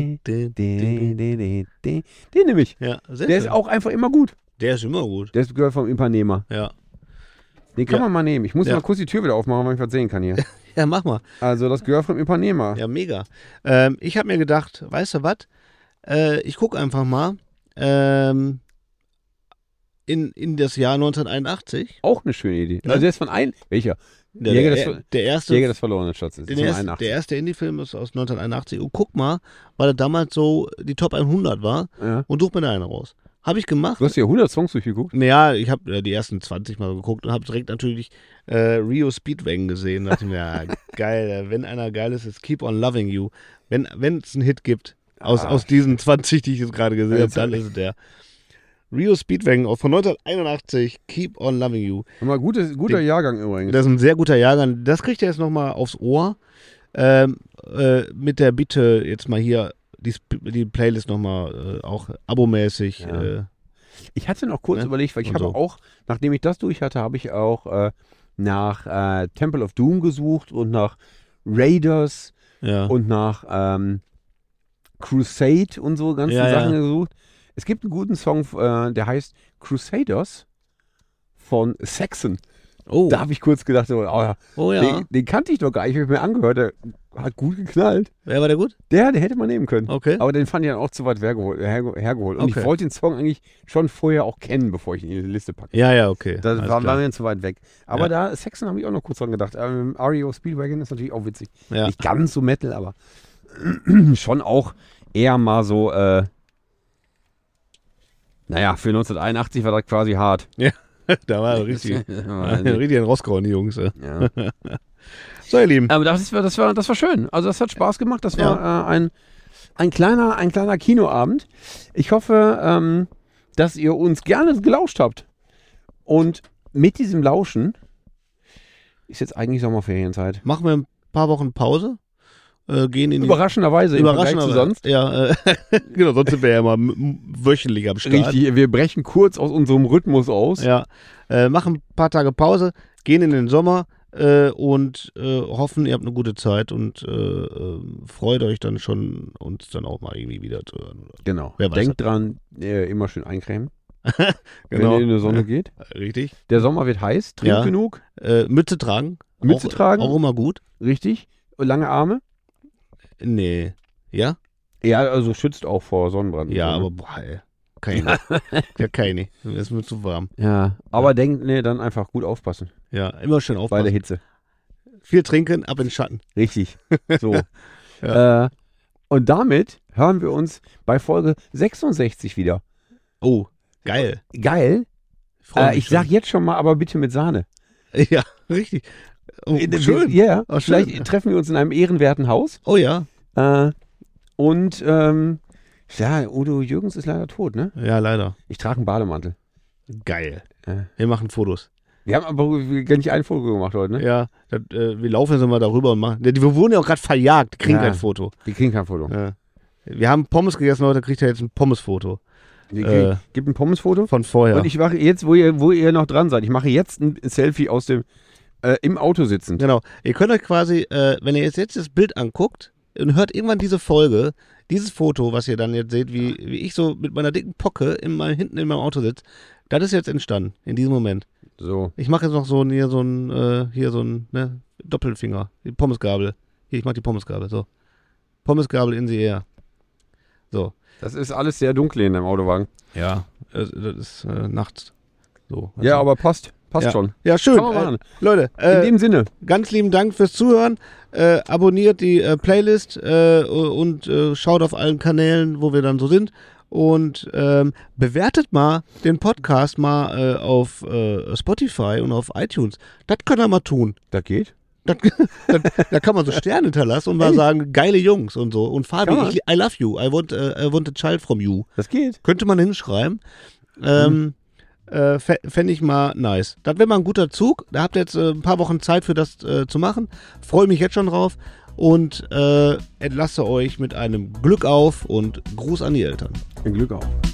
ich. Ja, der ist auch einfach immer gut. Der ist immer gut. Der ist Girl vom Ipanema. Ja. Den kann man mal nehmen. Ich muss mal kurz die Tür wieder aufmachen, weil ich was sehen kann hier. Ja, mach mal. Also das Girl vom Ipanema. Ja, mega. Ich habe mir gedacht, weißt du was? Ich gucke einfach mal in das Jahr 1981. Auch eine schöne Idee. Ja. Also der ist von welcher? Der erste. Jäger des verlorenen Schatzes. Der erste Indie-Film ist aus 1981. Und guck mal, weil er damals so die Top 100 war. Ja. Und such mir da einen raus. Habe ich gemacht. Du hast ja 100 Songs durchgeguckt? Naja, ich habe die ersten 20 mal geguckt und habe direkt natürlich Rio Speedwagon gesehen. Da dachte ich mir, ja, geil, wenn einer geil ist Keep on Loving You. Wenn es einen Hit gibt aus diesen 20, die ich jetzt gerade gesehen habe, dann ist es der. Rio Speedwagon von 1981, Keep on Loving You. Mal guter Jahrgang übrigens. Das ist ein sehr guter Jahrgang. Das kriegt ihr jetzt nochmal aufs Ohr. Mit der Bitte, jetzt mal hier die Playlist nochmal auch abomäßig. Ja. Ich hatte noch kurz überlegt, weil ich habe auch, nachdem ich das durch hatte, habe ich auch nach Temple of Doom gesucht und nach Raiders und nach Crusade und so ganzen Sachen gesucht. Es gibt einen guten Song, der heißt Crusaders von Saxon. Oh. Da habe ich kurz gedacht, ja. Den kannte ich doch gar nicht, ich habe mir angehört, der hat gut geknallt. Wer war der gut? Der hätte man nehmen können. Okay. Aber den fand ich dann auch zu weit hergeholt. Und ich wollte den Song eigentlich schon vorher auch kennen, bevor ich ihn in die Liste packe. Ja, okay. Das war mir zu weit weg. Aber da, Saxon habe ich auch noch kurz dran gedacht. REO Speedwagon ist natürlich auch witzig. Ja. Nicht ganz so Metal, aber schon auch eher mal so, für 1981 war das quasi hart. Ja, da war richtig ein rausgehauen, die Jungs. Ja. So, ihr Lieben. Aber das war schön. Also das hat Spaß gemacht. Das war ein kleiner Kinoabend. Ich hoffe, dass ihr uns gerne gelauscht habt. Und mit diesem Lauschen ist jetzt eigentlich Sommerferienzeit. Machen wir ein paar Wochen Pause. Gehen in Überraschenderweise im Vergleich zu sonst. Ja, genau, sonst sind wir ja immer wöchentlich am Start. Richtig, wir brechen kurz aus unserem Rhythmus aus. Ja, machen ein paar Tage Pause, gehen in den Sommer und hoffen, ihr habt eine gute Zeit und freut euch dann schon, uns dann auch mal irgendwie wieder zu hören. Genau. Denkt dran, immer schön eincremen. Genau. Wenn ihr in die Sonne geht. Richtig. Der Sommer wird heiß, trinkt genug. Mütze tragen. Auch immer gut. Richtig. Lange Arme. Nee. Ja? Ja, also schützt auch vor Sonnenbrand. Ja, aber keine. Ja, keine. Das ist mir zu warm. Ja, aber denkt, dann einfach gut aufpassen. Ja, immer schön aufpassen. Bei der Hitze. Viel trinken, ab in den Schatten. Richtig. So. Und damit hören wir uns bei Folge 66 wieder. Oh, geil. Geil. Ich sag jetzt schon mal, aber bitte mit Sahne. Ja, richtig. Oh, schön. Ja, vielleicht treffen wir uns in einem ehrenwerten Haus. Oh ja. Und Udo Jürgens ist leider tot, ne? Ja, leider. Ich trage einen Bademantel. Geil. Wir machen Fotos. Wir haben aber gar nicht ein Foto gemacht heute, ne? Ja, wir laufen jetzt mal darüber und machen. Wir wurden ja auch gerade verjagt, kriegen kein Foto. Die kriegen kein Foto. Ja. Wir haben Pommes gegessen heute, kriegt er jetzt ein Pommesfoto. Gib ein Pommesfoto? Von vorher. Und ich mache jetzt, wo ihr noch dran seid, ich mache jetzt ein Selfie aus dem im Auto sitzend. Genau. Ihr könnt euch quasi, wenn ihr jetzt das Bild anguckt und hört irgendwann diese Folge, dieses Foto, was ihr dann jetzt seht, wie ich so mit meiner dicken Pocke hinten in meinem Auto sitze, das ist jetzt entstanden, in diesem Moment. So. Ich mache jetzt noch so ein Doppelfinger, die Pommesgabel. Hier, ich mache die Pommesgabel, so. Pommesgabel in the air. So. Das ist alles sehr dunkel in deinem Autowagen. Ja, das ist nachts. So. Also. Ja, aber passt schon. Ja, schön. Kann man machen. Leute, in dem Sinne. Ganz lieben Dank fürs Zuhören. Abonniert die Playlist und schaut auf allen Kanälen, wo wir dann so sind. Und bewertet mal den Podcast mal auf Spotify und auf iTunes. Das könnt ihr mal tun. Das geht? Da kann man so Sterne hinterlassen und mal sagen, geile Jungs und so. Und Fabi, I love you. I want a child from you. Das geht. Könnte man hinschreiben. Fände ich mal nice. Das wäre mal ein guter Zug. Da habt ihr jetzt ein paar Wochen Zeit für das zu machen. Freue mich jetzt schon drauf. Und entlasse euch mit einem Glück auf und Gruß an die Eltern. Glück auf.